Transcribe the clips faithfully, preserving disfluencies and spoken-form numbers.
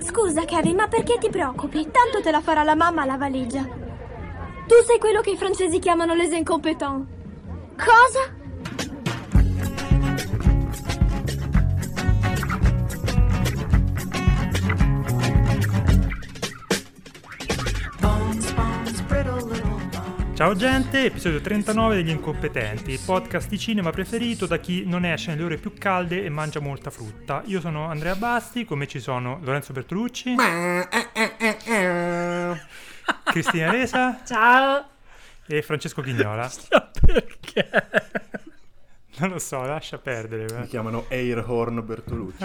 Scusa, Kevin, ma perché ti preoccupi? Tanto te la farà la mamma la valigia. Tu sei quello che i francesi chiamano les incompetents. Cosa? Ciao gente, episodio trentanove degli Incompetenti, il podcast di cinema preferito da chi non esce nelle ore più calde e mangia molta frutta. Io sono Andrea Basti, come ci sono Lorenzo Bertolucci, Cristina Resa, ciao, e Francesco Chignola. Perché? Non lo so, lascia perdere. Mi chiamano Airhorn Bertolucci.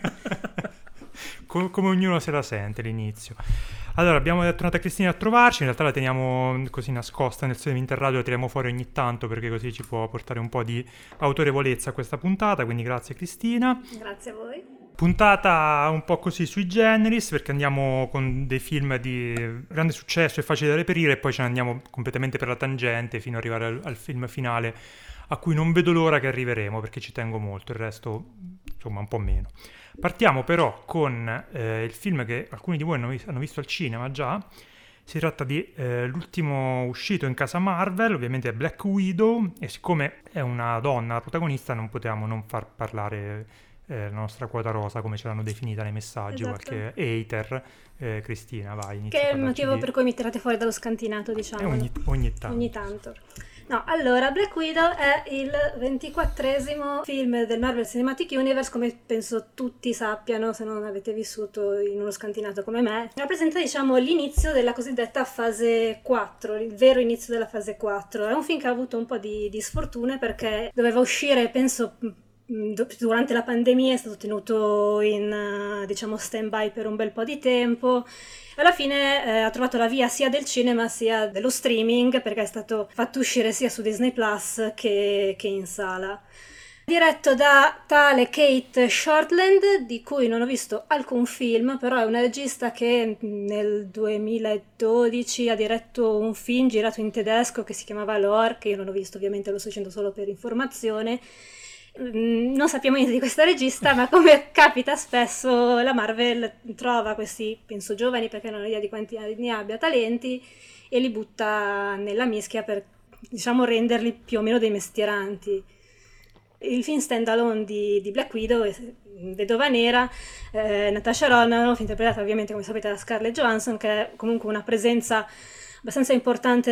Come ognuno se la sente l'inizio. Allora, abbiamo tornato a Cristina a trovarci, in realtà la teniamo così nascosta nel seminterradio, la tiriamo fuori ogni tanto perché così ci può portare un po' di autorevolezza a questa puntata, quindi grazie Cristina. Grazie a voi. Puntata un po' così sui generis, perché andiamo con dei film di grande successo e facile da reperire e poi ce ne andiamo completamente per la tangente fino ad arrivare al, al film finale, a cui non vedo l'ora che arriveremo perché ci tengo molto, il resto insomma un po' meno. Partiamo però con eh, il film che alcuni di voi hanno, vis- hanno visto al cinema già. Si tratta di eh, l'ultimo uscito in casa Marvel, ovviamente è Black Widow, e siccome è una donna la protagonista non potevamo non far parlare eh, la nostra quota rosa, come ce l'hanno definita nei messaggi, esatto. Qualche hater. eh, Cristina, vai, inizia. Che a è il motivo di... per cui mi tirate fuori dallo scantinato, diciamo. Eh, ogni, ogni tanto. Ogni tanto. No, allora, Black Widow è il ventiquattresimo film del Marvel Cinematic Universe, come penso tutti sappiano se non avete vissuto in uno scantinato come me. Rappresenta, diciamo, l'inizio della cosiddetta fase quattro, il vero inizio della fase quattro. È un film che ha avuto un po' di, di sfortune perché doveva uscire, penso, durante la pandemia, è stato tenuto in, diciamo, stand-by per un bel po' di tempo. Alla fine eh, ha trovato la via sia del cinema sia dello streaming, perché è stato fatto uscire sia su Disney Plus che, che in sala. Diretto da tale Kate Shortland, di cui non ho visto alcun film, però è una regista che nel duemiladodici ha diretto un film girato in tedesco che si chiamava Lore, che io non ho visto, ovviamente lo sto dicendo solo per informazione. Non sappiamo niente di questa regista, ma come capita spesso la Marvel trova questi, penso giovani perché non ho idea di quanti anni ne abbia, talenti, e li butta nella mischia per, diciamo, renderli più o meno dei mestieranti. Il film stand-alone di, di Black Widow è Vedova Nera, eh, Natasha Romanoff, interpretata ovviamente come sapete da Scarlett Johansson, che è comunque una presenza abbastanza importante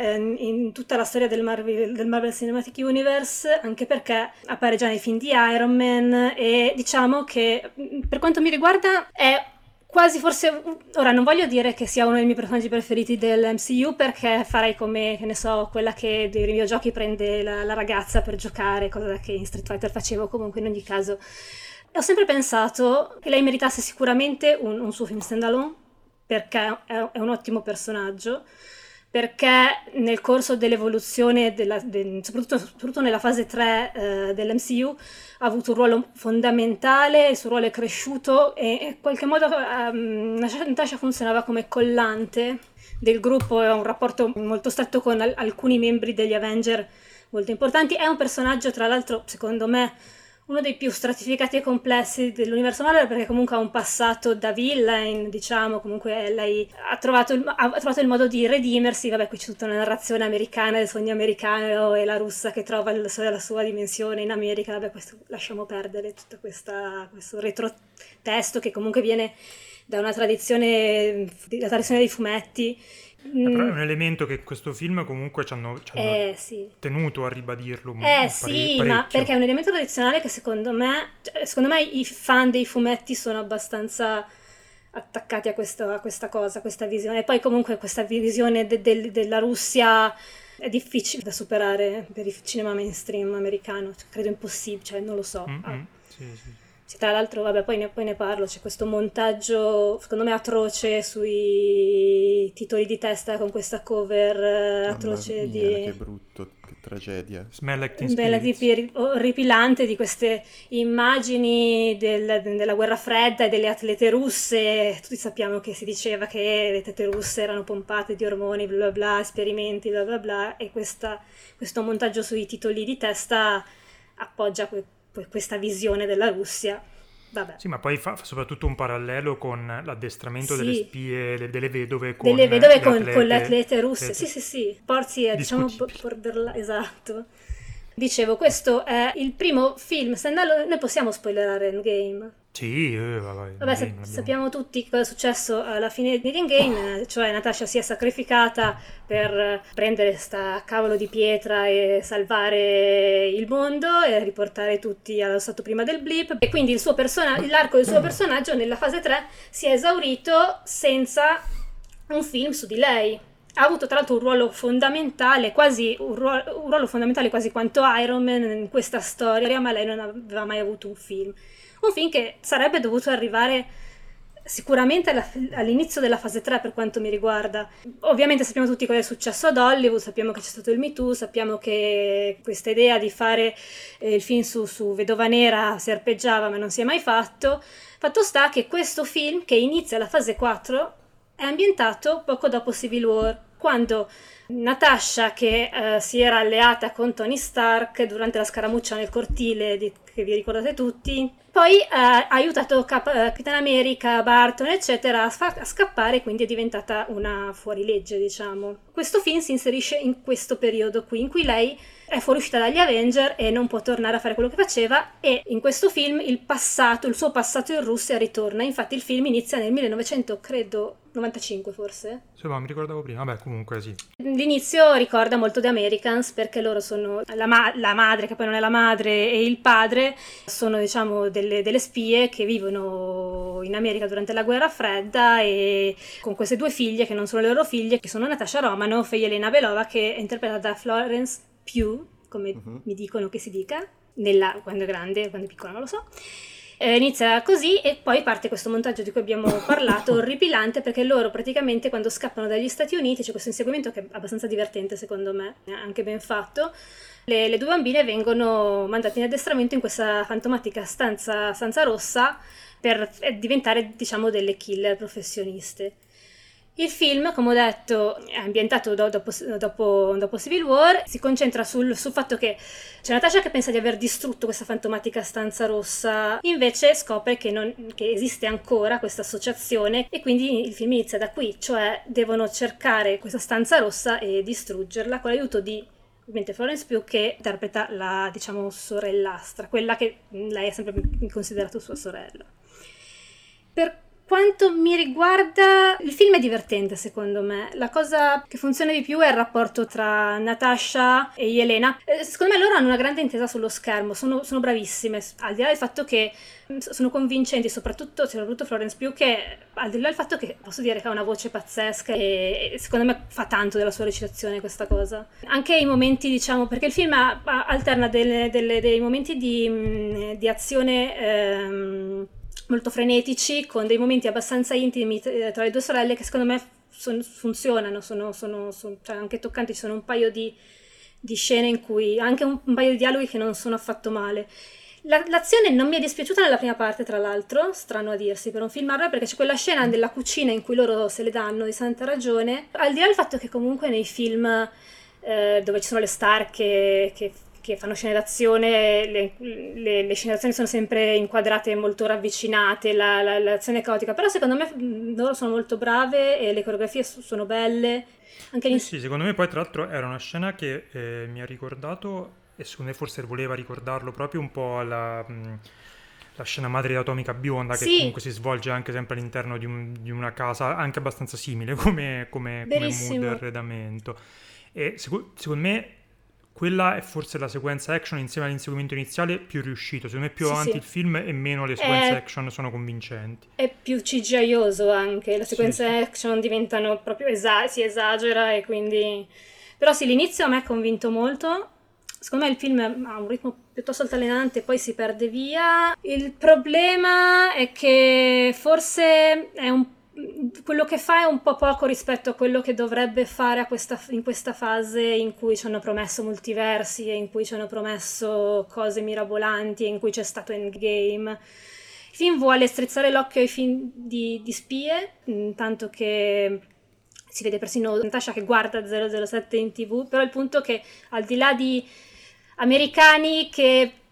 in tutta la storia del Marvel, del Marvel Cinematic Universe, anche perché appare già nei film di Iron Man e diciamo che per quanto mi riguarda è quasi forse, ora non voglio dire che sia uno dei miei personaggi preferiti dell'M C U perché farei come, che ne so, quella che dei videogiochi prende la, la ragazza per giocare, cosa che in Street Fighter facevo, comunque in ogni caso. E ho sempre pensato che lei meritasse sicuramente un, un suo film standalone, perché è un ottimo personaggio, perché nel corso dell'evoluzione, della, de, soprattutto, soprattutto nella fase tre eh, dell'M C U, ha avuto un ruolo fondamentale, il suo ruolo è cresciuto e in qualche modo um, Natasha funzionava come collante del gruppo, ha un rapporto molto stretto con al- alcuni membri degli Avenger molto importanti. È un personaggio, tra l'altro, secondo me, uno dei più stratificati e complessi dell'universo Marvel, perché comunque ha un passato da villain, diciamo, comunque lei ha trovato, il, ha trovato il modo di redimersi. Vabbè, qui c'è tutta una narrazione americana del sogno americano e la russa che trova il, la sua dimensione in America. Vabbè, questo lasciamo perdere tutto questa, questo retrotesto che comunque viene da una tradizione, la tradizione dei fumetti. Eh, però è un elemento che questo film comunque ci hanno, ci hanno eh, sì. tenuto a ribadirlo. Eh pare- sì, parecchio. ma perché è un elemento tradizionale che secondo me, cioè, secondo me i fan dei fumetti sono abbastanza attaccati a, questo, a questa cosa, a questa visione. E poi comunque questa visione de- de- della Russia è difficile da superare per il cinema mainstream americano, cioè, credo impossibile, cioè non lo so. Mm-hmm. Ah. Sì, sì. Sì, tra l'altro, vabbè, poi ne, poi ne parlo, c'è questo montaggio, secondo me, atroce sui titoli di testa con questa cover eh, atroce Mamma di... mia, che brutto, che tragedia. Smell Like Teen Bella, Spirit. orripilante di queste immagini del- della guerra fredda e delle atlete russe. Tutti sappiamo che si diceva che le atlete russe erano pompate di ormoni, bla bla bla, esperimenti, bla bla bla, e questa, questo montaggio sui titoli di testa appoggia que- questa visione della Russia. vabbè. Sì, ma poi fa, fa soprattutto un parallelo con l'addestramento Sì. delle spie, le- delle vedove con Delle vedove le con, atlete, con le atlete russe. atlete Sì, sì, sì. Porzi è, diciamo, discutibili. borderline, esatto. Dicevo, questo è il primo film standalone. Noi possiamo spoilerare Endgame. Sì, eh, vabbè, Vabbè, sì, sa- l'abbiamo- sappiamo tutti cosa è successo alla fine di Endgame, cioè Natasha si è sacrificata per prendere sta cavolo di pietra e salvare il mondo e riportare tutti allo stato prima del blip, e quindi il suo persona- l'arco del suo personaggio nella fase tre si è esaurito senza un film su di lei. Ha avuto tra l'altro un ruolo fondamentale, quasi un ruolo, un ruolo fondamentale quasi quanto Iron Man in questa storia, ma lei non aveva mai avuto un film. Un film che sarebbe dovuto arrivare sicuramente alla- all'inizio della fase tre per quanto mi riguarda. Ovviamente sappiamo tutti cosa è successo ad Hollywood, sappiamo che c'è stato il Me Too, sappiamo che questa idea di fare eh, il film su, su Vedova Nera serpeggiava ma non si è mai fatto. Fatto sta che questo film, che inizia la fase quattro, è ambientato poco dopo Civil War, quando Natasha, che eh, si era alleata con Tony Stark durante la scaramuccia nel cortile di- che vi ricordate tutti, poi eh, ha aiutato Cap- eh, Capitan America, Barton, eccetera, a, sfa- a scappare, quindi è diventata una fuorilegge, diciamo. Questo film si inserisce in questo periodo qui, in cui lei è fuoriuscita dagli Avenger e non può tornare a fare quello che faceva, e in questo film il passato, il suo passato in Russia ritorna. Infatti il film inizia nel millenovecento, credo, novantacinque forse. Sì, ma mi ricordavo prima, vabbè, comunque sì. L'inizio ricorda molto The Americans, perché loro sono la, ma- la madre, che poi non è la madre, e il padre sono, diciamo, delle, delle spie che vivono in America durante la guerra fredda, e con queste due figlie che non sono le loro figlie, che sono Natasha Romanoff e Elena Belova, che è interpretata da Florence Pugh, come Mhm. mi dicono che si dica, nella, quando è grande, quando è piccola non lo so. Eh, inizia così e poi parte questo montaggio di cui abbiamo parlato, orripilante, perché loro praticamente quando scappano dagli Stati Uniti c'è questo inseguimento che è abbastanza divertente secondo me, è anche ben fatto. Le, le due bambine vengono mandate in addestramento in questa fantomatica stanza, stanza rossa per eh, diventare, diciamo, delle killer professioniste. Il film, come ho detto, è ambientato do- dopo, dopo, dopo Civil War, si concentra sul, sul fatto che c'è Natasha che pensa di aver distrutto questa fantomatica stanza rossa, invece scopre che, non, che esiste ancora questa associazione, e quindi il film inizia da qui, cioè devono cercare questa stanza rossa e distruggerla con l'aiuto di, ovviamente, Florence Pugh, che interpreta la, diciamo, sorellastra, quella che lei ha sempre considerato sua sorella. Per quanto mi riguarda, il film è divertente secondo me. La cosa che funziona di più è il rapporto tra Natasha e Yelena. Eh, Secondo me loro hanno una grande intesa sullo schermo, sono, sono bravissime, al di là del fatto che mh, sono convincenti, soprattutto, soprattutto Florence Pugh, che al di là del fatto che posso dire che ha una voce pazzesca, e, e secondo me fa tanto della sua recitazione questa cosa. Anche i momenti, diciamo, perché il film ha- ha- alterna delle- delle- dei momenti di, mh, di azione ehm, molto frenetici con dei momenti abbastanza intimi eh, tra le due sorelle, che secondo me son- funzionano, sono, sono- son- cioè anche toccanti. Ci sono un paio di, di scene in cui anche un, un paio di dialoghi che non sono affatto male. La- l'azione non mi è dispiaciuta nella prima parte, tra l'altro, strano a dirsi per un film Marvel, perché c'è quella scena della cucina in cui loro se le danno di santa ragione, al di là del fatto che comunque nei film eh, dove ci sono le star che, che che fanno scene d'azione, le, le, le scene d'azione sono sempre inquadrate molto ravvicinate, la, la, l'azione è caotica, però secondo me mh, loro sono molto brave e le coreografie so- sono belle. Anche Sì, gli... sì, secondo me poi tra l'altro era una scena che eh, mi ha ricordato, e secondo me forse voleva ricordarlo proprio un po' alla... mh, la scena madre di Atomica Bionda, che Sì. comunque si svolge anche sempre all'interno di, un- di una casa anche abbastanza simile come, come, come Verissimo. mood e arredamento. E seco- secondo me quella è forse la sequenza action insieme all'inseguimento iniziale più riuscito. Secondo me più Sì, avanti sì. il film e meno le sequenze Eh, action sono convincenti. È più C G I-oso anche, le Sì, sequenze sì. action diventano proprio, esa- si esagera, e quindi... Però sì, l'inizio a me ha convinto molto. Secondo me il film ha un ritmo piuttosto altalenante, poi si perde via. Il problema è che forse è un quello che fa è un po' poco rispetto a quello che dovrebbe fare a questa, in questa fase in cui ci hanno promesso multiversi e in cui ci hanno promesso cose mirabolanti e in cui c'è stato Endgame. Il film vuole strizzare l'occhio ai film di, di spie, mh, tanto che si vede persino Natasha che guarda zero zero sette in tv, però il punto è che al di là di americani che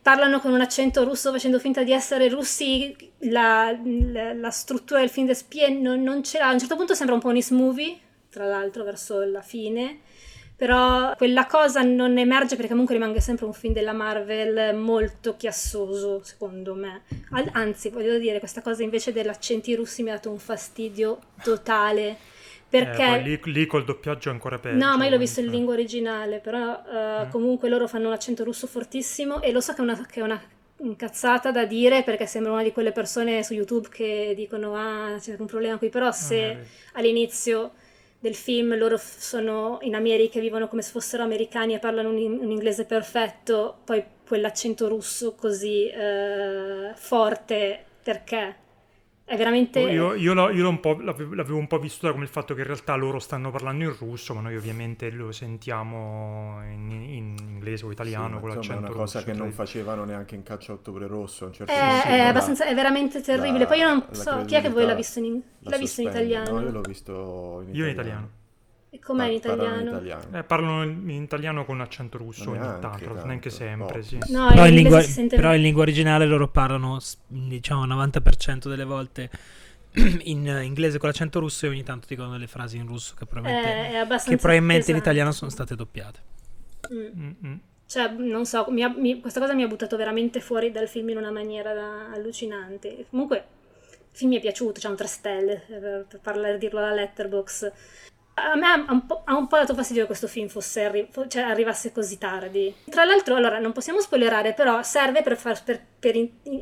parlano con un accento russo facendo finta di essere russi, la, la, la struttura del film The Spy non, non ce l'ha. A un certo punto sembra un po' un Is Movie, tra l'altro verso la fine, però quella cosa non emerge perché comunque rimane sempre un film della Marvel molto chiassoso, secondo me. Anzi, voglio dire, questa cosa invece degli accenti russi mi ha dato un fastidio totale, perché eh, lì, lì col doppiaggio è ancora peggio. No, ma io l'ho visto in lingua originale, però uh, mm. comunque loro fanno un accento russo fortissimo e lo so che è una, che è una cazzata da dire, perché sembra una di quelle persone su YouTube che dicono ah c'è un problema qui, però se mm. all'inizio del film loro sono in America e vivono come se fossero americani e parlano un, un inglese perfetto, poi quell'accento russo così eh, forte, perché è veramente... Io, io, l'ho, io l'ho un po', l'avevo, l'avevo un po' vissuta come il fatto che in realtà loro stanno parlando in russo, ma noi ovviamente lo sentiamo in, in inglese o italiano, sì, con l'accento russo. È una cosa russo, che cioè... non facevano neanche in Caccia a Ottobre Rosso. A un certo è, punto, è, la, abbastanza, è veramente terribile. La, Poi io non so, chi è che voi l'ha visto in, l'ha visto in italiano? No, io l'ho visto in italiano. Io in italiano. E com'è in italiano? In italiano. Eh, parlano in italiano con accento russo ogni neanche, tanto, tanto, neanche sempre, no. sì. No, però, in in lingua, sente... però in lingua originale loro parlano, diciamo, il novanta per cento delle volte in inglese con l'accento russo e ogni tanto dicono delle frasi in russo che probabilmente, è, è che probabilmente in italiano sono state doppiate. Mm. Cioè, non so, mi ha, mi, questa cosa mi ha buttato veramente fuori dal film in una maniera da, allucinante. Comunque, il film mi è piaciuto, c'ha un tre stelle, per, per parlare, dirlo alla Letterboxd. A me ha un, po', ha un po' dato fastidio che questo film fosse arri- cioè, arrivasse così tardi. Tra l'altro, allora, non possiamo spoilerare, però serve per, far, per, per,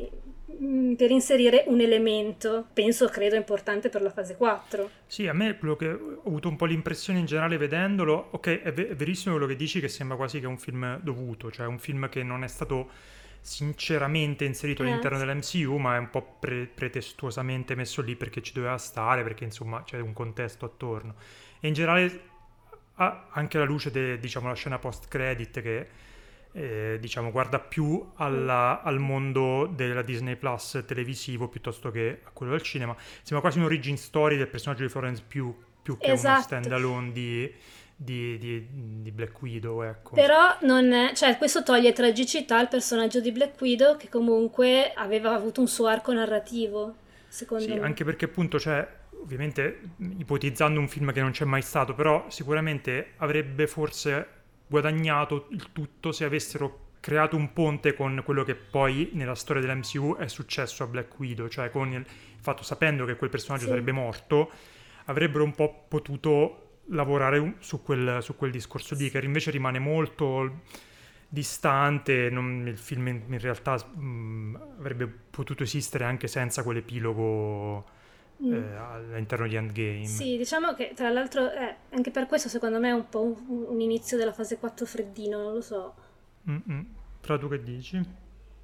in, per inserire un elemento, penso, credo, importante per la fase quattro. Sì, a me quello che ho avuto un po' l'impressione in generale vedendolo, ok, è, ve- è verissimo quello che dici, che sembra quasi che è un film dovuto, cioè un film che non è stato sinceramente inserito eh. all'interno dell'M C U, ma è un po' pre- pretestuosamente messo lì perché ci doveva stare, perché insomma c'è un contesto attorno. E in generale ah, anche alla luce de, diciamo, la scena post credit che eh, diciamo guarda più alla, al mondo della Disney Plus televisivo piuttosto che a quello del cinema, sembra quasi un origin story del personaggio di Florence Pugh più che esatto. uno stand alone di, di, di, di Black Widow, ecco. Però non è, cioè questo toglie tragicità al personaggio di Black Widow, che comunque aveva avuto un suo arco narrativo, secondo sì, me. Anche perché appunto c'è, ovviamente ipotizzando un film che non c'è mai stato, però sicuramente avrebbe forse guadagnato il tutto se avessero creato un ponte con quello che poi nella storia dell'M C U è successo a Black Widow, cioè con il fatto, sapendo che quel personaggio sì. sarebbe morto, avrebbero un po' potuto lavorare su quel, su quel discorso lì, che invece rimane molto distante. Non, il film in, in realtà mh, avrebbe potuto esistere anche senza quell'epilogo mm. eh, all'interno di Endgame. Sì, diciamo che tra l'altro eh, anche per questo secondo me è un po' un, un inizio della fase quattro freddino, non lo so. Mm-mm. Fra tu che dici?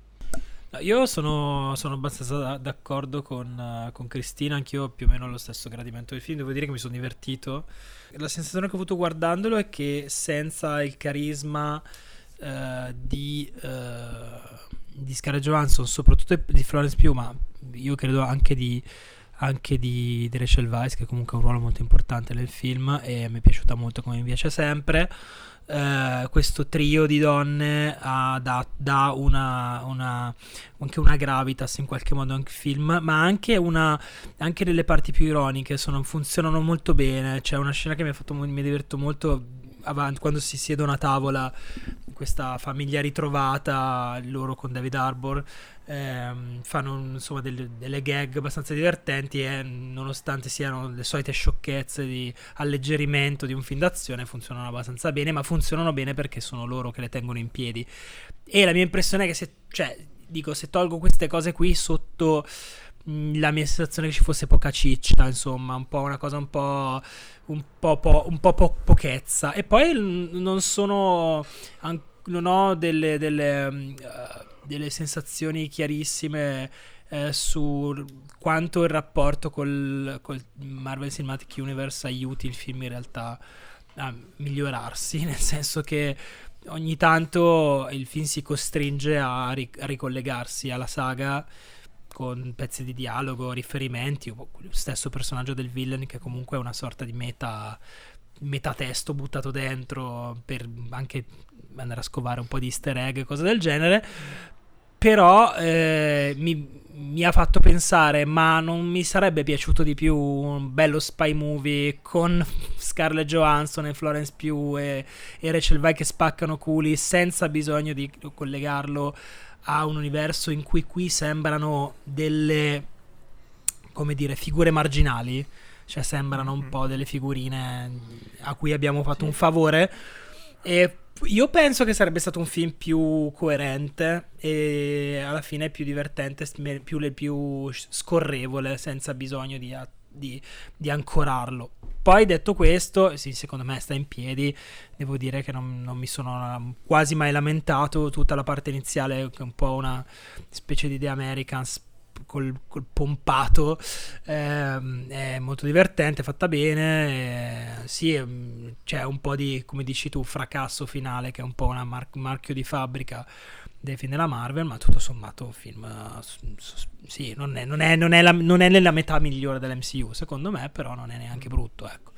Io sono, sono abbastanza d'accordo con, uh, con Cristina, anch'io ho più o meno lo stesso gradimento del film, devo dire che mi sono divertito. La sensazione che ho avuto guardandolo è che senza il carisma uh, di, uh, di Scarlett Johansson, soprattutto di Florence Pugh, ma io credo anche di, anche di, di Rachel Weisz, che comunque ha un ruolo molto importante nel film e mi è piaciuta molto come mi piace sempre. Uh, questo trio di donne ha da, da una, una anche una gravitas in qualche modo anche film, ma anche una anche delle parti più ironiche sono, funzionano molto bene. C'è una scena che mi ha fatto mi diverto molto avanti, quando si siedono a tavola, questa famiglia ritrovata, loro con David Harbour, ehm, fanno insomma delle, delle gag abbastanza divertenti e nonostante siano le solite sciocchezze di alleggerimento di un film d'azione funzionano abbastanza bene, ma funzionano bene perché sono loro che le tengono in piedi. E la mia impressione è che se, cioè, dico, se tolgo queste cose qui sotto, la mia sensazione è che ci fosse poca ciccia, insomma, un po' una cosa un po' un po', po un po' po- pochezza. E poi non sono non ho delle delle, uh, delle sensazioni chiarissime eh, su quanto il rapporto col, col Marvel Cinematic Universe aiuti il film in realtà a migliorarsi, nel senso che ogni tanto il film si costringe a, ri- a ricollegarsi alla saga con pezzi di dialogo, riferimenti, o lo stesso personaggio del villain che comunque è una sorta di meta metatesto buttato dentro per anche andare a scovare un po' di easter egg e cose del genere. però eh, mi, mi ha fatto pensare, ma non mi sarebbe piaciuto di più un bello spy movie con Scarlett Johansson e Florence Pugh e, e Rachel Weisz che spaccano culi senza bisogno di collegarlo a un universo in cui qui sembrano delle, come dire, figure marginali, cioè sembrano un po' delle figurine a cui abbiamo fatto un favore. E io penso che sarebbe stato un film più coerente e alla fine più divertente, più, più scorrevole, senza bisogno di, di, di ancorarlo. Poi detto questo, sì, secondo me sta in piedi. Devo dire che non, non mi sono quasi mai lamentato. Tutta la parte iniziale, che è un po' una specie di The Americans col, col pompato, ehm, è molto divertente, fatta bene. Eh, sì, ehm, c'è un po' di, come dici tu, fracasso finale, che è un po' un mar- marchio di fabbrica dei film della Marvel, ma tutto sommato un film uh, sì, non è, non, è, non, è la, non è nella metà migliore dell'M C U secondo me, però non è neanche brutto, ecco.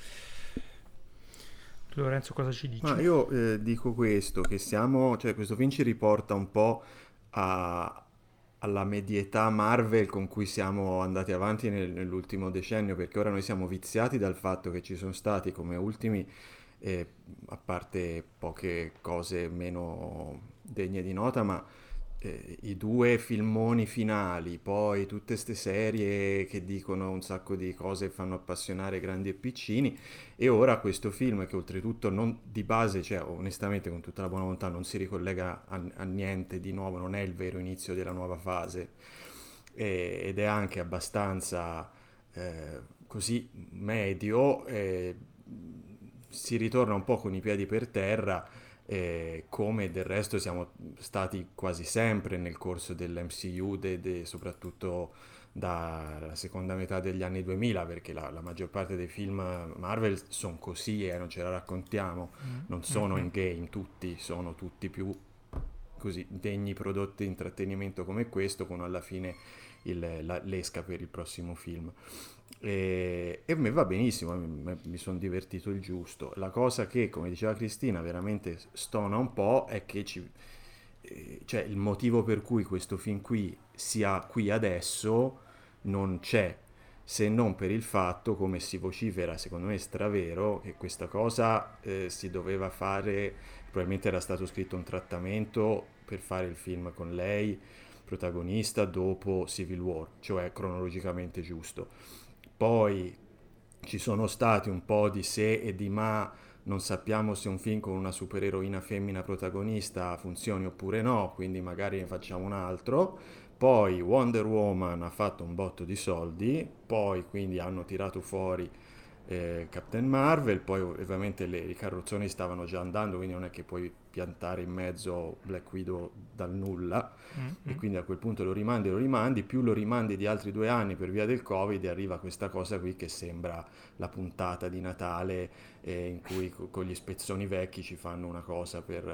Lorenzo, cosa ci dici? Ma io eh, dico questo, che siamo, cioè questo film ci riporta un po' a, alla medietà Marvel con cui siamo andati avanti nel, nell'ultimo decennio, perché ora noi siamo viziati dal fatto che ci sono stati come ultimi, eh, a parte poche cose meno degne di nota, ma eh, i due filmoni finali, poi tutte ste serie che dicono un sacco di cose e fanno appassionare grandi e piccini, e ora questo film che oltretutto non, di base, cioè onestamente con tutta la buona volontà, non si ricollega a, a niente di nuovo, non è il vero inizio della nuova fase, e, ed è anche abbastanza eh, così medio, eh, si ritorna un po' con i piedi per terra, eh, come del resto siamo stati quasi sempre nel corso dell'M C U, de, de, soprattutto dalla seconda metà degli anni duemila, perché la, la maggior parte dei film Marvel sono così e non ce la raccontiamo, non sono in game tutti, sono tutti più così degni prodotti di intrattenimento come questo, con alla fine il, la, l'esca per il prossimo film. E, e a me va benissimo, mi, mi sono divertito il giusto. La cosa che, come diceva Cristina, veramente stona un po' è che ci, eh, cioè il motivo per cui questo film qui sia qui adesso non c'è, se non per il fatto, come si vocifera, secondo me è stravero, che questa cosa eh, si doveva fare, probabilmente era stato scritto un trattamento per fare il film con lei protagonista dopo Civil War, cioè cronologicamente giusto. Poi ci sono stati un po' di se e di ma, non sappiamo se un film con una supereroina femmina protagonista funzioni oppure no, quindi magari ne facciamo un altro. Poi Wonder Woman ha fatto un botto di soldi, poi quindi hanno tirato fuori eh, Captain Marvel, poi ovviamente le, i carrozzoni stavano già andando, quindi non è che puoi piantare in mezzo Black Widow dal nulla, mm-hmm. e quindi a quel punto lo rimandi lo rimandi, più lo rimandi di altri due anni per via del Covid, e arriva questa cosa qui che sembra la puntata di Natale eh, in cui co- con gli spezzoni vecchi ci fanno una cosa per,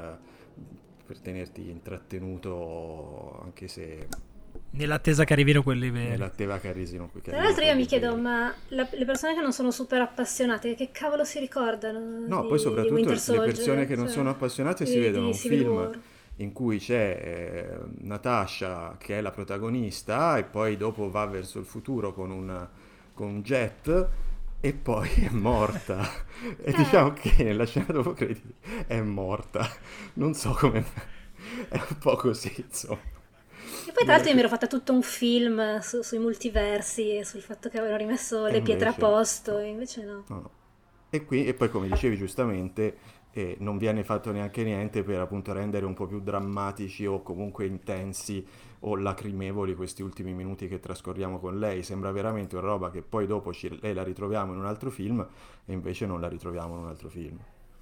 per tenerti intrattenuto, anche se nell'attesa che arrivino quelli veri. Nell'attesa che arrivino qui. Tra l'altro io mi chiedo, ma la, le persone che non sono super appassionate, che cavolo si ricordano? No, di, poi soprattutto di le persone che non cioè, sono appassionate di, si vedono di un Civil film War. in cui c'è eh, Natasha che è la protagonista e poi dopo va verso il futuro con un, con un jet e poi è morta. E Eh. diciamo che nella scena dopo crediti è morta. Non so come... è un po' così, insomma. E poi tra l'altro io mi ero fatta tutto un film su- sui multiversi e sul fatto che avevano rimesso E le pietre a invece- posto, e invece no. No, no. E, qui, e poi come dicevi giustamente eh, non viene fatto neanche niente per appunto rendere un po' più drammatici o comunque intensi o lacrimevoli questi ultimi minuti che trascorriamo con lei. Sembra veramente una roba che poi dopo ci, lei la ritroviamo in un altro film e invece non la ritroviamo in un altro film.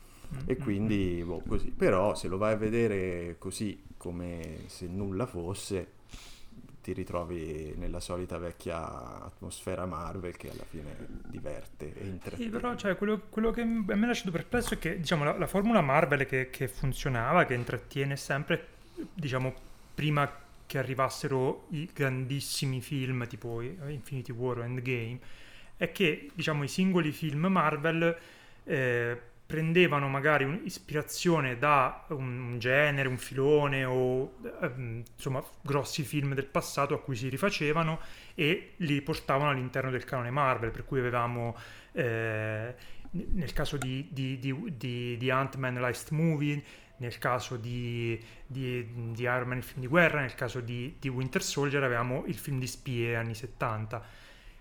E quindi boh, così. Però se lo vai a vedere così come se nulla fosse, ti ritrovi nella solita vecchia atmosfera Marvel che alla fine diverte e Sì, intrattiene. però cioè, quello, quello che a me ha lasciato perplesso è che diciamo, la, la formula Marvel che, che funzionava, che intrattiene sempre, diciamo, prima che arrivassero i grandissimi film tipo Infinity War o Endgame, è che diciamo, i singoli film Marvel eh, prendevano magari un'ispirazione da un genere, un filone o ehm, insomma grossi film del passato a cui si rifacevano e li portavano all'interno del canone Marvel, per cui avevamo eh, nel caso di, di, di, di, di Ant-Man Last Movie, nel caso di, di, di Iron Man il film di guerra, nel caso di, di Winter Soldier avevamo il film di spie anni settanta.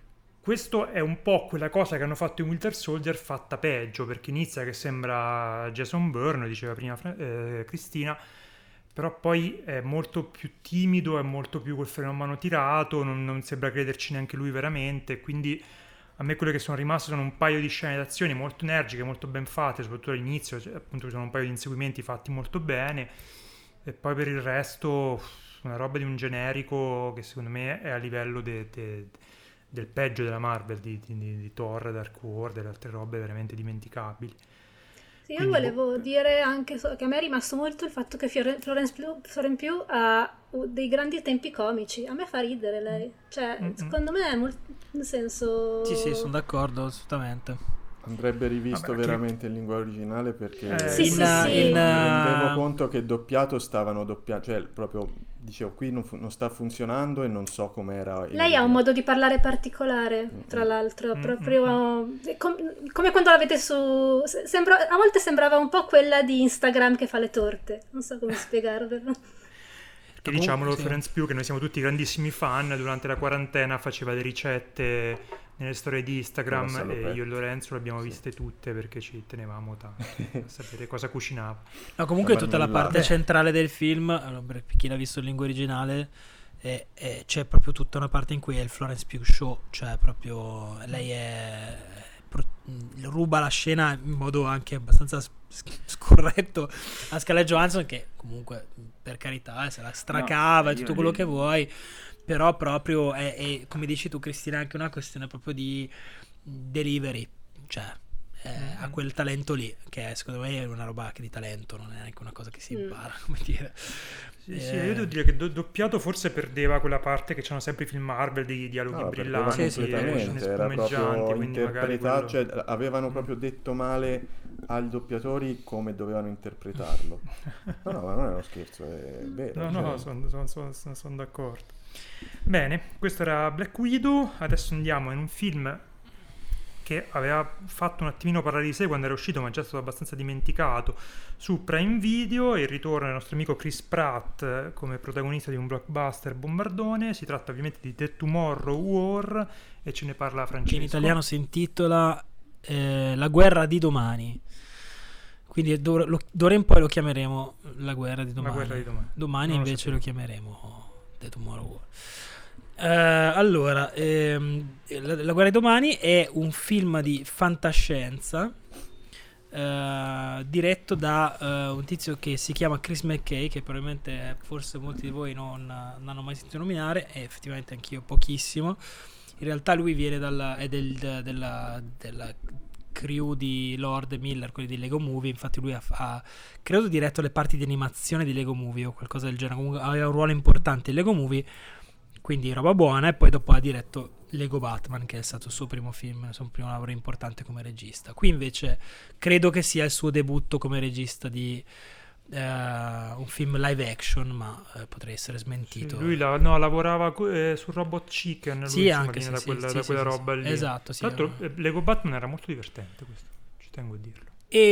Questo è un po' quella cosa che hanno fatto in Winter Soldier fatta peggio, perché inizia che sembra Jason Bourne, diceva prima eh, Cristina, però poi è molto più timido, è molto più col freno a mano tirato, non, non sembra crederci neanche lui veramente, quindi a me quelle che sono rimaste sono un paio di scene d'azione molto energiche, molto ben fatte, soprattutto all'inizio, cioè, appunto ci sono un paio di inseguimenti fatti molto bene, e poi per il resto una roba di un generico che secondo me è a livello de, de, del peggio della Marvel, di, di, di Thor, Dark World, delle altre robe veramente dimenticabili. Sì, io Quindi, volevo boh, dire anche so- che a me è rimasto molto il fatto che Fiore- Florence Pugh, Florence Pugh ha uh, dei grandi tempi comici. A me fa ridere lei. Cioè, Mm-mm. secondo me è molto, nel senso... Sì, sì, sono d'accordo, assolutamente. Andrebbe rivisto Vabbè, che- veramente in lingua originale perché Eh, Sì, in, sì, in, sì. mi rendevo uh, conto che doppiato stavano doppiando, cioè proprio dicevo qui non, fu- non sta funzionando e non so com'era in Lei ha un originale. modo di parlare particolare, tra l'altro, proprio com- come quando la vede su... se- Sembra, a volte sembrava un po' quella di Instagram che fa le torte, non so come spiegarvelo. che diciamolo, sì. Florence Pugh, che noi siamo tutti grandissimi fan, durante la quarantena faceva le ricette nelle storie di Con Instagram la e salopette. io e Lorenzo le abbiamo viste tutte perché ci tenevamo tanto a sapere cosa cucinava. No, comunque La tutta la marmellata. parte centrale del film, allora, per chi l'ha visto in lingua originale, è- è- c'è proprio tutta una parte in cui è il Florence Pugh Show, cioè proprio lei è pro- ruba la scena in modo anche abbastanza s- scorretto a Scarlett Johansson, che comunque per carità se la stracava e io tutto quello lì- che vuoi, però proprio è, è, come dici tu Cristina, anche una questione proprio di delivery, cioè eh, ha quel talento lì che è, secondo me è una roba anche di talento, non è neanche una cosa che si Mm. impara, come dire. Sì, sì, Eh, io devo dire che do- doppiato forse perdeva quella parte che c'hanno sempre i film Marvel dei dialoghi No, perdeva brillanti, Sì, sì, e scene completamente, era spumeggianti, proprio quindi magari interpretato, quello... cioè avevano proprio detto male agli doppiatori come dovevano interpretarlo. No, no, ma non è uno scherzo, è vero. No, no, cioè- sono son, son, son- son d'accordo. Bene, questo era Black Widow, adesso andiamo in un film che aveva fatto un attimino parlare di sé quando era uscito, ma è già stato abbastanza dimenticato, su Prime Video, il ritorno del nostro amico Chris Pratt eh, come protagonista di un blockbuster bombardone. Si tratta ovviamente di The Tomorrow War e ce ne parla che Francesco. in italiano si intitola eh, La guerra di domani, quindi d'ora lo- d'ora in poi lo chiameremo La guerra di domani. La guerra di domani. Domani Non lo invece sapevo. lo chiameremo The Tomorrow War. Eh, allora, ehm, la, La guerra di domani è un film di fantascienza eh, diretto da eh, un tizio che si chiama Chris McKay, che probabilmente forse molti di voi non, non hanno mai sentito nominare, e effettivamente anch'io pochissimo. In realtà lui viene dalla, è del, de- della, della crew di Lord e Miller, quelli di Lego Movie. Infatti lui ha, ha credo diretto le parti di animazione di Lego Movie o qualcosa del genere, comunque aveva un ruolo importante in Lego Movie, quindi roba buona. E poi dopo ha diretto Lego Batman, che è stato il suo primo film, il suo primo lavoro importante come regista. Qui invece credo che sia il suo debutto come regista di eh, un film live action, ma eh, potrei essere Sì, smentito. lui la- no, lavorava co- eh, su Robot Chicken, lui, Sì, insomma, anche viene sì, da sì, quella, sì, da sì, quella sì, roba sì. lì. Esatto, sì, Tra l'altro è eh, Lego Batman era molto divertente, questo ci tengo a dirlo.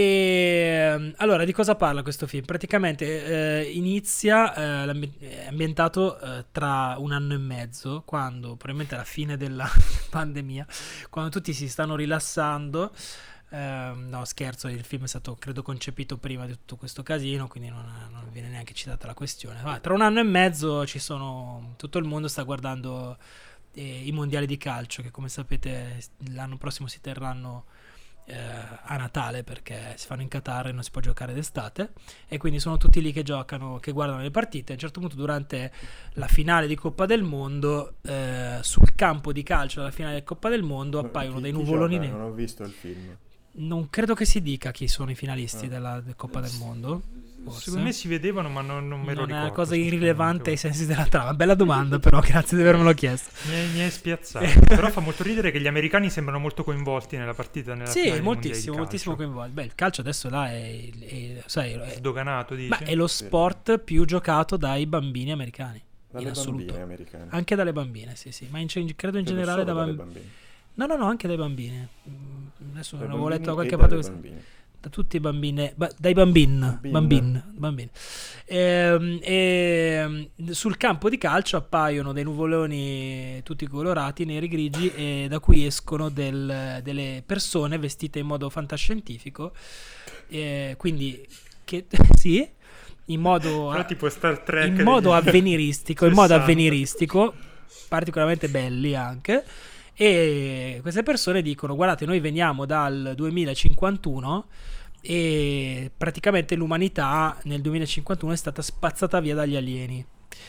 E allora, di cosa parla questo film? Praticamente eh, inizia, eh, l'ambi- è ambientato eh, tra un anno e mezzo, quando probabilmente alla fine della pandemia, quando tutti si stanno rilassando. Ehm, no, scherzo, il film è stato credo concepito prima di tutto questo casino, quindi non, non viene neanche citata la questione. Ma tra un anno e mezzo ci sono, tutto il mondo sta guardando eh, i mondiali di calcio, che come sapete l'anno prossimo si terranno eh, a Natale, perché si fanno in Qatar e non si può giocare d'estate, e quindi sono tutti lì che giocano, che guardano le partite. A un certo punto, durante la finale di Coppa del Mondo, eh, sul campo di calcio della finale di Coppa del Mondo appaiono Chi- dei chi nuvoloni gioca? neri. Non ho visto il film. Non credo che si dica chi sono i finalisti Ah. della, della Coppa del Mondo. forse. Secondo me si vedevano, ma non, non me lo Non ricordo. è una cosa sinceramente. irrilevante ai sensi della trama. Bella domanda, però, grazie di avermelo chiesto. Mi hai, mi hai spiazzato. Però fa molto ridere che gli americani sembrano molto coinvolti nella partita. Nella finale Sì, dei mondiali di moltissimo, calcio. moltissimo coinvolto. Beh, il calcio adesso là è, è- sai, è- Sdoganato, dici? ma è lo sport più giocato dai bambini americani. Dalle in assoluto. bambine americane. Anche dalle bambine, sì, sì. Ma in- credo in Credo generale solo da dalle bambini. bambine. No, no, no, anche dai bambini. Mm, Adesso Dai avevo letto da bambini qualche e parte dalle questa- bambine. da tutti i bambini, ba- dai bambin, Bambin. bambin, bambin. Ehm, ehm, sul campo di calcio appaiono dei nuvoloni tutti colorati, neri, grigi, e da cui escono del- delle persone vestite in modo fantascientifico, eh, quindi che sì, in modo Però tipo Star Trek in degli modo anni avveniristico, in modo sessanta. avveniristico, particolarmente belli anche. E queste persone dicono: guardate, noi veniamo dal duemilacinquantuno e praticamente l'umanità nel duemilacinquantuno è stata spazzata via dagli alieni.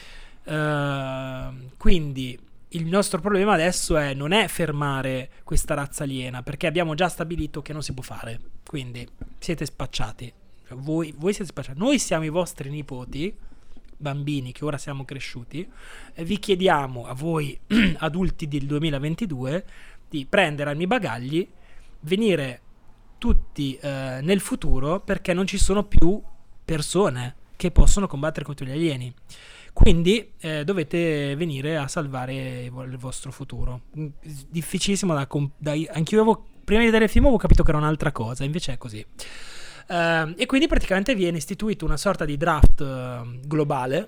Ehm, quindi il nostro problema adesso è non è fermare questa razza aliena, perché abbiamo già stabilito che non si può fare. Quindi siete spacciati. Cioè, voi, voi siete spacciati. Noi siamo i vostri nipoti, bambini che ora siamo cresciuti, e vi chiediamo a voi adulti del duemilaventidue di prendere armi bagagli, venire tutti eh, nel futuro, perché non ci sono più persone che possono combattere contro gli alieni. Quindi eh, dovete venire a salvare il vostro futuro. Mm, Difficilissimo da, comp- da anch'io avevo, prima di vedere il film avevo capito che era un'altra cosa, invece è così. Eh, e quindi praticamente viene istituito una sorta di draft eh, globale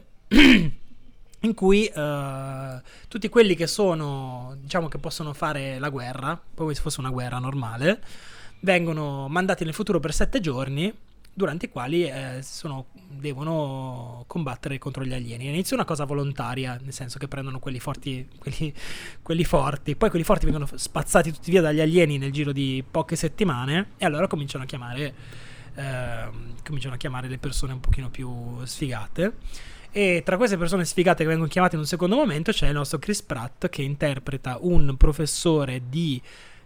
in cui eh, tutti quelli che sono, diciamo, che possono fare la guerra, come se fosse una guerra normale, vengono mandati nel futuro per sette giorni, durante i quali eh, sono, devono combattere contro gli alieni. All'inizio è una cosa volontaria, nel senso che prendono quelli forti, quelli, quelli forti, poi quelli forti vengono spazzati tutti via dagli alieni nel giro di poche settimane, e allora cominciano a chiamare eh, cominciano a chiamare le persone un pochino più sfigate. E tra queste persone sfigate che vengono chiamate in un secondo momento c'è il nostro Chris Pratt, che interpreta un professore di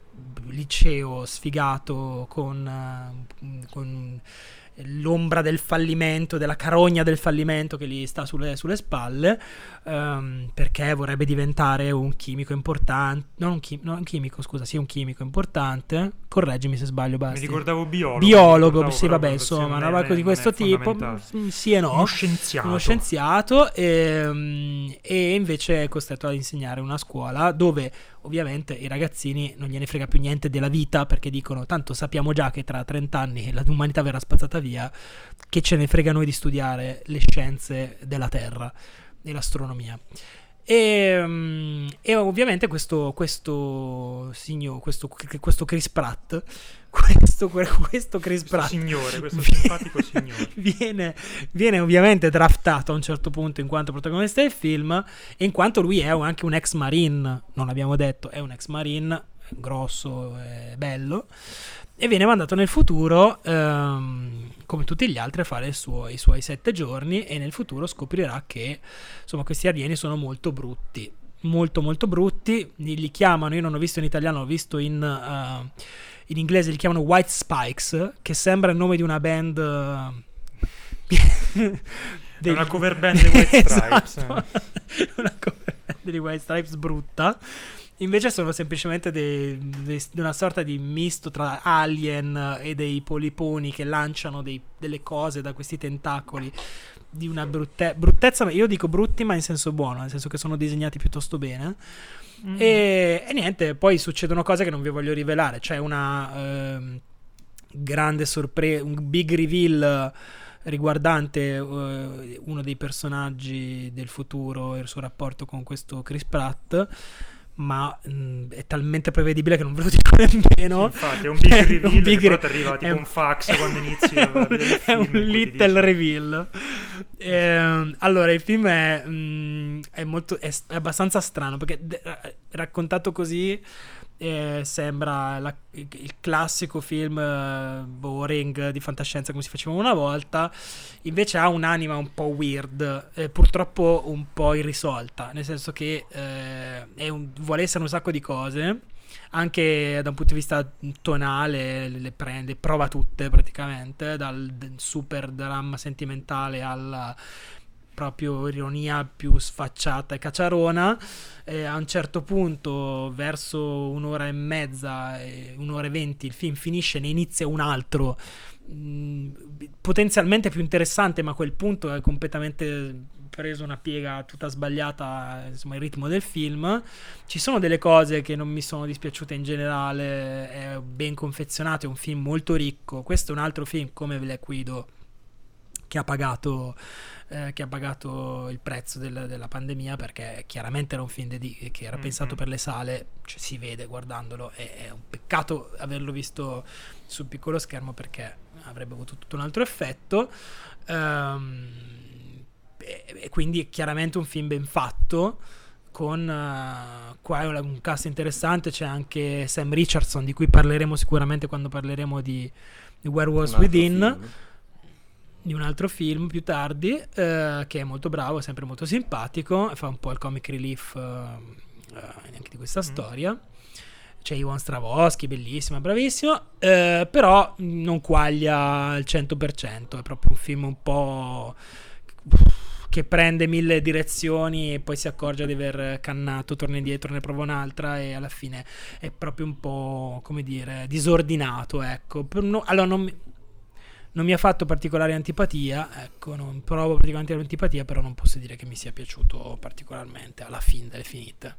liceo sfigato con, eh, con l'ombra del fallimento, della carogna del fallimento che gli sta sulle, sulle spalle, ehm, perché vorrebbe diventare un chimico importante, non un, chi- non un chimico, scusa, sì, un chimico importante. Correggimi se sbaglio, basta. Mi ricordavo biologo. Biologo, mi ricordavo sì, vabbè, proprio, insomma, non una è- roba di non questo è tipo. fondamentale. Mm, Sì e no. Uno scienziato. Uno scienziato, ehm, e invece è costretto ad insegnare una scuola dove ovviamente i ragazzini non gliene frega più niente della vita, perché dicono: tanto sappiamo già che tra trenta anni l'umanità verrà spazzata via, che ce ne frega noi di studiare le scienze della Terra e l'astronomia. E, mm, e ovviamente questo questo signor, questo, questo Chris Pratt, questo, questo Chris Questo Pratt signore, questo viene- simpatico signore. viene, viene ovviamente draftato a un certo punto in quanto protagonista del film, e in quanto lui è anche un ex marine, non l'abbiamo detto, è un ex marine grosso e bello, e viene mandato nel futuro, ehm, come tutti gli altri, a fare il suo- i suoi sette giorni, e nel futuro scoprirà che insomma questi alieni sono molto brutti, molto molto brutti. Li chiamano, io non ho visto in italiano, l'ho visto in, eh, in inglese, li chiamano White Spikes, che sembra il nome di una band eh, È una cover band dei White Stripes. Esatto. Una cover band dei White Stripes brutta. Invece sono semplicemente dei- dei- di una sorta di misto tra alien e dei poliponi che lanciano dei- delle cose da questi tentacoli, di una brutte- bruttezza. Io dico brutti, ma in senso buono, nel senso che sono disegnati piuttosto bene. Mm. E, e niente, poi succedono cose che non vi voglio rivelare. C'è una ehm, grande sorpresa, un big reveal riguardante eh, uno dei personaggi del futuro e il suo rapporto con questo Chris Pratt, ma mh, è talmente prevedibile che non ve lo dico nemmeno. Infatti è un big È reveal un big che però re- ti arriva tipo è un fax quando inizi a è un- vedere il è film un in cui ti little dice- reveal. Ehm, allora, il film è, mh, è molto è, è abbastanza strano, perché de- raccontato così eh, sembra la- il il classico film eh, boring di fantascienza come si faceva una volta. Invece ha un'anima un po' weird, eh, purtroppo un po' irrisolta, nel senso che eh, è un- vuole essere un sacco di cose, anche da un punto di vista tonale le prende, prova tutte praticamente, dal super dramma sentimentale alla proprio ironia più sfacciata e cacciarona. E a un certo punto, verso un'ora e mezza, un'ora e venti, il film finisce, ne inizia un altro mh, potenzialmente più interessante, ma a quel punto è completamente preso una piega tutta sbagliata, insomma, il ritmo del film. Ci sono delle cose che non mi sono dispiaciute in generale, è ben confezionato, è un film molto ricco. Questo è un altro film come Black Widow che ha pagato eh, che ha pagato il prezzo del, della pandemia, perché chiaramente era un film dedi- che era mm-hmm. pensato per le sale, cioè si vede guardandolo, è, è un peccato averlo visto sul piccolo schermo perché avrebbe avuto tutto un altro effetto. Um, e, e quindi è chiaramente un film ben fatto, con uh, qua è un cast interessante, c'è anche Sam Richardson, di cui parleremo sicuramente quando parleremo di, di Werewolves Within, film. Di un altro film più tardi, uh, che è molto bravo, sempre molto simpatico, fa un po' il comic relief uh, uh, anche di questa mm. storia. C'è Iwan Stravosky, bellissima, bravissimo, uh, però non quaglia al cento per cento, è proprio un film un po' che prende mille direzioni e poi si accorge di aver cannato, torna indietro, ne prova un'altra e alla fine è proprio un po', come dire, disordinato, ecco. No, allora non mi, non mi ha fatto particolare antipatia, ecco, non provo particolarmente antipatia, però non posso dire che mi sia piaciuto particolarmente alla fine delle finite.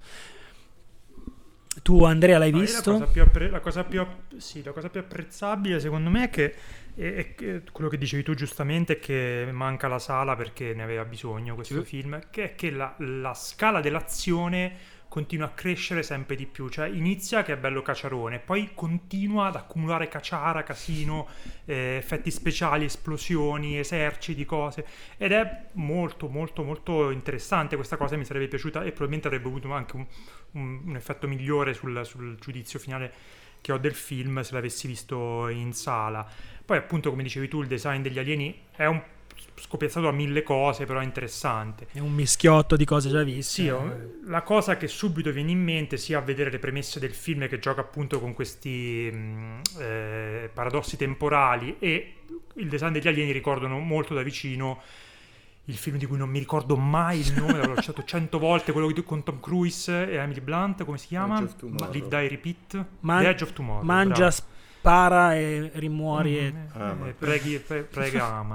Tu, Andrea, l'hai visto? La cosa più, appre- la cosa più, sì, la cosa più apprezzabile secondo me è che, è, è che quello che dicevi tu giustamente, è che manca la sala perché ne aveva bisogno questo sì. film, che è che la, la scala dell'azione continua a crescere sempre di più, cioè inizia che è bello cacciarone, poi continua ad accumulare cacciara, casino, eh, effetti speciali, esplosioni, eserciti, cose, ed è molto molto molto interessante questa cosa. Mi sarebbe piaciuta e probabilmente avrebbe avuto anche un, un, un effetto migliore sul, sul giudizio finale che ho del film se l'avessi visto in sala. Poi appunto, come dicevi tu, il design degli alieni è un scopiazzato a mille cose, però è interessante. È un mischiotto di cose già viste. Sì, la cosa che subito viene in mente, sia a vedere le premesse del film, che gioca appunto con questi mh, eh, paradossi temporali, e il design degli alieni ricordano molto da vicino il film di cui non mi ricordo mai il nome, l'avevo citato cento volte, quello con Tom Cruise e Emily Blunt, come si chiama? Live, Die, Repeat. Man- The Edge of Tomorrow. Mangia, spara e rimuori mm, e ah, eh, preghi, pre, prega ama.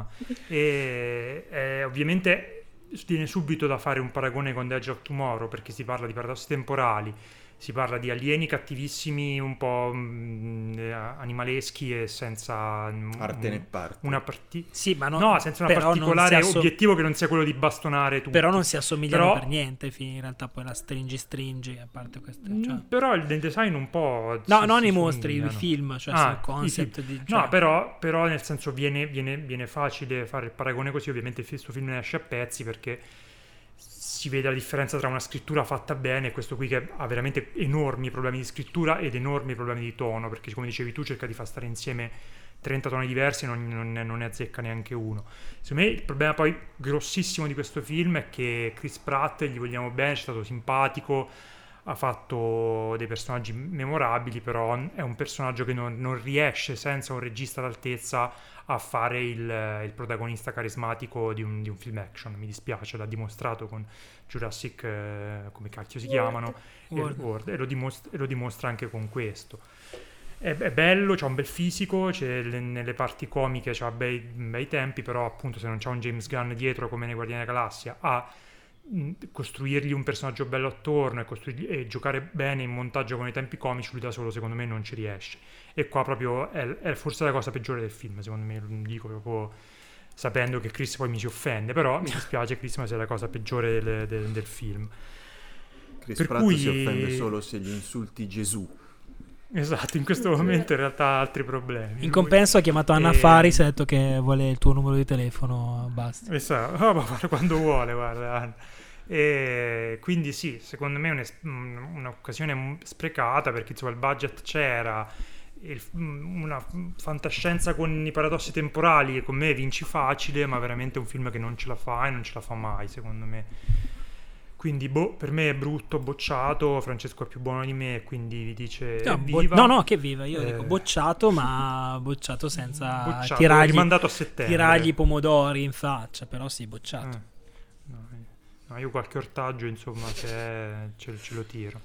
E eh, ovviamente viene subito da fare un paragone con The Edge of Tomorrow, perché si parla di paradossi temporali, si parla di alieni cattivissimi, un po' mh, animaleschi e senza mh, arte né parte. Una parti- sì, ma non, no, senza un particolare assom- obiettivo che non sia quello di bastonare tutti. Però non si assomigliano però, per niente, in realtà poi la stringi stringi, a parte queste, cioè. mh, però il design un po' no, si, non si i mostri, somigliano. i film, cioè ah, il concept di, cioè. No, però, però nel senso viene, viene, viene facile fare il paragone così. Ovviamente questo film ne esce a pezzi perché si vede la differenza tra una scrittura fatta bene e questo qui che ha veramente enormi problemi di scrittura ed enormi problemi di tono, perché come dicevi tu cerca di far stare insieme trenta toni diversi e non, non, non ne azzecca neanche uno. Secondo me il problema poi grossissimo di questo film è che Chris Pratt, gli vogliamo bene, è stato simpatico, ha fatto dei personaggi memorabili, però è un personaggio che non, non riesce senza un regista d'altezza a fare il, il protagonista carismatico di un, di un film action. Mi dispiace, l'ha dimostrato con Jurassic, eh, come cacchio si chiamano, World. E, World, e, lo dimostra, e lo dimostra anche con questo. È, è bello, c'ha un bel fisico, c'è le, nelle parti comiche c'ha bei, bei tempi, però appunto se non c'ha un James Gunn dietro come nei Guardiani della Galassia a costruirgli un personaggio bello attorno e, costruirgli, e giocare bene in montaggio con i tempi comici, lui da solo secondo me non ci riesce, e qua proprio è, è forse la cosa peggiore del film, secondo me, lo dico proprio sapendo che Chris poi mi si offende, però mi dispiace Chris, ma sia la cosa peggiore del, del, del film. Chris per Pratt cui si offende solo se gli insulti Gesù. Esatto, in questo momento in realtà ha altri problemi. In compenso ha chiamato Anna e... Faris e ha detto che vuole il tuo numero di telefono, basta. Esatto, oh, ma guarda, quando vuole, guarda. E quindi sì, secondo me è un'occasione sprecata, perché insomma il budget c'era, il, una fantascienza con i paradossi temporali, e con me vinci facile, ma veramente un film che non ce la fa e non ce la fa mai, secondo me. Quindi boh, per me è brutto, bocciato. Francesco è più buono di me, quindi vi dice No, bo- viva. no, no, che viva. Io Eh, dico bocciato, ma bocciato senza bocciato, tirargli, rimandato a settembre. tirargli i pomodori in faccia, però sì, bocciato. Eh, no, eh, no, io qualche ortaggio, insomma, se ce, ce lo tiro.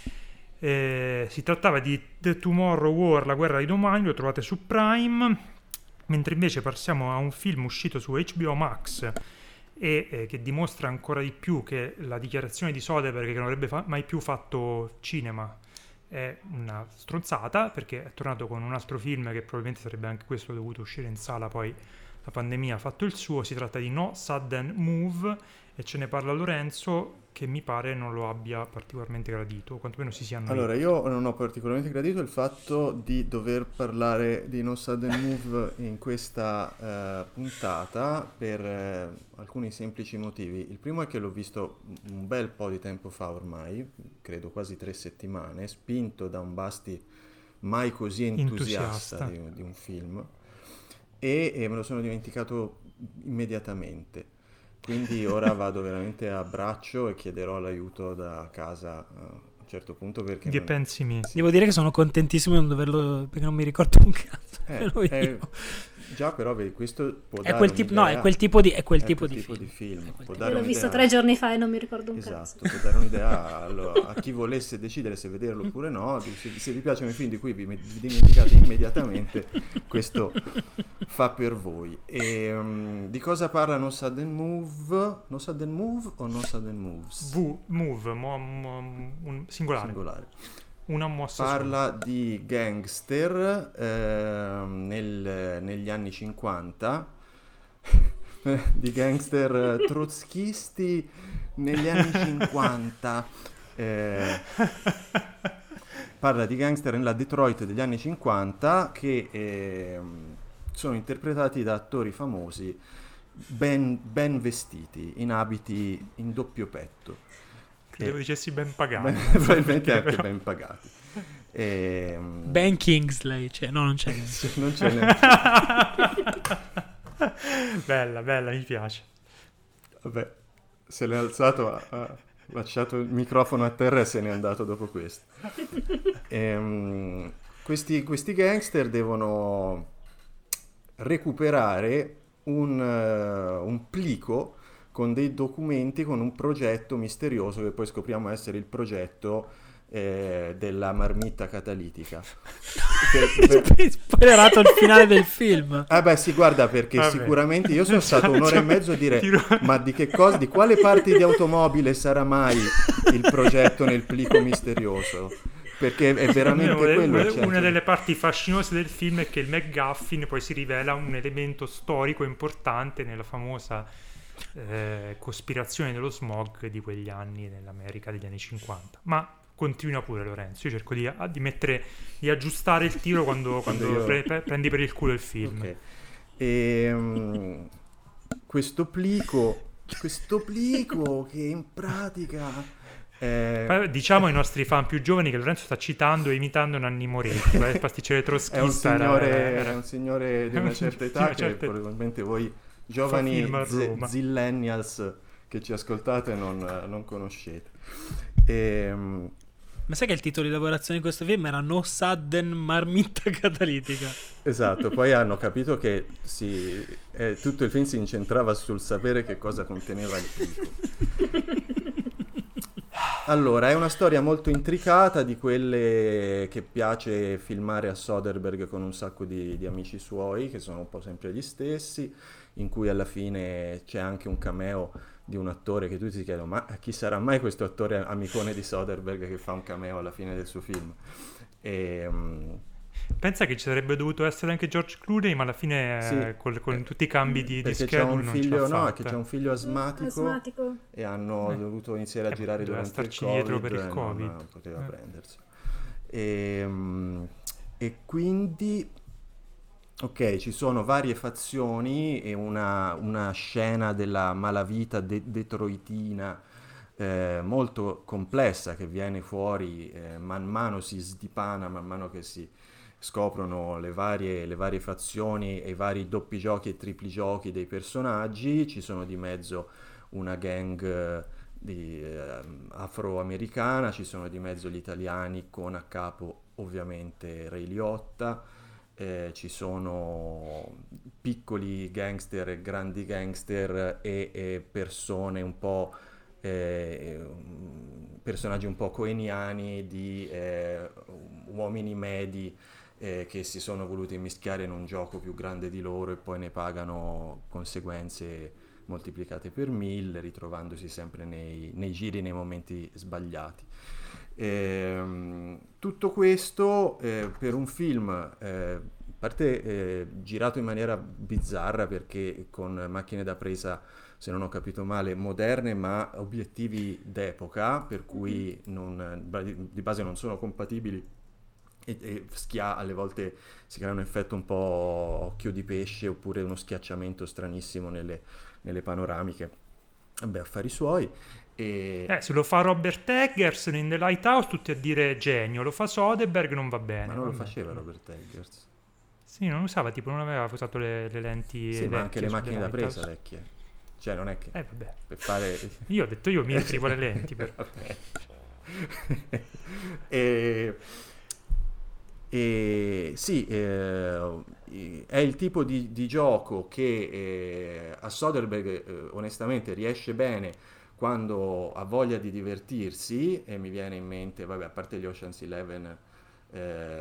Eh, si trattava di The Tomorrow War, la guerra di domani, lo trovate su Prime, mentre invece passiamo a un film uscito su H B O Max e eh, che dimostra ancora di più che la dichiarazione di Soderbergh che non avrebbe fa- mai più fatto cinema è una stronzata, perché è tornato con un altro film che probabilmente sarebbe anche questo dovuto uscire in sala, poi la pandemia ha fatto il suo. Si tratta di No Sudden Move e ce ne parla Lorenzo, che mi pare non lo abbia particolarmente gradito, o quantomeno si sia annoiato. Allora, io non ho particolarmente gradito il fatto di dover parlare di No Sudden Move in questa eh, puntata per eh, alcuni semplici motivi. Il primo è che l'ho visto un bel po' di tempo fa ormai, credo quasi tre settimane, spinto da un Basti mai così entusiasta, Entusiasta. Di, di un film, e, e me lo sono dimenticato immediatamente. Quindi ora vado veramente a braccio e chiederò l'aiuto da casa uh, a un certo punto, perché Che non- pensi mi? Sì. Devo dire che sono contentissimo di non doverlo, perché non mi ricordo un cazzo. Eh, Ve lo eh, dico. già però vedi, questo può È dare quel tipo, no, un'idea- è quel tipo di, è quel è tipo quel di tipo film. di film. È quel Può tipo dare Io l'ho visto un'idea- tre giorni fa e non mi ricordo un Esatto, cazzo. può dare un'idea allo- a chi volesse decidere se vederlo oppure no. Se, se vi piacciono i film di cui vi, vi dimenticate immediatamente, questo fa per voi. E, um, di cosa parla No Sudden Move? No Sudden Move o No Sudden Moves? V, move, mo- mo- un singolare. Singolare. Una mossa Parla di gangster ehm, nel- negli anni cinquanta, di gangster trotskisti negli anni cinquanta. Eh, parla di gangster nella Detroit degli anni cinquanta che ehm, sono interpretati da attori famosi ben, ben vestiti, in abiti in doppio petto. Credevo Eh, dicessi ben pagato. ben- probabilmente anche Però- ben pagati. Ehm, Ben Kingsley, cioè, no, non c'è. non c'è neanche. Bella, bella, mi piace. Vabbè, se l'è alzato, ha, ha lasciato il microfono a terra e se n'è andato dopo questo. Ehm, questi, questi gangster devono recuperare un, eh, un plico con dei documenti, con un progetto misterioso che poi scopriamo essere il progetto eh, della marmitta catalitica. Per- per- Spoilerato il finale del film. Ah beh sì, guarda, perché Vabbè. sicuramente io sono stato un'ora e mezzo a dire Tiro- ma di che cosa, di quale parte di automobile sarà mai il progetto nel plico misterioso? Perché è veramente Una, quello. una- cioè, una delle parti fascinose del film è che il MacGuffin poi si rivela un elemento storico importante nella famosa eh, cospirazione dello smog di quegli anni nell'America degli anni cinquanta. Ma continua pure Lorenzo, io cerco di, di mettere, di aggiustare il tiro quando, Quando quando io- pre- pre- prendi per il culo il film. Ok. Ehm, questo plico, questo plico che in pratica... eh, Poi diciamo ai nostri fan più giovani che Lorenzo sta citando e imitando Nanni Moretti, il pasticcere È un, troschista. era- signore, era- è un signore di una certa Di età una che certa età. probabilmente voi giovani film a ze- Roma. zillennials che ci ascoltate non, non conoscete. Ehm, Ma sai che il titolo di lavorazione di questo film era No Sudden Marmitta Catalitica? esatto, poi hanno capito che si, eh, tutto il film si incentrava sul sapere che cosa conteneva il plico. Allora, è una storia molto intricata, di quelle che piace filmare a Soderbergh con un sacco di, di amici suoi, che sono un po' sempre gli stessi, in cui alla fine c'è anche un cameo di un attore che tutti si chiedono, ma chi sarà mai questo attore amicone di Soderbergh che fa un cameo alla fine del suo film? E, mm, Pensa che ci sarebbe dovuto essere anche George Clooney, ma alla fine Sì. eh, col- con tutti i cambi di, di perché c'è schedule un non ce figlio, l'ha no, fatta. che c'è un figlio asmatico, Asmatico. e hanno Eh. dovuto iniziare a Eh, girare doveva durante il starci Covid, dietro per il e non- Covid. non poteva Eh. prenderselo. E, mm, e quindi ok, ci sono varie fazioni e una, una scena della malavita de- detroitina eh, molto complessa che viene fuori eh, man mano, si sdipana man mano che si scoprono le varie, le varie fazioni e i vari doppi giochi e tripli giochi dei personaggi. Ci sono di mezzo una gang di eh, afroamericana, ci sono di mezzo gli italiani con a capo ovviamente Ray Liotta, eh, ci sono piccoli gangster e grandi gangster e, e persone un po' eh, personaggi un po' coeniani di eh, uomini medi eh, che si sono voluti immischiare in un gioco più grande di loro e poi ne pagano conseguenze moltiplicate per mille, ritrovandosi sempre nei, nei giri, nei momenti sbagliati. Ehm, tutto questo eh, per un film, eh, a parte eh, girato in maniera bizzarra perché con macchine da presa, se non ho capito male, moderne ma obiettivi d'epoca, per cui non, di base non sono compatibili e, e schia, alle volte si crea un effetto un po' occhio di pesce oppure uno schiacciamento stranissimo nelle, nelle panoramiche. Vabbè, affari suoi. E... Eh, se lo fa Robert Eggers in The Lighthouse tutti a dire genio, lo fa Soderbergh non va bene. Ma non lo vabbè. faceva Robert Eggers? Sì, non usava, tipo non aveva usato le, le lenti Sì, ma anche le su macchine The da presa Lighthouse. vecchie. Cioè non è che Eh vabbè. per fare... Io ho detto io mi esprivo le lenti per... e... E sì, eh, è il tipo di, di gioco che eh, a Soderbergh eh, onestamente riesce bene quando ha voglia di divertirsi, e mi viene in mente, vabbè, a parte gli Ocean's Eleven, eh,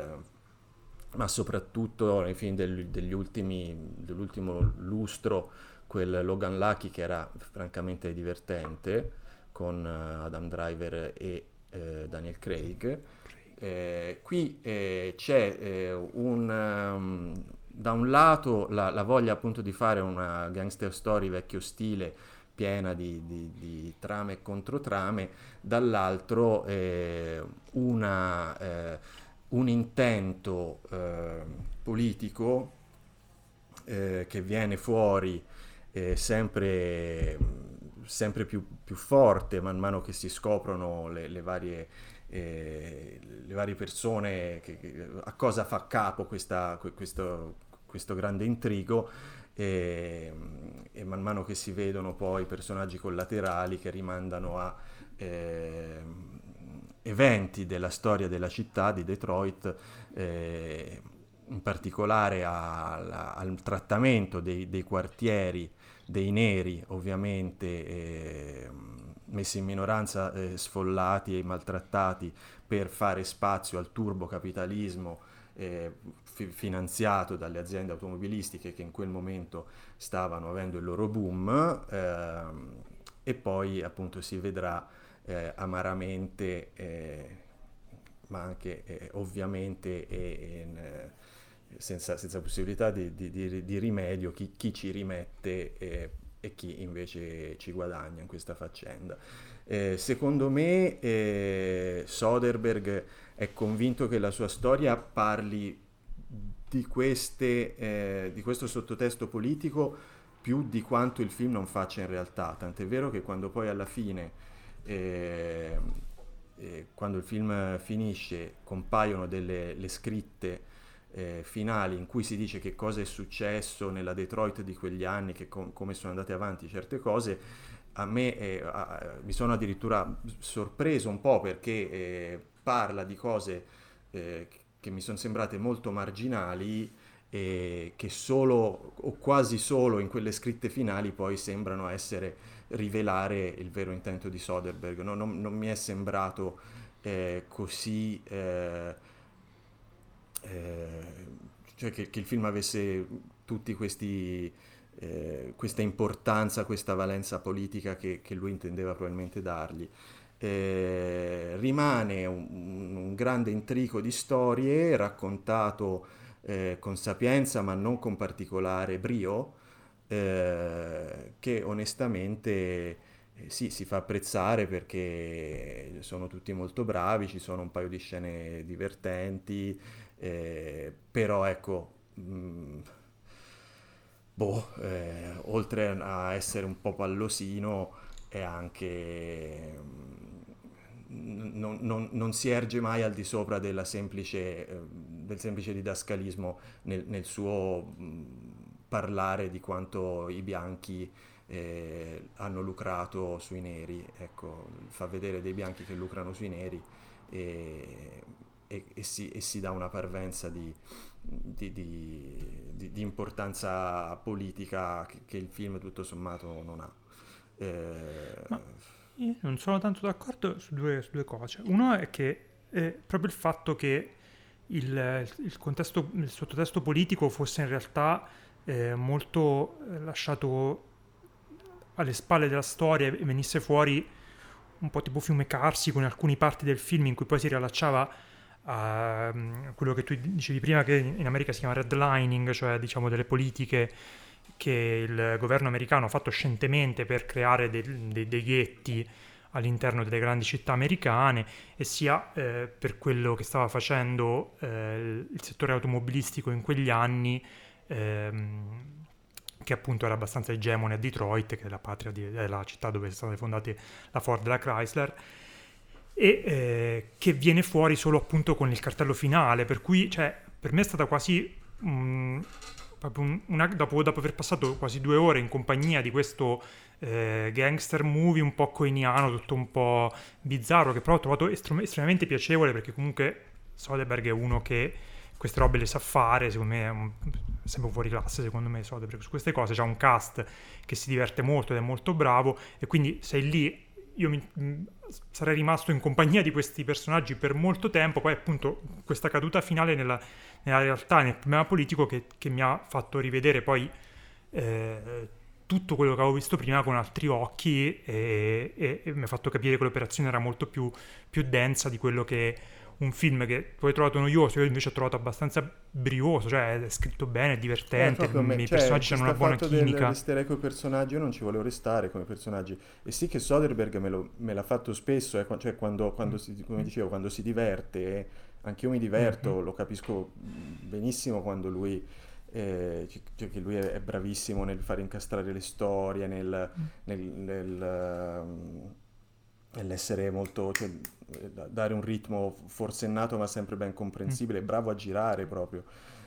ma soprattutto nei film del- degli ultimi, dell'ultimo lustro, quel Logan Lucky che era francamente divertente, con eh, Adam Driver e eh, Daniel Craig. Eh, qui eh, c'è eh, un, um, da un lato la, la voglia appunto di fare una gangster story vecchio stile piena di, di- di trame e controtrame, dall'altro eh, una, eh, un intento eh, politico eh, che viene fuori eh, sempre, sempre più, più forte man mano che si scoprono le, le varie eh, le varie persone, che, che- a cosa fa capo questa- que- questo, questo grande intrigo, e, e man mano che si vedono poi personaggi collaterali che rimandano a eh, eventi della storia della città di Detroit, eh, in particolare al, al trattamento dei, dei quartieri dei neri, ovviamente eh, messi in minoranza, eh, sfollati e maltrattati per fare spazio al turbocapitalismo eh, fi- finanziato dalle aziende automobilistiche che in quel momento stavano avendo il loro boom, ehm, e poi appunto si vedrà eh, amaramente, eh, ma anche eh, ovviamente e in, eh, senza, senza possibilità di, di- di- di rimedio, chi, chi ci rimette eh, e chi invece ci guadagna in questa faccenda. Eh, secondo me eh, Soderbergh è convinto che la sua storia parli di, queste, eh, di questo sottotesto politico più di quanto il film non faccia in realtà, tant'è vero che quando poi alla fine, eh, eh, quando il film finisce, compaiono delle le scritte eh, finali in cui si dice che cosa è successo nella Detroit di quegli anni, che com- come sono andate avanti certe cose. A me eh, a- mi sono addirittura sorpreso un po' perché eh, parla di cose eh, che mi sono sembrate molto marginali e che solo o quasi solo in quelle scritte finali poi sembrano essere rivelare il vero intento di Soderbergh. No, non, non mi è sembrato eh, così eh, eh, cioè che, che il film avesse tutti questi eh, questa importanza, questa valenza politica che, che lui intendeva probabilmente dargli. Eh, rimane un, un grande intrico di storie raccontato eh, con sapienza ma non con particolare brio, eh, che onestamente eh, sì, si fa apprezzare perché sono tutti molto bravi, ci sono un paio di scene divertenti, eh, però ecco, mh, boh, eh, oltre a essere un po' pallosino, è anche... mh, non, non- non si erge mai al di sopra della semplice, eh, del semplice didascalismo nel, nel suo mh, parlare di quanto i bianchi eh, hanno lucrato sui neri, ecco, fa vedere dei bianchi che lucrano sui neri e, e, e, si, e si dà una parvenza di, di, di, di, di importanza politica che, che il film tutto sommato non ha. Eh, Ma io non sono tanto d'accordo su due, su due cose. Uno è che eh, proprio il fatto che il, il contesto, il sottotesto politico fosse in realtà eh, molto eh, lasciato alle spalle della storia e venisse fuori un po' tipo Fiume Carsico in alcune parti del film, in cui poi si riallacciava a um, quello che tu dicevi prima, che in America si chiama redlining, cioè diciamo delle politiche che il governo americano ha fatto scientemente per creare dei, dei, dei ghetti all'interno delle grandi città americane, e sia eh, per quello che stava facendo eh, il settore automobilistico in quegli anni, ehm, che appunto era abbastanza egemone a Detroit, che è la patria di, è la città dove sono state fondate la Ford e la Chrysler, e eh, che viene fuori solo appunto con il cartello finale, per cui cioè, per me è stata quasi um, proprio una, dopo, dopo aver passato quasi due ore in compagnia di questo eh, gangster movie un po' coiniano, tutto un po' bizzarro, che però ho trovato estrum- estremamente piacevole, perché comunque Soderbergh è uno che queste robe le sa fare, secondo me è un, sempre un fuori classe, secondo me Soderbergh su queste cose, c'ha un cast che si diverte molto ed è molto bravo, e quindi sei lì, io mi, mh, sarei rimasto in compagnia di questi personaggi per molto tempo. Poi appunto questa caduta finale nella, nella realtà, nel problema politico, che, che mi ha fatto rivedere poi eh, tutto quello che avevo visto prima con altri occhi, e, e, e mi ha fatto capire che l'operazione era molto più, più densa di quello che un film che tu hai trovato noioso, io invece ho trovato abbastanza brioso, cioè è scritto bene, è divertente, Eh, proprio me- i cioè, personaggi hanno una questo buona fatto del chimica. restare coi personaggi, io non ci volevo restare come personaggi. E sì che Soderbergh me, lo- me l'ha fatto spesso, eh, qua- cioè quando, quando si, come dicevo, quando si diverte, eh, anche io mi diverto, Mhm. lo capisco benissimo quando lui, eh, ci- cioè che lui è, è bravissimo nel fare incastrare le storie, nel, nel- nel, ehm, nell'essere molto, cioè, eh, da- dare un ritmo forsennato ma sempre ben comprensibile, bravo a girare proprio.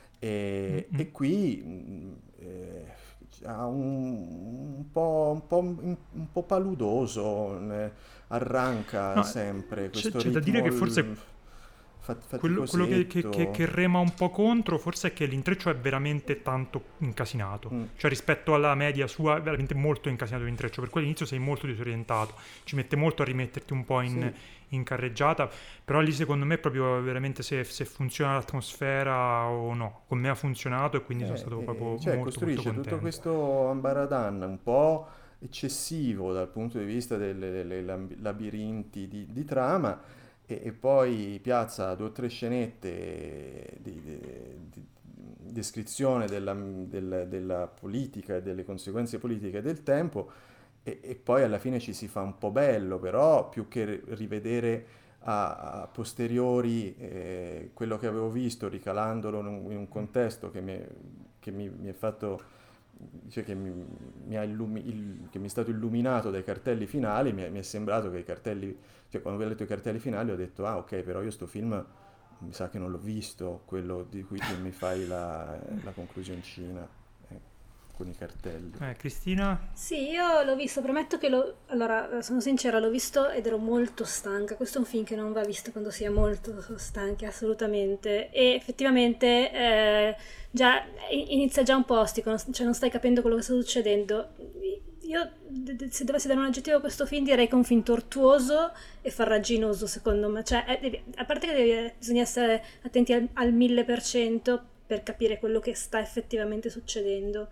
E, Mhm. e qui mh, eh, ha un, un po', un po', un, un po' paludoso, ne- arranca No, sempre c'è, questo c'è da dire ritmo che il- forse fa- quello, quello che, che- che- che faticosetto. rema un po' contro forse è che l'intreccio è veramente tanto incasinato, Mm. cioè rispetto alla media sua è veramente molto incasinato l'intreccio, per cui all'inizio sei molto disorientato, ci mette molto a rimetterti un po' in, Sì. in carreggiata, però lì secondo me proprio veramente se, se funziona l'atmosfera o no, con me ha funzionato, e quindi sono Eh, stato eh, proprio cioè molto molto costruisce tutto contento. questo ambaradan un po' eccessivo dal punto di vista delle, delle lamb- labirinti di, di trama, e, e poi piazza due o tre scenette di, di- di descrizione della, del- della politica e delle conseguenze politiche del tempo, e, e poi alla fine ci si fa un po' bello, però più che ri- rivedere a, a posteriori eh, quello che avevo visto, ricalandolo in un, in un contesto che mi, è- che mi, mi è fatto, cioè che mi, mi ha illumi- il- che mi è stato illuminato dai cartelli finali, mi è, mi è sembrato che i cartelli, cioè quando ho letto i cartelli finali ho detto, ah ok, però io sto film mi sa che non l'ho visto, quello di cui tu mi fai la, la conclusioncina, eh, con i cartelli. Eh, Cristina? Sì, io l'ho visto, premetto che lo... Allora, sono sincera, l'ho visto ed ero molto stanca. Questo è un film che non va visto quando si è molto stanchi, assolutamente. E effettivamente eh, già inizia già un po' ostico, cioè non stai capendo quello che sta succedendo. Io, se dovessi dare un aggettivo a questo film, direi che è un film tortuoso e farraginoso, secondo me. Cioè, è- devi- a parte che devi- bisogna essere attenti al, al mille per cento per capire quello che sta effettivamente succedendo.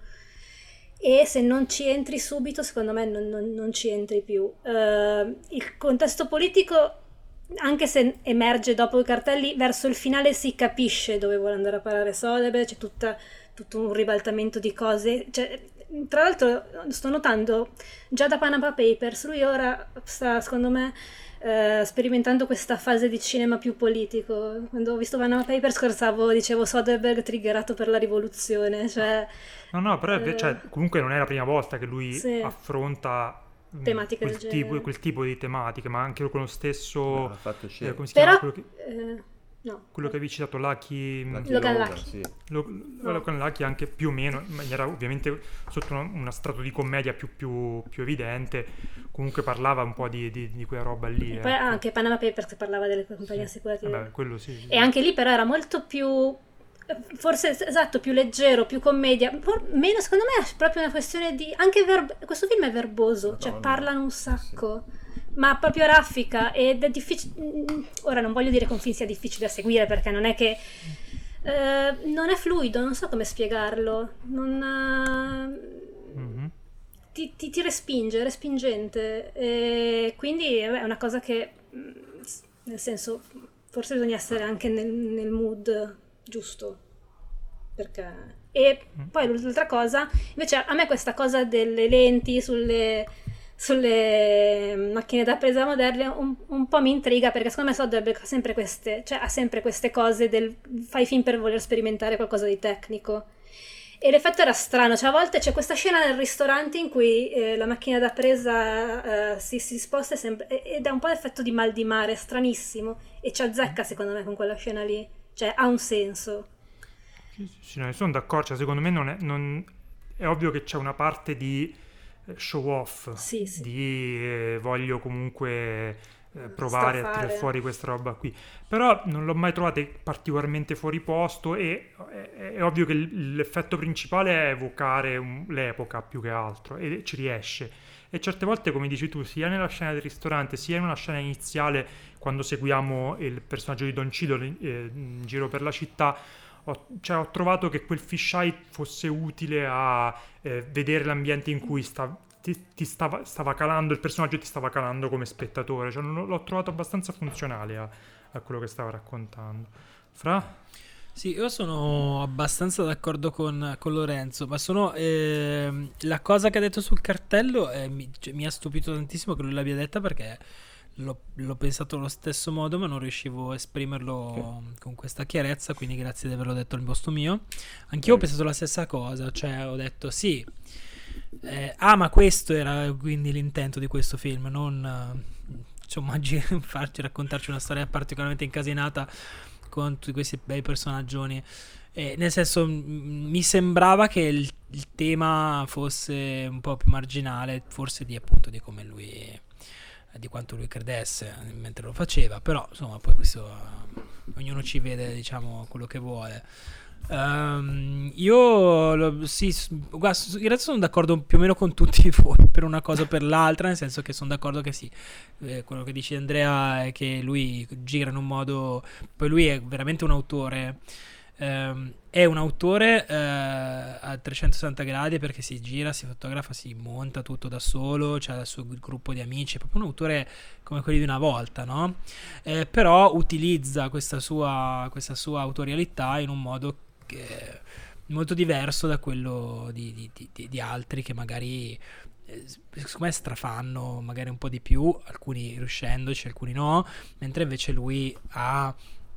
E se non ci entri subito, secondo me non, non- non ci entri più. Eh, il contesto politico, anche se emerge dopo i cartelli, verso il finale si capisce dove vuole andare a parare Soderbergh, c'è tutta, tutto un ribaltamento di cose. Cioè, tra l'altro sto notando, già da Panama Papers, lui ora sta, secondo me, eh, sperimentando questa fase di cinema più politico. Quando ho visto Panama Papers scherzavo, dicevo Soderbergh triggerato per la rivoluzione, cioè... No, no, però è ve- eh, cioè, comunque non è la prima volta che lui sì, affronta mh, tematiche del quel tipo, genere. quel tipo di tematiche, ma anche con lo Beh, stesso, l'ha fatto eh, come scelta. si chiama Però, quello che... eh, No. Quello che avevi citato, Lucky... Lucky Logan Logan, Lucky. sì. Lo, Logan Lucky anche più o meno, in maniera ovviamente sotto una, una strato di commedia più, più, più evidente, comunque parlava un po' di, di, di quella roba lì. E poi ecco. anche Panama Papers che parlava delle compagnie Sì. assicurative. Vabbè, quello sì. sì. E anche lì però era molto più, forse esatto, più leggero, più commedia. For- meno, secondo me è proprio una questione di... Anche verb- questo film è verboso, Madonna. cioè parlano un sacco, ma proprio raffica ed è difficile... Ora non voglio dire che un film sia difficile da seguire perché non è che... eh, non è fluido, non so come spiegarlo. Non... eh, Mhm. ti, ti, ti respinge, è respingente. E quindi vabbè, è una cosa che, mh, nel senso, forse bisogna essere anche nel, nel mood giusto. Perché... E poi l'altra cosa, invece a me questa cosa delle lenti sulle, sulle macchine da presa moderne un, un po' mi intriga perché secondo me Soderbergh ha sempre queste, cioè ha sempre queste cose del fai film per voler sperimentare qualcosa di tecnico. E l'effetto era strano, cioè a volte c'è questa scena nel ristorante in cui eh, la macchina da presa eh, si, si sposta e sempre, ed è un po' l'effetto di mal di mare, stranissimo, e ci azzecca secondo me con quella scena lì, cioè ha un senso. Sì, sì, sì, no, sono d'accordo, cioè, secondo me non è, non- è ovvio che c'è una parte di eh, show off, Sì, sì. di eh, voglio comunque eh, provare a Straffare. tirare fuori questa roba qui, però non l'ho mai trovata particolarmente fuori posto e è, è ovvio che l- l'effetto principale è evocare un- l'epoca più che altro e ci riesce. E certe volte, come dici tu, sia nella scena del ristorante sia nella scena iniziale, quando seguiamo il personaggio di Don Cheadle eh, in giro per la città, ho, cioè, ho trovato che quel fisheye fosse utile a eh, vedere l'ambiente in cui sta- ti, ti stava, stava calando il personaggio e ti stava calando come spettatore. Cioè, non- l'ho trovato abbastanza funzionale a, a quello che stava raccontando. Fra? Sì, io sono abbastanza d'accordo con, con Lorenzo, ma sono ehm, la cosa che ha detto sul cartello eh, mi, cioè, mi ha stupito tantissimo che lui l'abbia detta perché l'ho, l'ho pensato allo stesso modo, ma non riuscivo a esprimerlo con questa chiarezza, quindi grazie di averlo detto al posto mio. Anch'io ho pensato la stessa cosa, cioè ho detto sì, eh, ah ma questo era quindi l'intento di questo film, non eh, insomma gi- farci raccontarci una storia particolarmente incasinata con tutti questi bei personaggioni. Eh, nel senso, m- mi sembrava che il, il tema fosse un po' più marginale, forse di appunto di come lui, eh, di quanto lui credesse mentre lo faceva, però insomma poi questo eh, ognuno ci vede diciamo quello che vuole. Ehm, io lo- sì, s- guarda, s- in realtà sono d'accordo più o meno con tutti voi per una cosa o per l'altra, nel senso che sono d'accordo che sì, eh, quello che dice Andrea è che lui gira in un modo, poi lui è veramente un autore, ehm, è un autore eh, a trecentosessanta gradi perché si gira, si fotografa, si monta tutto da solo, c'ha il suo gruppo di amici, è proprio un autore come quelli di una volta, no? Eh, però utilizza questa sua, questa sua autorialità in un modo che è molto diverso da quello di, di- di- di- di altri che magari eh, secondo me strafanno magari un po' di più, alcuni riuscendoci, alcuni no, mentre invece lui ha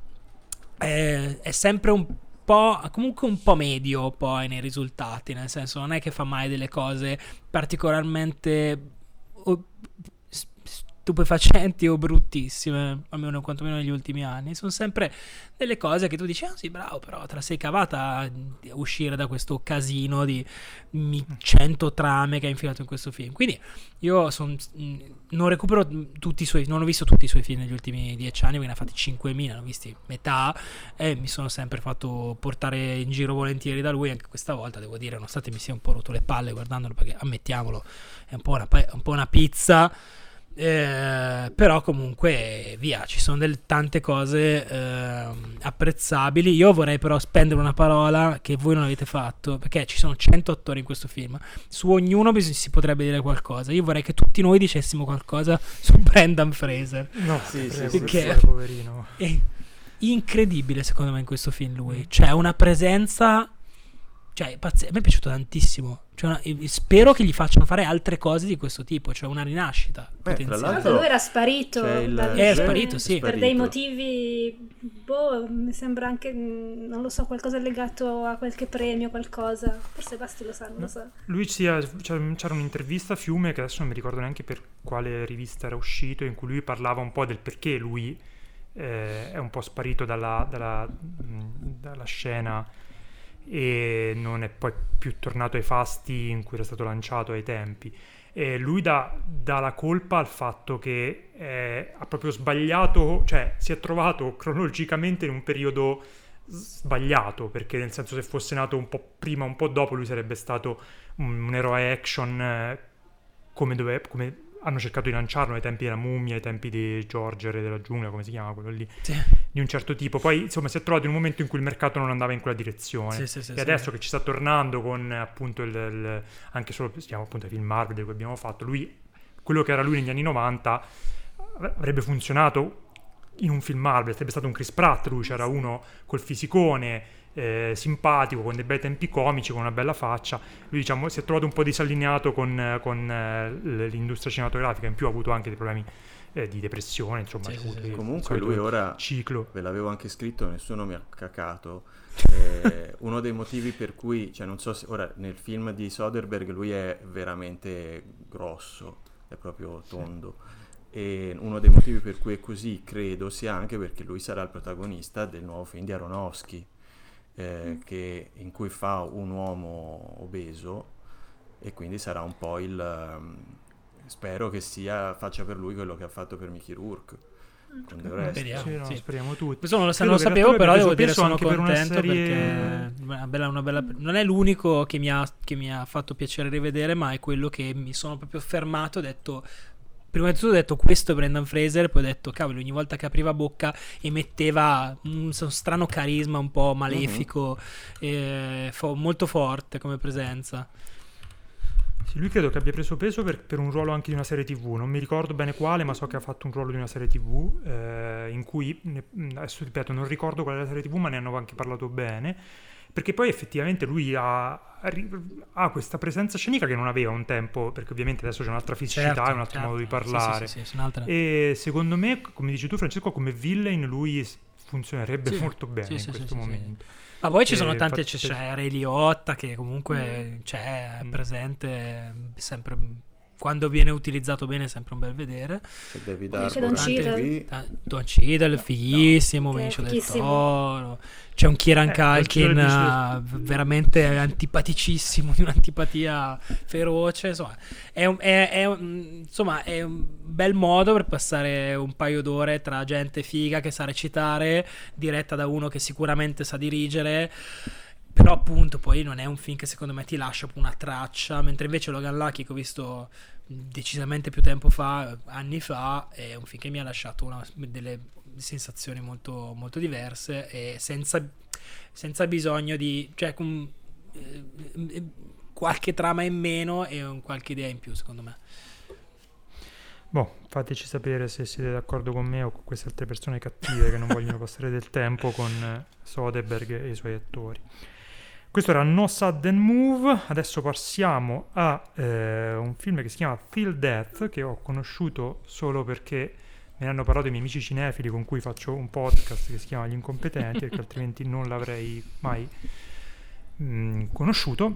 è, è sempre un po', comunque un po' medio poi nei risultati, nel senso non è che fa mai delle cose particolarmente o- s- stupefacenti o bruttissime, almeno quantomeno negli ultimi anni. Sono sempre delle cose che tu dici, ah sì, bravo, però te la sei cavata a uscire da questo casino di mi- cento trame che ha infilato in questo film. Quindi io son- mh, non recupero tutti i suoi, non ho visto tutti i suoi film negli ultimi dieci anni, perché ne ha fatti cinquemila, ne ho visti metà e mi sono sempre fatto portare in giro volentieri da lui. Anche questa volta devo dire, nonostante mi sia un po' rotto le palle guardandolo, perché ammettiamolo, è un po' una, pa- un po' una pizza. Eh, però comunque via, ci sono delle tante cose eh, apprezzabili. Io vorrei però spendere una parola che voi non avete fatto, perché ci sono cento attori in questo film, su ognuno bis- si potrebbe dire qualcosa. Io vorrei che tutti noi dicessimo qualcosa su Brendan Fraser. No, Sì, prego, sì, per sì. favore, poverino. È incredibile secondo me in questo film lui, c'è una presenza, cioè pazz- a me è piaciuto tantissimo, cioè, una- e- spero che gli facciano fare altre cose di questo tipo, cioè una rinascita Beh, tra potenziale. Tra l'altro l'altro lui era sparito c'è il- dal- È sparito, sì. per dei motivi, boh, mi sembra anche, mh, non lo so, qualcosa legato a qualche premio, qualcosa. Forse Basti lo sa, non lo so. Lui sia, c'era c'era un'intervista a Fiume che adesso non mi ricordo neanche per quale rivista era uscito, in cui lui parlava un po' del perché lui eh, è un po' sparito dalla, dalla, mh, dalla scena e non è poi più tornato ai fasti in cui era stato lanciato ai tempi. E lui dà, dà la colpa al fatto che eh, ha proprio sbagliato, cioè si è trovato cronologicamente in un periodo sbagliato, perché nel senso, se fosse nato un po' prima, un po' dopo, lui sarebbe stato un, un eroe action eh, come, dove, come hanno cercato di lanciarlo ai tempi della Mummia, ai tempi di George, Re della giungla, come si chiama quello lì, Sì. di un certo tipo. Poi insomma si è trovato in un momento in cui il mercato non andava in quella direzione, Sì, sì, sì, e sì. adesso che ci sta tornando con appunto il, il anche solo stiamo appunto ai film Marvel di cui abbiamo fatto, lui, quello che era lui negli anni novanta avrebbe funzionato in un film Marvel, sarebbe stato un Chris Pratt. Lui c'era uno col fisicone, eh, simpatico, con dei bei tempi comici, con una bella faccia. Lui, diciamo, si è trovato un po' disallineato con, con eh, l'industria cinematografica, in più ha avuto anche dei problemi eh, di depressione, insomma. Sì, ha sì, avuto sì. il Comunque solito lui ora, ciclo. ve l'avevo anche scritto, nessuno mi ha cacato, eh, uno dei motivi per cui, cioè non so se ora nel film di Soderbergh lui è veramente grosso, è proprio tondo, e uno dei motivi per cui è così credo sia anche perché lui sarà il protagonista del nuovo film di Aronofsky, eh, che, in cui fa un uomo obeso, e quindi sarà un po' il um, spero che sia faccia per lui quello che ha fatto per Mickey Rourke con The Rest. Speriamo. Sì, no, sì. speriamo tutti. Questo non lo, Credo non lo che in sapevo, realtà però abbia devo dire preso sono peso anche per una contento serie- perché una bella, una bella, non è l'unico che mi, ha, che mi ha fatto piacere rivedere, ma è quello che mi sono proprio fermato, ho detto, prima di tutto ho detto questo è Brendan Fraser, poi ho detto cavolo, ogni volta che apriva bocca emetteva un, un strano carisma un po' malefico, eh, fo- molto forte come presenza. Sì, lui credo che abbia preso peso per, per un ruolo anche di una serie tivù, non mi ricordo bene quale, ma so che ha fatto un ruolo di una serie tivù eh, in cui, ne- adesso ripeto, non ricordo qual è la serie tivù, ma ne hanno anche parlato bene, perché poi effettivamente lui ha, ha questa presenza scenica che non aveva un tempo, perché ovviamente adesso c'è un'altra fisicità Certo, e un altro certo. modo di Sì, sì, parlare. sì, sì, sono altre- E secondo me, come dici tu Francesco, come villain lui s- funzionerebbe Sì, molto bene sì, in sì, questo sì, sì, sì. momento. Ma poi ci E sono tante, infatti- c'è Ray Liotta che comunque c'è, è Mm. presente, sempre, quando viene utilizzato bene è sempre un bel vedere. E David Poi c'è Harbour Don anche Cheadle. qui, Ta- Don Cheadle, fighissimo, Che è Benicio del fighissimo. Toro, c'è un Kieran Eh, Culkin Don Cheadle eh, veramente antipaticissimo, di un'antipatia feroce, insomma è un, è- è un- insomma, è un bel modo per passare un paio d'ore tra gente figa che sa recitare, diretta da uno che sicuramente sa dirigere. Però appunto poi non è un film che secondo me ti lascia una traccia, mentre invece Logan Lucky, che ho visto decisamente più tempo fa, anni fa, è un film che mi ha lasciato una- delle sensazioni molto, molto diverse e senza, senza bisogno di, cioè con eh, eh, qualche trama in meno e un qualche idea in più, secondo me. Boh, fateci sapere se siete d'accordo con me o con queste altre persone cattive che non vogliono passare del tempo con eh, Soderbergh e i suoi attori. Questo era No Sudden Move. Adesso passiamo a eh, un film che si chiama Till Death, che ho conosciuto solo perché me ne hanno parlato i miei amici cinefili con cui faccio un podcast che si chiama Gli Incompetenti, perché altrimenti non l'avrei mai mh, conosciuto.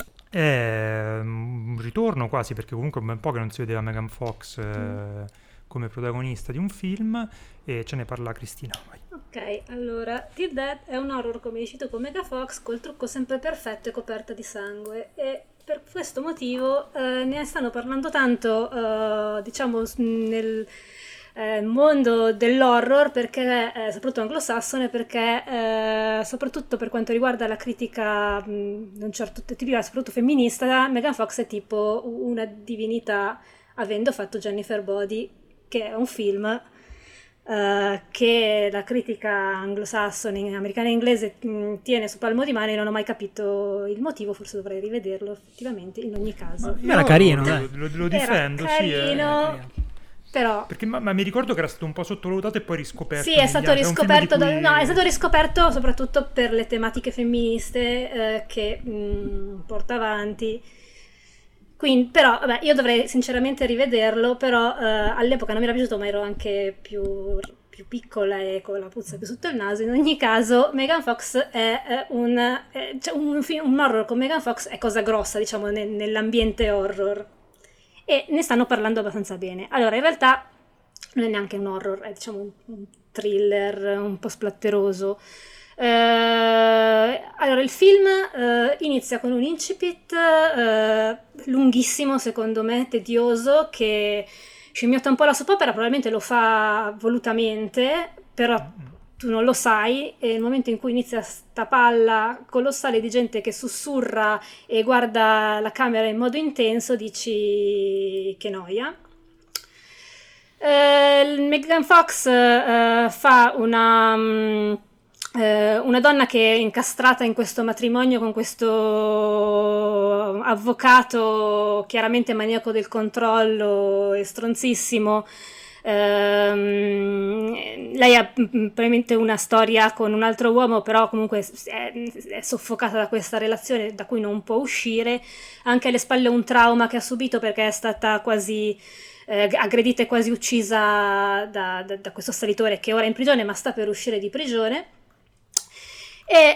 È un ritorno quasi, perché comunque è un bel po' che non si vedeva Megan Fox eh, come protagonista di un film, e ce ne parla Cristina. Vai. Ok, allora, Till Death è un horror, come dici tu, con Megan Fox, col trucco sempre perfetto e coperta di sangue, e per questo motivo eh, ne stanno parlando tanto, eh, diciamo, s- nel eh, mondo dell'horror, perché, eh, soprattutto anglosassone, perché eh, soprattutto per quanto riguarda la critica mh, di un certo tipo, soprattutto femminista, Megan Fox è tipo una divinità, avendo fatto Jennifer Body, che è un film eh, che la critica anglosassone, americana e inglese mh, tiene su palmo di mano, e non ho mai capito il motivo, forse dovrei rivederlo effettivamente in ogni caso. Ma era carino, lo, dai. lo, lo Era difendo, sì. eh. carino, però Perché, ma, ma mi ricordo che era stato un po' sottovalutato e poi riscoperto. sì, è negli stato anni. È un film di riscoperto, da- cui- no, è stato riscoperto soprattutto per le tematiche femministe eh, che mh, porta avanti. Quindi, però, vabbè, io dovrei sinceramente rivederlo, però eh, all'epoca non mi era piaciuto, ma ero anche più, più piccola e con la puzza più sotto il naso. In ogni caso, Megan Fox è eh, un, è- cioè, un, film- un horror con Megan Fox è cosa grossa, diciamo, nel- nell'ambiente horror. E ne stanno parlando abbastanza bene. Allora, in realtà non è neanche un horror, è diciamo un, un thriller un po' splatteroso. Eh, allora, il film eh, inizia con un incipit eh, lunghissimo, secondo me, tedioso, che scimmiotta un po' la soap opera, probabilmente lo fa volutamente, però tu non lo sai, e nel momento in cui inizia sta palla colossale di gente che sussurra e guarda la camera in modo intenso, dici che noia. Eh, Megan Fox eh, fa una, um, eh, una donna che è incastrata in questo matrimonio con questo avvocato chiaramente maniaco del controllo e stronzissimo. Um, lei ha probabilmente una storia con un altro uomo, però comunque è, è soffocata da questa relazione da cui non può uscire. Anche alle spalle un trauma che ha subito, perché è stata quasi eh, aggredita e quasi uccisa da, da, da questo assalitore che ora è in prigione, ma sta per uscire di prigione. E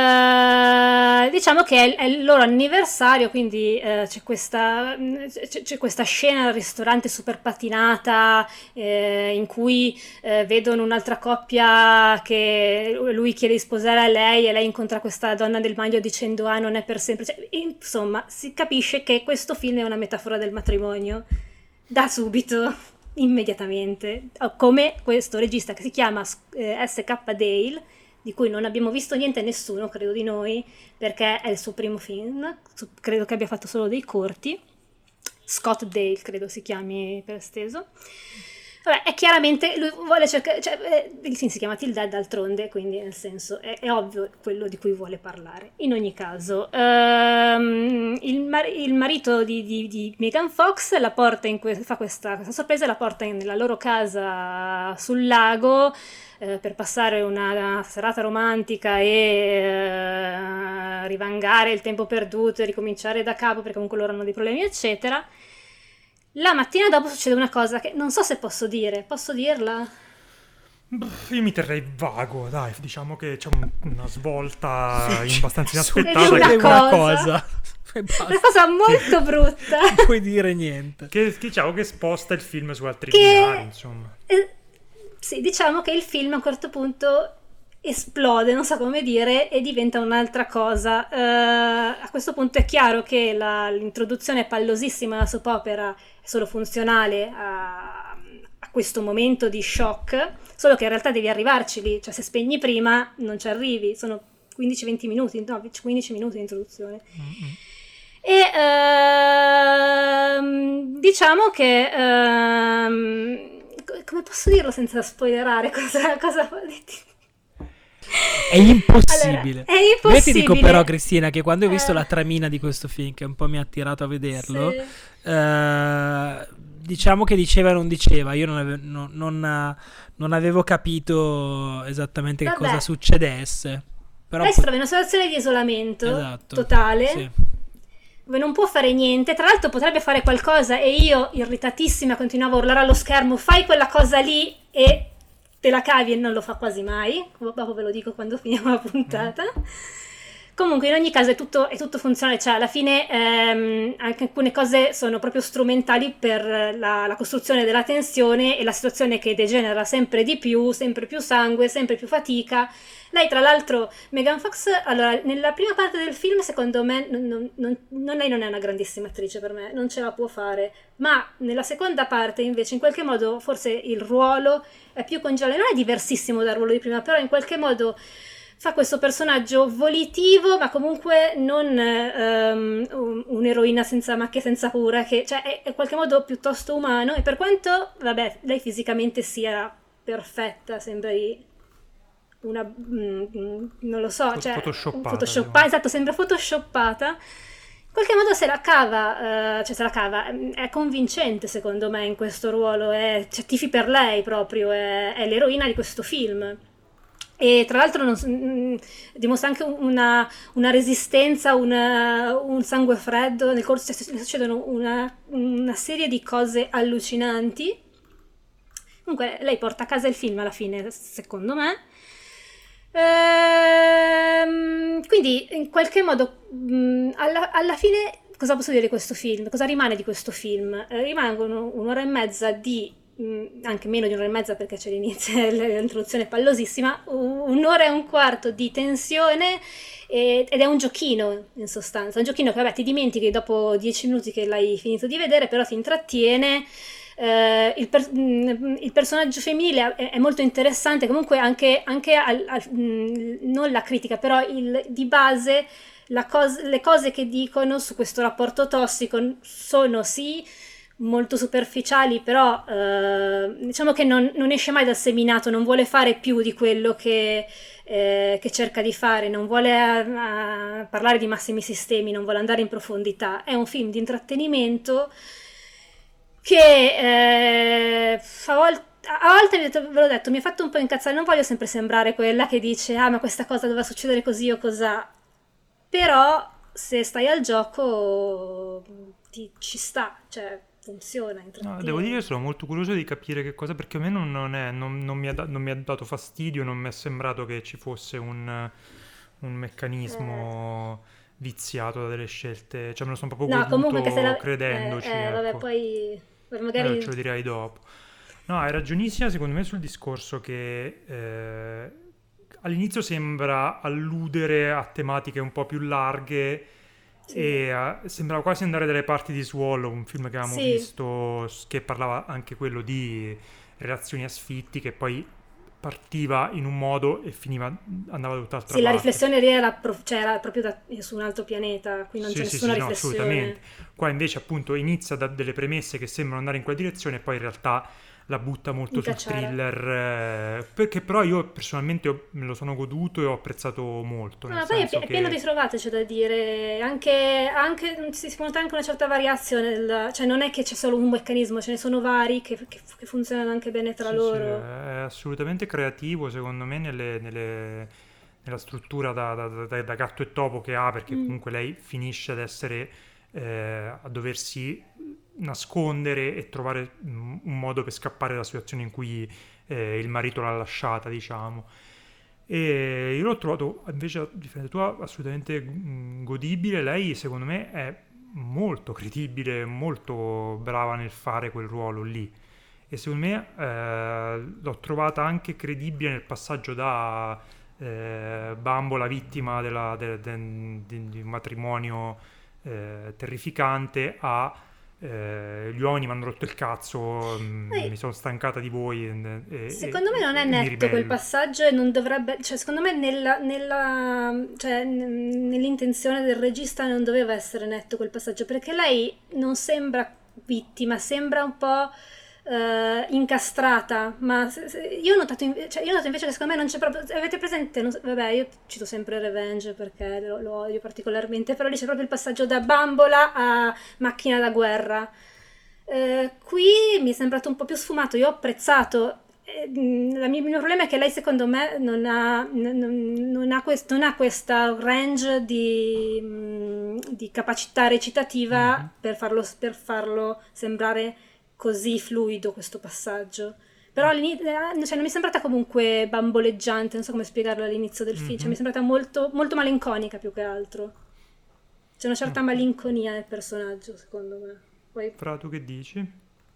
eh, diciamo che è, è il loro anniversario, quindi eh, c'è, questa, c'è, c'è questa scena al ristorante super patinata eh, in cui eh, vedono un'altra coppia che lui chiede di sposare a lei e lei incontra questa donna del maglio dicendo ah, non è per sempre. Cioè, insomma, si capisce che questo film è una metafora del matrimonio da subito, immediatamente, come questo regista che si chiama eh, S K Dale, di cui non abbiamo visto niente nessuno, credo di noi, perché è il suo primo film, credo che abbia fatto solo dei corti, Scott Dale credo si chiami per esteso. Vabbè, è chiaramente, lui vuole cercare, cioè, il film si chiama Till Dead d'altronde, quindi nel senso è, è ovvio quello di cui vuole parlare. In ogni caso, um, il, mar- il marito di, di, di Megan Fox la porta in que- fa questa, questa sorpresa, la porta in- nella loro casa sul lago, eh, per passare una, una serata romantica e eh, rivangare il tempo perduto e ricominciare da capo, perché comunque loro hanno dei problemi eccetera. La mattina dopo succede una cosa che non so se posso dire, posso dirla? Io mi terrei vago, dai, diciamo che c'è un- una svolta Sì, abbastanza su- inaspettata una che, cosa. una cosa. E basta. Una cosa molto brutta. Non puoi dire niente. che, che, diciamo che sposta il film su altri Che- binari, insomma. Eh, sì, diciamo che il film a un certo punto esplode, non so come dire, e diventa un'altra cosa. Eh, a questo punto è chiaro che la- l'introduzione pallosissima alla soap opera è solo funzionale a, a questo momento di shock, solo che in realtà devi arrivarci lì, cioè se spegni prima non ci arrivi, sono quindici venti minuti, no, quindici minuti di introduzione. Mm-mm. E ehm, diciamo che ehm, co- come posso dirlo senza spoilerare cosa, cosa È impossibile. Allora, è Io ti impossibile. dico però, Cristina, che quando ho visto Eh. la tramina di questo film, che un po' mi ha attirato a vederlo, Sì. eh, diciamo che diceva e non diceva. Io non avevo, non, non- non avevo capito esattamente che Vabbè. cosa succedesse. Però Lei si poi- trova in una situazione di isolamento Esatto, totale, sì. dove non può fare niente. Tra l'altro potrebbe fare qualcosa e io, irritatissima, continuavo a urlare allo schermo: fai quella cosa lì, e te la cavi, e non lo fa quasi mai. Dopo ve lo dico quando finiamo la puntata. Comunque in ogni caso è tutto, è tutto funzionale, cioè alla fine ehm, anche alcune cose sono proprio strumentali per la, la costruzione della tensione e la situazione che degenera sempre di più, sempre più sangue, sempre più fatica. Lei tra l'altro, Megan Fox, allora nella prima parte del film secondo me non, non, non, non- lei non è una grandissima attrice per me, non ce la può fare, ma nella seconda parte invece in qualche modo forse il ruolo è più congeniale, non è diversissimo dal ruolo di prima, però in qualche modo fa questo personaggio volitivo, ma comunque non ehm, un- un'eroina senza macchie, senza cura, che cioè, è, è in qualche modo piuttosto umano, e per quanto, vabbè, lei fisicamente sia perfetta, sembri una, mm, mm, non lo so, Fo- cioè, photoshoppata, photoshoppa- diciamo. esatto, sembra photoshoppata. In qualche modo se la cava, eh, cioè se la cava, mm, è convincente secondo me in questo ruolo, è, cioè, tifi per lei proprio, è, è l'eroina di questo film. E tra l'altro non s- mm, dimostra anche una, una resistenza, una- un sangue freddo, nel corso cioè, le succedono una, una serie di cose allucinanti. Comunque lei porta a casa il film alla fine, secondo me. Ehm, quindi in qualche modo mh, alla, alla fine cosa posso dire di questo film? Cosa rimane di questo film? Eh, rimangono un'ora e mezza di mh, anche meno di un'ora e mezza perché c'è l'inizio e l'introduzione pallosissima, u- un'ora e un quarto di tensione e- ed è un giochino in sostanza, un giochino che vabbè ti dimentichi dopo dieci minuti che l'hai finito di vedere, però ti intrattiene. Eh, il, per- mh, il personaggio femminile è, è molto interessante, comunque anche, anche al- al- mh, non la critica, però il, di base la cos- le cose che dicono su questo rapporto tossico sono sì molto superficiali, però eh, diciamo che non, non esce mai dal seminato, non vuole fare più di quello che, eh, che cerca di fare, non vuole eh, parlare di massimi sistemi, non vuole andare in profondità. È un film di intrattenimento che eh, a volte a volte vi ho detto- ve l'ho detto, mi ha fatto un po' incazzare, non voglio sempre sembrare quella che dice ah ma questa cosa doveva succedere così o cos'ha, però se stai al gioco ti, ci sta, cioè funziona, No, devo dire intrattiene. che sono molto curioso di capire che cosa, perché a me non, non è, non, non mi ha, da- non mi ha dato fastidio, non mi è sembrato che ci fosse un, un Eh, meccanismo viziato da delle scelte, cioè me lo sono proprio no, comunque che se goduto la... Eh, credendoci, eh, vabbè, ecco. poi poi Eh, magari... ce lo direi dopo. No, hai ragionissima secondo me sul discorso che eh, all'inizio sembra alludere a tematiche un po' più larghe Sì, e eh, sembrava quasi andare dalle parti di Swallow, un film che avevamo sì, visto s- che parlava anche quello di relazioni asfittiche, poi partiva in un modo e finiva, andava da tutt'altra sì, la parte. riflessione lì era, pro- cioè, era proprio da- su un altro pianeta, qui non c'è Sì, sì, nessuna sì, no, assolutamente. riflessione. Qua invece appunto inizia da delle premesse che sembrano andare in quella direzione e poi in realtà la butta molto In sul cacciare. thriller, eh, perché però io personalmente ho- me lo sono goduto e ho apprezzato molto, No, nel ma poi è, pi- senso è pieno di che trovate, c'è da dire, anche, anche si, si nota anche una certa variazione, nel- cioè non è che c'è solo un meccanismo, ce ne sono vari che, che- che funzionano anche bene tra sì, sì, loro. è assolutamente creativo secondo me nelle- nelle- nella struttura da, da- da- da gatto e topo che ha, perché Mm, comunque lei finisce ad essere, eh, a doversi nascondere e trovare mm, un modo per scappare dalla situazione in cui eh, il marito l'ha lasciata, diciamo. E io l'ho trovato invece, a differenza tua, assolutamente mm, godibile. Lei, secondo me, è molto credibile, molto brava nel fare quel ruolo lì. E secondo me eh, l'ho trovata anche credibile nel passaggio da eh, bambola vittima della- de- de- di, di un matrimonio eh, terrificante a eh, gli uomini mi hanno rotto il cazzo, mm, poi, mi sono stancata di voi e, e- secondo me e- non è e mi netto quel ribello. passaggio e non dovrebbe, cioè secondo me nella, nella- cioè, n- nell'intenzione del regista non doveva essere netto quel passaggio perché lei non sembra vittima, sembra un po' eh, incastrata, ma se- se- io ho notato, in- cioè, io ho notato invece che secondo me non c'è proprio, avete presente, non so- vabbè io cito sempre Revenge perché lo, lo odio particolarmente, però lì c'è proprio il passaggio da bambola a macchina da guerra. Eh, qui mi è sembrato un po' più sfumato, io ho apprezzato. Eh, mh, la mia- il mio problema è che lei secondo me non ha, non, non- non ha, quest- non ha questa range di, mh, di capacità recitativa Mhm. per farlo, per farlo sembrare così fluido questo passaggio. Però all'inizio, eh, cioè, non mi è sembrata comunque bamboleggiante, non so come spiegarlo all'inizio del film, cioè, mi è Mhm. sembrata molto, molto malinconica più che altro. C'è una certa Ok. malinconia nel personaggio, secondo me. Poi Fra, tu che dici?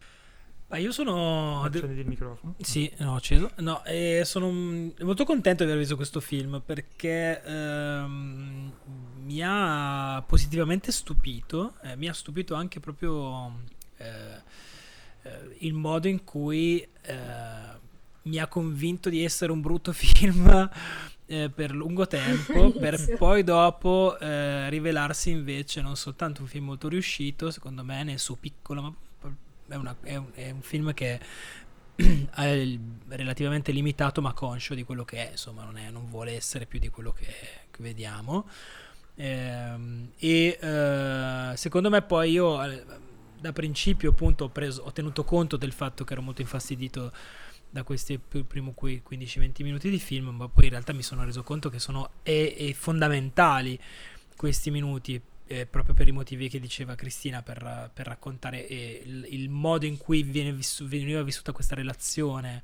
Ma io sono... de- Accenditi il microfono. Sì, no, ho acceso. No, e sono mm, molto contento di aver visto questo film perché ehm, mi ha positivamente stupito. Eh, mi ha stupito anche proprio eh, eh, il modo in cui eh, mi ha convinto di essere un brutto film eh, per lungo tempo, per all'inizio. poi dopo eh, rivelarsi invece non soltanto un film molto riuscito, secondo me, nel suo piccolo, ma è, una- è un, è un film che è il- relativamente limitato ma conscio di quello che è, insomma non, è- non vuole essere più di quello che, che vediamo. Ehm, e eh, secondo me poi io eh, da principio appunto ho, preso, ho tenuto conto del fatto che ero molto infastidito da questi pr- primi quei quindici venti minuti di film, ma poi in realtà mi sono reso conto che sono e- e fondamentali questi minuti, eh, proprio per i motivi che diceva Cristina, per, per raccontare eh, il, il modo in cui viene vissu- veniva vissuta questa relazione,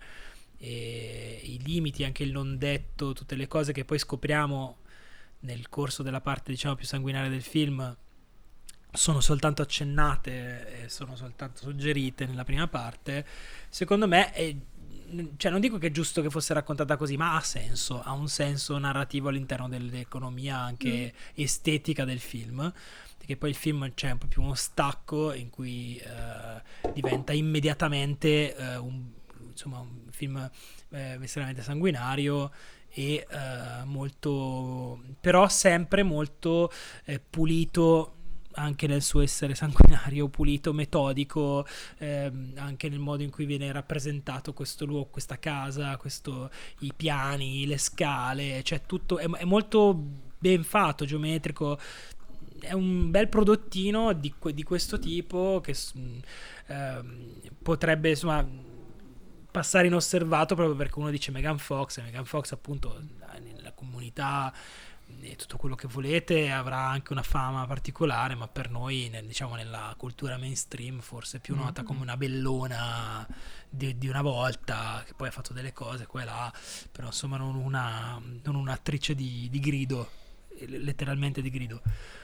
e i limiti, anche il non detto, tutte le cose che poi scopriamo nel corso della parte diciamo più sanguinaria del film, sono soltanto accennate e sono soltanto suggerite nella prima parte, secondo me è, cioè non dico che è giusto che fosse raccontata così, ma ha senso, ha un senso narrativo all'interno dell'economia anche mm. estetica del film, perché poi il film c'è un po' più uno stacco in cui eh, diventa immediatamente eh, un, insomma, un film eh, estremamente sanguinario e eh, molto, però sempre molto eh, pulito anche nel suo essere sanguinario, pulito, metodico, ehm, anche nel modo in cui viene rappresentato questo luogo, questa casa, questo, i piani, le scale, cioè tutto è, è molto ben fatto, geometrico. È un bel prodottino di, di questo tipo che ehm, potrebbe insomma passare inosservato proprio perché uno dice Megan Fox, e Megan Fox appunto nella comunità e tutto quello che volete avrà anche una fama particolare, ma per noi nel, diciamo nella cultura mainstream forse più nota mm-hmm. come una bellona di, di una volta, che poi ha fatto delle cose qua e là, però insomma non, una, non un'attrice di, di grido, letteralmente di grido.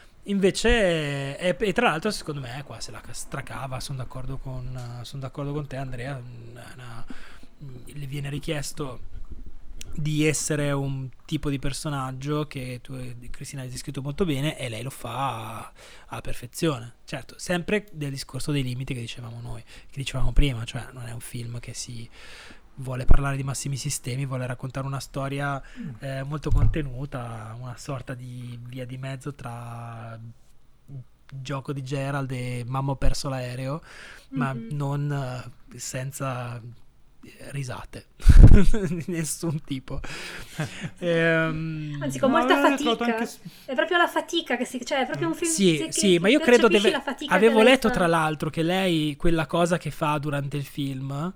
Invece è, e tra l'altro secondo me qua se la stracava, sono d'accordo con sono d'accordo con te Andrea, una, una, le viene richiesto di essere un tipo di personaggio che tu, Cristina, hai descritto molto bene, e lei lo fa alla perfezione. Certo, sempre del discorso dei limiti che dicevamo noi, che dicevamo prima, cioè non è un film che si vuole parlare di massimi sistemi, vuole raccontare una storia eh, molto contenuta, una sorta di via di mezzo tra Gioco di Gerald e Mamma ho perso l'aereo, ma mm-hmm. non uh, senza risate di nessun tipo. ehm, anzi con molta fatica anche... è proprio la fatica che si, cioè è proprio un film sì, che, sì che ma io credo deve... avevo letto fa... tra l'altro che lei quella cosa che fa durante il film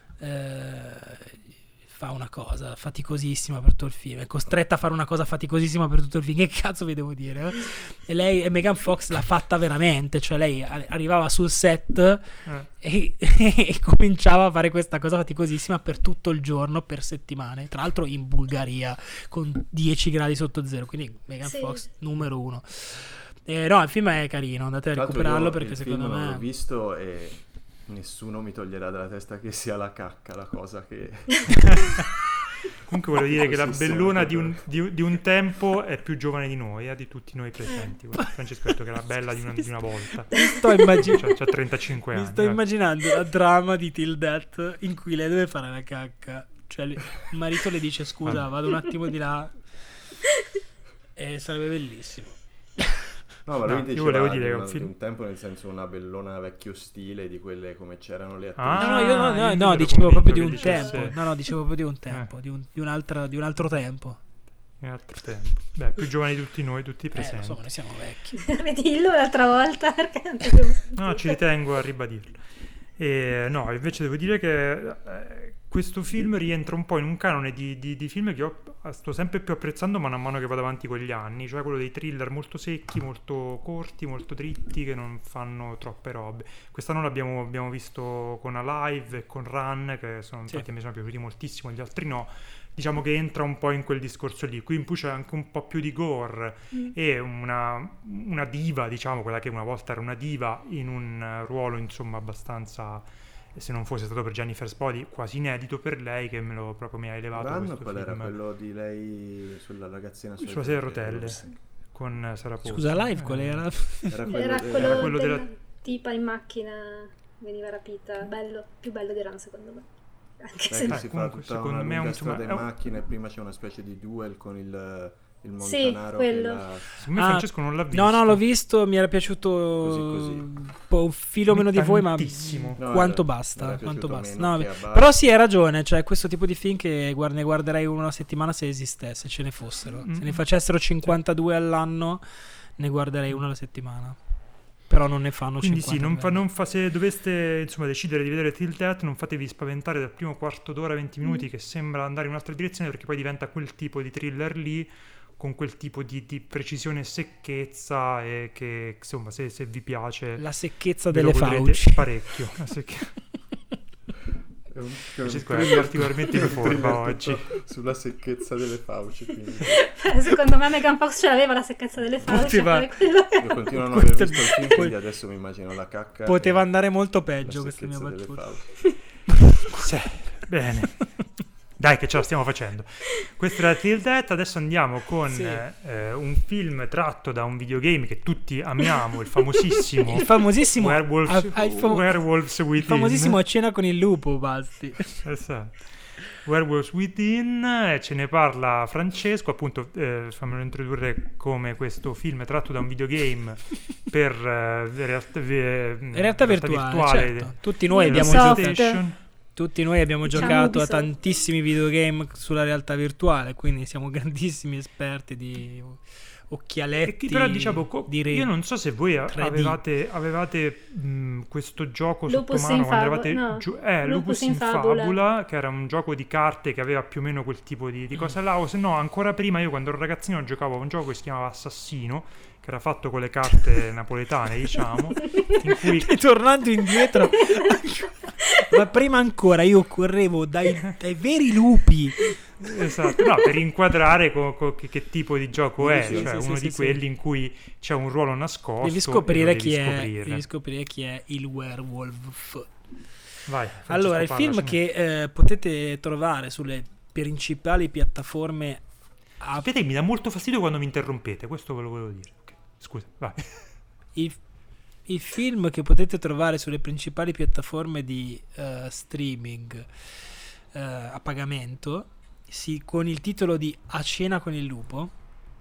eh, fa una cosa faticosissima per tutto il film, è costretta a fare una cosa faticosissima per tutto il film, che cazzo vi devo dire? E lei, e Megan Fox l'ha fatta veramente, cioè lei arrivava sul set eh. e, e cominciava a fare questa cosa faticosissima per tutto il giorno, per settimane, tra l'altro in Bulgaria con dieci gradi sotto zero, quindi Megan sì. Fox numero uno. Eh, no, il film è carino, andate a recuperarlo perché secondo me l'ho visto e nessuno mi toglierà dalla testa che sia la cacca la cosa che... Comunque voglio dire che la bellona di un, di, di un tempo è più giovane di noi, eh, di tutti noi presenti. Francesco ha detto che era bella di una, di una volta. Sto immaginando, cioè, c'ha trentacinque mi anni. Mi sto eh. immaginando la trama di Till Death in cui lei deve fare la cacca. Cioè il marito le dice scusa, vado un attimo di là. E sarebbe bellissimo. No, ma lui no, io volevo dire di, che una, un film... di un tempo, nel senso una bellona vecchio stile, di quelle come c'erano le attrici. Ah, no, no, io no, no, no dicevo proprio di un tempo. Dicesse... No, no, dicevo proprio di un tempo, eh. di, un, di, un altro, di un altro tempo. Di un altro tempo. Beh, più giovani di tutti noi, tutti presenti. Eh, lo so, noi siamo vecchi. Ridillo l'altra volta, perché non te No, ci ritengo a ribadirlo. E, no, invece devo dire che eh, questo film rientra un po' in un canone di, di, di film che io sto sempre più apprezzando man mano che vado avanti con gli anni, cioè quello dei thriller molto secchi, molto corti, molto dritti, che non fanno troppe robe. Quest'anno l'abbiamo abbiamo visto con Alive e con Run, che sono sì. infatti mi sono piaciuti moltissimo, gli altri no. Diciamo che entra un po' in quel discorso lì. Qui in più c'è anche un po' più di gore mm. e una, una diva, diciamo, quella che una volta era una diva, in un ruolo insomma abbastanza, se non fosse stato per Jennifer Spody, quasi inedito per lei, che me lo proprio mi ha elevato. Run, questo qual film. Era quello di lei sulla ragazzina sulla, sulla sedia a rotelle con Sarah Paulson. Scusa, Live qual era? Era quello, era quello, era quello della tipa in macchina veniva rapita, bello, più bello di Run secondo me. Anche Beh, se si fa tutta secondo una me è un strada in macchina e prima c'è una specie di duel con il, il Montanaro. Sì, quello. La... Secondo me ah, Francesco non l'ha visto. No, no, l'ho visto, mi era piaciuto così, così. Un po' un filo meno di voi, ma no, quanto era, basta, era quanto basta. No, basta. Però sì, hai ragione, cioè questo tipo di film che guarda, ne guarderei una settimana se esistesse, ce ne fossero. Mm-hmm. Se ne facessero cinquantadue all'anno, ne guarderei una alla settimana. Però non ne fanno quindi cinquanta. Quindi sì, non fa, non fa, se doveste insomma decidere di vedere Till Death, non fatevi spaventare dal primo quarto d'ora, venti minuti, mm. che sembra andare in un'altra direzione, perché poi diventa quel tipo di thriller lì, con quel tipo di, di precisione e secchezza, e che insomma se, se vi piace la secchezza delle fauci parecchio la secche... È un, è un Francesco è thriller- particolarmente in un forma thriller oggi. tutto sulla secchezza delle fauci, quindi Secondo me Megan Fox ce l'aveva la secchezza delle fauci. Poteva- a fare quello che- io continuo a non aver Questo- visto il film, po- quindi adesso mi immagino la cacca Poteva e andare molto la peggio questa mia secchezza delle battuta. fauci. Sì, bene. Dai che ce la stiamo facendo. Questo era Till Death, adesso andiamo con Sì. eh, un film tratto da un videogame che tutti amiamo, il famosissimo Il famosissimo Werewolves, a- a- il fam- Werewolves il Within. famosissimo A cena con il lupo, Basti. Esatto. Werewolves Within, eh, ce ne parla Francesco, appunto eh, fammelo introdurre come questo film tratto da un videogame per eh, realtà, ve- In realtà virtuale, certo. Tutti noi della abbiamo Ubisoft. giocato PlayStation. Tutti noi abbiamo Diciamo giocato a Ubisoft. tantissimi videogame sulla realtà virtuale, quindi siamo grandissimi esperti di occhialetti. E che però diciamo, co- di re- io non so se voi a- tre D. avevate, avevate mh, questo gioco Lupus sotto mano in quando Fabula, eravate no. giù, eh, Lupus Lupus in in Fabula. Fabula, che era un gioco di carte che aveva più o meno quel tipo di, di cosa là, o se no ancora prima io quando ero ragazzino giocavo a un gioco che si chiamava Assassino, che era fatto con le carte napoletane, diciamo, in cui E tornando indietro, ma prima ancora io correvo dai, dai veri lupi. esatto, no, per inquadrare co- co- che, che tipo di gioco è, Sì, cioè sì, uno sì, di sì, quelli sì. in cui c'è un ruolo nascosto Devi e scoprire, lo chi devi è, scoprire. devi scoprire chi è il werewolf. Vai, Francesco, Allora, il parlacene. film che eh, potete trovare sulle principali piattaforme a- Sapete che mi dà molto fastidio quando mi interrompete, questo ve lo volevo dire. Ok, scusa, vai. il, il film che potete trovare sulle principali piattaforme di eh, streaming eh, a pagamento, si- con il titolo di A cena con il lupo.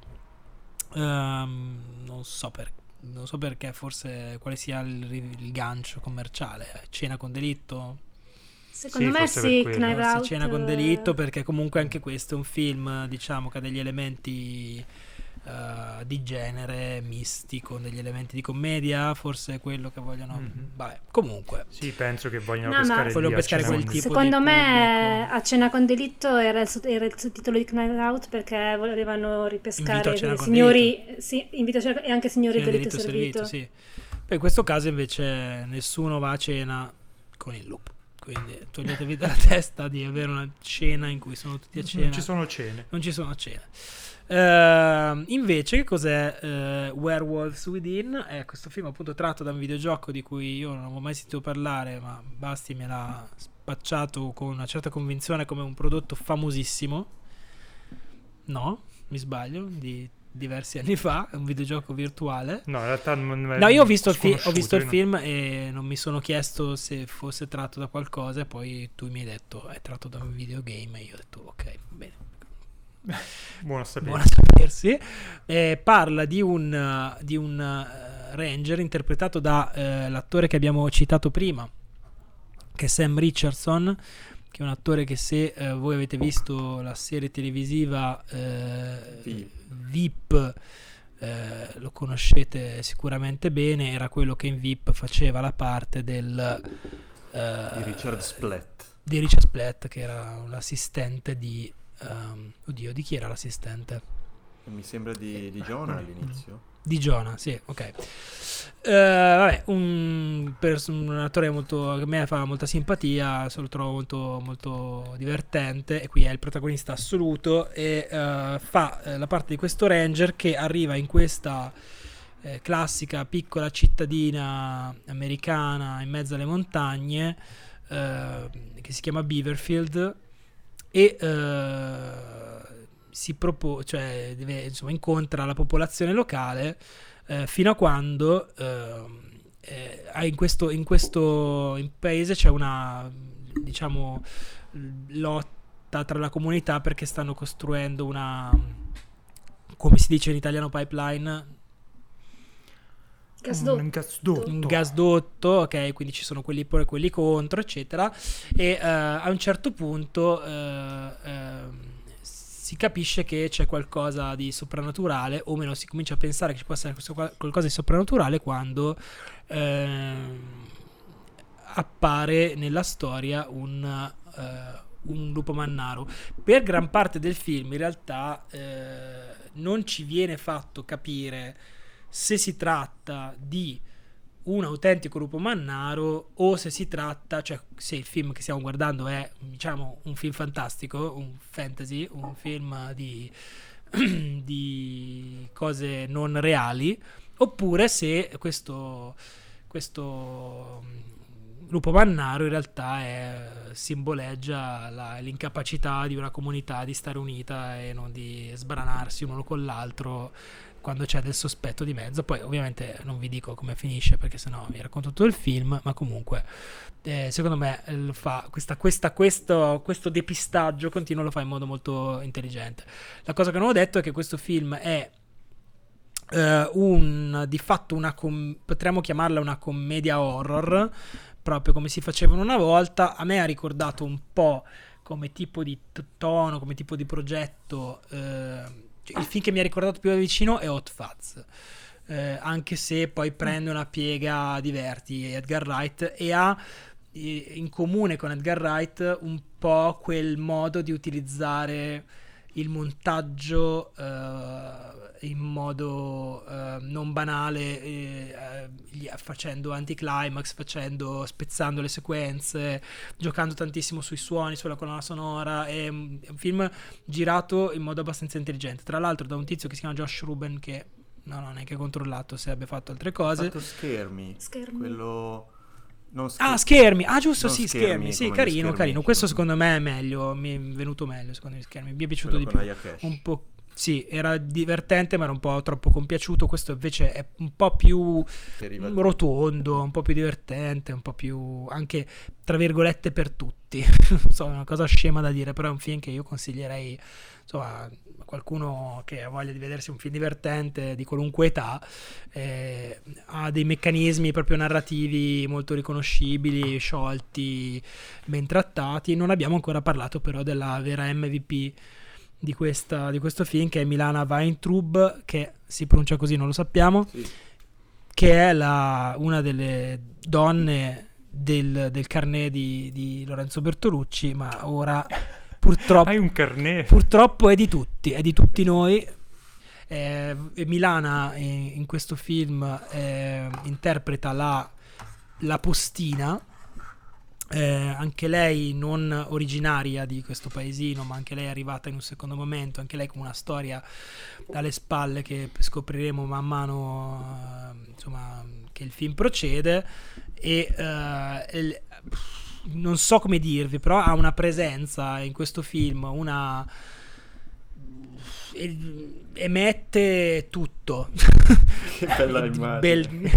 Ehm, non so per- non so perché, forse quale sia il, il gancio commerciale. Cena con delitto. Secondo Sì, me forse per sì, quello. Knife Si Out. cena con eh, delitto, perché comunque anche questo è un film, diciamo, che ha degli elementi eh, di genere misti con degli elementi di commedia, forse è quello che vogliono. Mhm. Vabbè, comunque Sì, penso che vogliono No, ma- pescare Vogliono lì a pescare cena quel con- tipo Secondo di me pubblico. A cena con delitto era il, sott- era il sottotitolo di Knife Out perché volevano ripescare Invito a cena con signori, sì, invito a cena e anche signori Cena, delitto, delitto servito. servito, sì. Poi in questo caso invece nessuno va a cena con il lupo, quindi toglietevi dalla testa di avere una cena in cui sono tutti a cena. Non ci sono cene. Non ci sono cene. Ehm, invece, che cos'è eh, Werewolves Within? È questo film appunto tratto da un videogioco di cui io non avevo mai sentito parlare, ma Basti me l'ha spacciato con una certa convinzione come un prodotto famosissimo. No, mi sbaglio, di diversi anni fa, è un videogioco virtuale. No, in realtà non è No, io ho visto, il, fi- ho sconosciuto, visto il io film e non mi sono chiesto se fosse tratto da qualcosa, e poi tu mi hai detto è tratto da un videogame e io ho detto ok, bene. no. Buono a sapere. Buona a sapersi. Eh, parla di un, uh, di un uh, ranger interpretato da uh, l'attore che abbiamo citato prima, che è Sam Richardson, che è un attore che, se uh, voi avete visto la serie televisiva uh, Veep. Veep, uh, lo conoscete sicuramente bene. Era quello che in Veep faceva la parte del uh, Di Richard Splett. di Richard Splett, che era l'assistente di um, oddio, di chi era l'assistente? Mi sembra di, di Jonah all'inizio. Di Jonah, sì, ok. Eh, vabbè, un, pers- un attore molto, che a me fa molta simpatia, se lo trovo molto, molto divertente, e qui è il protagonista assoluto, e eh, fa eh, la parte di questo ranger che arriva in questa eh, classica piccola cittadina americana in mezzo alle montagne, eh, che si chiama Beaverfield, e eh, si propone, cioè deve, insomma, incontra la popolazione locale eh, fino a quando eh, eh, in questo in questo in paese c'è una, diciamo, lotta tra la comunità, perché stanno costruendo una, come si dice in italiano, pipeline, Gasdotto. Un gasdotto. un gasdotto, ok, quindi ci sono quelli pro e quelli contro, eccetera, e eh, a un certo punto eh, eh, si capisce che c'è qualcosa di soprannaturale, o meno si comincia a pensare che ci possa essere questo- qualcosa di soprannaturale quando eh, appare nella storia un, eh, un lupo mannaro. Per gran parte del film in realtà eh, non ci viene fatto capire se si tratta di un autentico lupo mannaro o se si tratta, cioè se il film che stiamo guardando è, diciamo, un film fantastico, un fantasy, un film di, di cose non reali, oppure se questo, questo lupo mannaro in realtà è, simboleggia la, l'incapacità di una comunità di stare unita e non di sbranarsi uno con l'altro quando c'è del sospetto di mezzo. Poi ovviamente non vi dico come finisce perché sennò vi racconto tutto il film, ma comunque eh, secondo me lo fa questa, questa, questo, questo depistaggio continuo lo fa in modo molto intelligente. La cosa che non ho detto è che questo film è uh, un di fatto una com- potremmo chiamarla una commedia horror, proprio come si facevano una volta. A me ha ricordato un po' come tipo di t- tono, come tipo di progetto, eh, il film che mi ha ricordato più da vicino è Hot Fuzz, eh, anche se poi prende una piega diverti Edgar Wright e ha eh, in comune con Edgar Wright un po' quel modo di utilizzare il montaggio eh, in modo eh, non banale, eh, eh, facendo anticlimax, facendo, spezzando le sequenze, giocando tantissimo sui suoni, sulla colonna sonora. È un film girato in modo abbastanza intelligente, tra l'altro da un tizio che si chiama Josh Ruben, che non ho neanche controllato se abbia fatto altre cose. Ha fatto Schermi, Schermi. quello... Non scher- Ah, Schermi, ah giusto, non sì, Schermi, Schermi, sì, come carino, Schermi, carino. Questo no? secondo me è meglio, mi è venuto meglio, secondo me Schermi, mi è piaciuto quello di con più. Aya Cash. Un po', sì, era divertente ma era un po' troppo compiaciuto. Questo invece è un po' più Deriva- rotondo, un po' più divertente, un po' più anche tra virgolette per tutti. Non so, è una cosa scema da dire, però è un film che io consiglierei, insomma, a qualcuno che ha voglia di vedersi un film divertente di qualunque età. Eh, ha dei meccanismi proprio narrativi molto riconoscibili, sciolti, ben trattati. Non abbiamo ancora parlato però della vera M V P di, questa, di questo film, che è Milana Weintraub, che si pronuncia così, non lo sappiamo, Sì. che è la, una delle donne del, del carnet di, di Lorenzo Bertolucci, ma ora purtroppo, Hai un carnet? purtroppo è di tutti, è di tutti noi. Eh, Milana in, in questo film eh, interpreta la, la postina, eh, anche lei non originaria di questo paesino, ma anche lei è arrivata in un secondo momento, anche lei con una storia alle spalle che scopriremo man mano, eh, insomma, che il film procede. E eh, il, non so come dirvi, però ha una presenza in questo film, una emette tutto. Che bella immagine. Bel...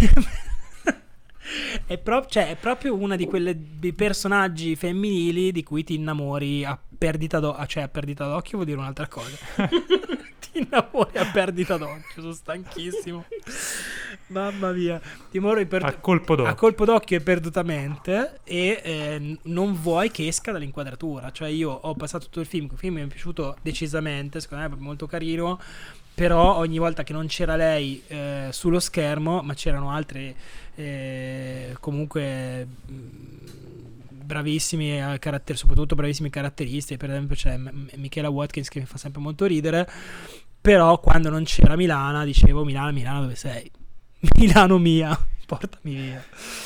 è, pro... cioè, è proprio una di quelle dei personaggi femminili di cui ti innamori a perdita d'occhio. Cioè, a perdita d'occhio vuol dire un'altra cosa. Ti innamori a perdita d'occhio. Sono stanchissimo. Mamma mia. Ti innamori per... a colpo d'occhio. a colpo d'occhio e perdutamente, e eh, non vuoi che esca dall'inquadratura. Cioè, io ho passato tutto il film, il film mi è piaciuto decisamente, secondo me è molto carino, però ogni volta che non c'era lei eh, sullo schermo, ma c'erano altre eh, comunque bravissimi caratteri, soprattutto bravissimi caratteristi. Per esempio c'è M- Michaela Watkins che mi fa sempre molto ridere, però quando non c'era Milana dicevo: Milana, Milana dove sei? Milano mia, portami via.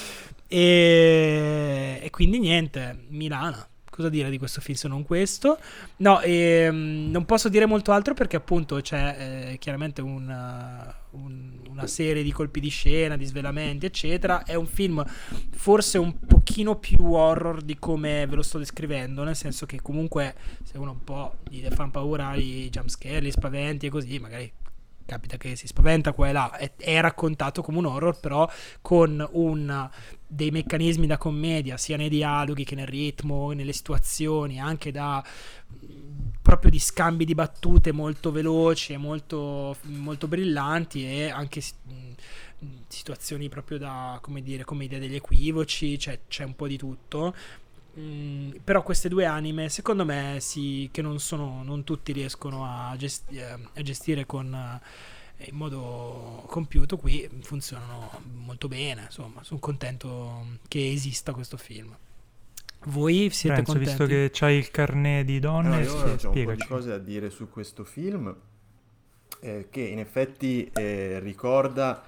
E, e quindi niente, Milana. Cosa dire di questo film se non questo? No, ehm, non posso dire molto altro perché appunto c'è eh, chiaramente una, un, una serie di colpi di scena, di svelamenti, eccetera. È un film forse un pochino più horror di come ve lo sto descrivendo, nel senso che comunque se uno un po' gli fa paura i jumpscare, gli spaventi e così, magari capita che si spaventa qua e là, è, è raccontato come un horror, però con un dei meccanismi da commedia sia nei dialoghi che nel ritmo, nelle situazioni, anche da proprio di scambi di battute molto veloci e molto, molto brillanti, e anche situazioni proprio da, come dire, commedia degli equivoci, cioè c'è un po' di tutto. Mm, però queste due anime secondo me sì, che non sono, non tutti riescono a, gesti- a gestire con eh, in modo compiuto, qui funzionano molto bene. Insomma, sono contento che esista questo film. Voi siete Renzo, contenti? visto che c'hai il carnet di donne, Allora, io sì, ho un po' di spiegaci. cose da dire su questo film, eh, che in effetti eh, ricorda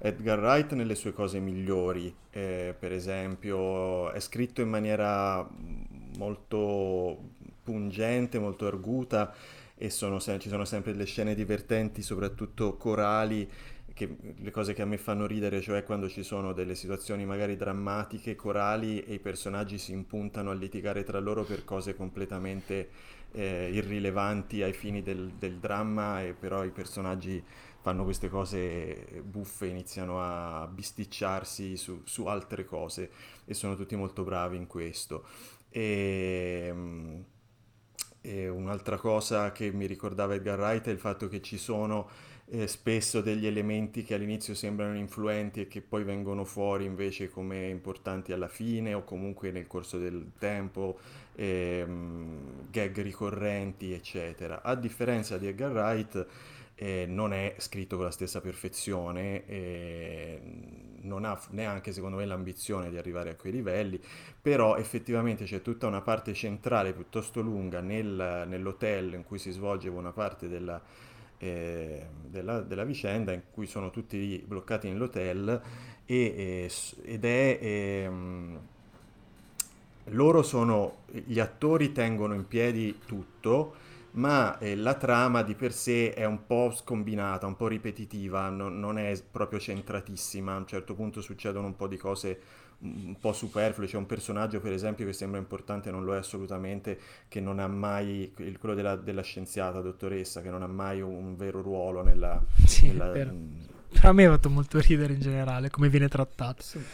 Edgar Wright nelle sue cose migliori. Eh, per esempio è scritto in maniera molto pungente, molto arguta, e sono se- ci sono sempre delle scene divertenti, soprattutto corali, che, le cose che a me fanno ridere, cioè quando ci sono delle situazioni magari drammatiche, corali, e i personaggi si impuntano a litigare tra loro per cose completamente eh, irrilevanti ai fini del, del dramma, e però i personaggi fanno queste cose buffe, iniziano a bisticciarsi su, su altre cose, e sono tutti molto bravi in questo. E, mm, e un'altra cosa che mi ricordava Edgar Wright è il fatto che ci sono eh, spesso degli elementi che all'inizio sembrano influenti e che poi vengono fuori invece come importanti alla fine o comunque nel corso del tempo, ehm, gag ricorrenti, eccetera. A differenza di Edgar Wright, eh, non è scritto con la stessa perfezione, e non ha neanche secondo me l'ambizione di arrivare a quei livelli, però effettivamente c'è tutta una parte centrale piuttosto lunga nel- nell'hotel in cui si svolge buona parte della, eh, della- della vicenda, in cui sono tutti lì bloccati nell'hotel, e, e s- ed è... ehm, loro sono, gli attori tengono in piedi tutto, ma eh, la trama di per sé è un po' scombinata, un po' ripetitiva, non, non è proprio centratissima. A un certo punto succedono un po' di cose un po' superflue. C'è un personaggio, per esempio, che sembra importante, non lo è assolutamente, che non ha mai, il- quello della, della scienziata dottoressa, che non ha mai un vero ruolo nella... Sì, è nella- vero. Però a me ha fatto molto ridere in generale come viene trattato. Sì.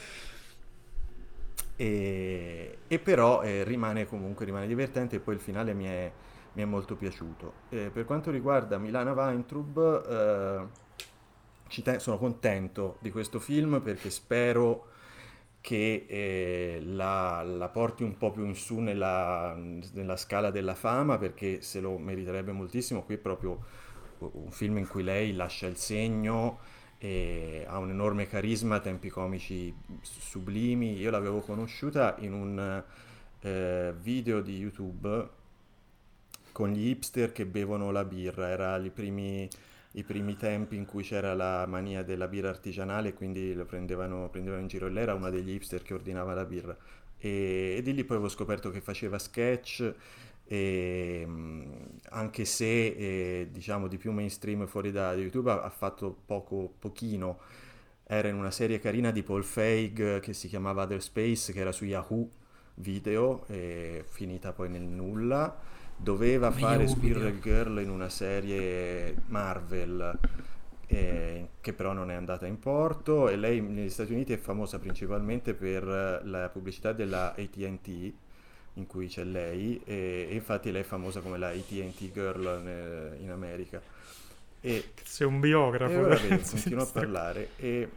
E, e però eh, rimane comunque rimane divertente, e poi il finale mi è, mi è molto piaciuto. Eh, per quanto riguarda Milana Weintraub, eh, ci te- sono contento di questo film perché spero che eh, la, la porti un po' più in su nella, nella scala della fama, perché se lo meriterebbe moltissimo. Qui è proprio un film in cui lei lascia il segno, e ha un enorme carisma, tempi comici sublimi. Io l'avevo conosciuta in un eh, video di YouTube con gli hipster che bevono la birra. Era i primi, i primi tempi in cui c'era la mania della birra artigianale, quindi lo prendevano, prendevano in giro, e lei era una degli hipster che ordinava la birra. E, e di lì poi avevo scoperto che faceva sketch, e mh, anche se eh, diciamo di più mainstream fuori da YouTube ha, ha fatto poco, pochino. Era in una serie carina di Paul Feig eh, che si chiamava Other Space, che era su Yahoo Video, e finita poi nel nulla. Doveva Come fare Yahoo Video. Squirrel Girl in una serie Marvel, eh, che però non è andata in porto, e lei negli Stati Uniti è famosa principalmente per eh, la pubblicità della A T and T in cui c'è lei, e, e infatti lei è famosa come la A T and T Girl ne- in America. E, Sei un e biografo. ora vedo, Sì, continuo a sta- parlare, e,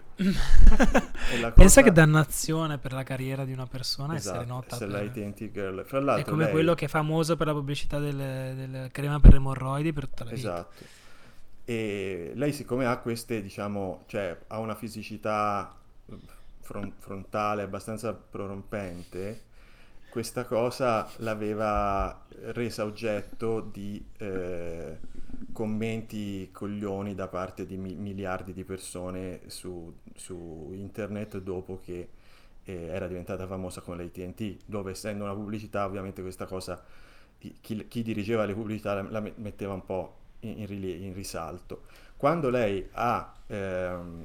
e la Pensa che cosa... dannazione per la carriera di una persona essere Esatto, nota essere per... la A T and T Girl. Fra È l'altro come lei... quello che è famoso per la pubblicità del, del crema per le emorroidi per tutta la vita. Esatto. E lei, siccome ha queste, diciamo, cioè ha una fisicità fron- frontale abbastanza prorompente, questa cosa l'aveva resa oggetto di eh, commenti coglioni da parte di mi- miliardi di persone su, su internet, dopo che eh, era diventata famosa con l'A T and T, dove, essendo una pubblicità, ovviamente questa cosa i- chi, chi dirigeva le pubblicità la, la me- metteva un po' in, in rilie- in risalto. Quando lei ha ehm,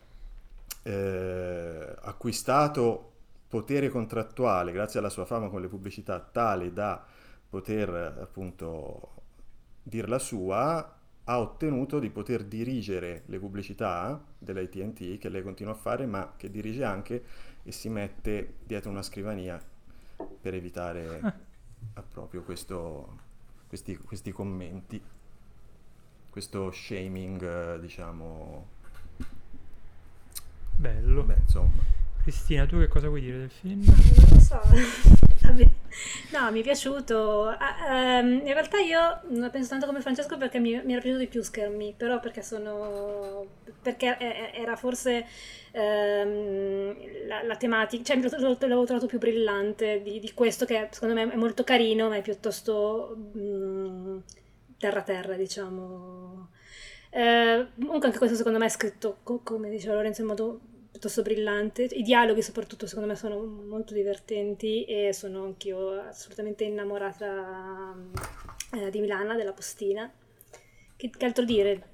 eh, acquistato potere contrattuale grazie alla sua fama con le pubblicità, tale da poter eh, appunto dir la sua, ha ottenuto di poter dirigere le pubblicità dell'A T and T, che lei continua a fare, ma che dirige anche, e si mette dietro una scrivania per evitare a proprio questo, questi, questi commenti, questo shaming, eh, diciamo. Bello. Beh, insomma. Cristina, tu che cosa vuoi dire del film? Non lo so. Vabbè. No, mi è piaciuto. Ah, ehm, in realtà io non penso tanto come Francesco, perché mi, mi era piaciuto di più Schermi, però perché sono... perché e- e- era forse ehm, la, la tematica, cioè l'ho, l'ho- l'avevo trovato più brillante di, di questo, che secondo me è molto carino, ma è piuttosto mm, terra terra, diciamo. Eh, comunque anche questo secondo me è scritto, co- come diceva Lorenzo, in modo piuttosto brillante. I dialoghi soprattutto secondo me sono molto divertenti e sono anch'io assolutamente innamorata eh, di Milana, della Postina. Che, che altro dire?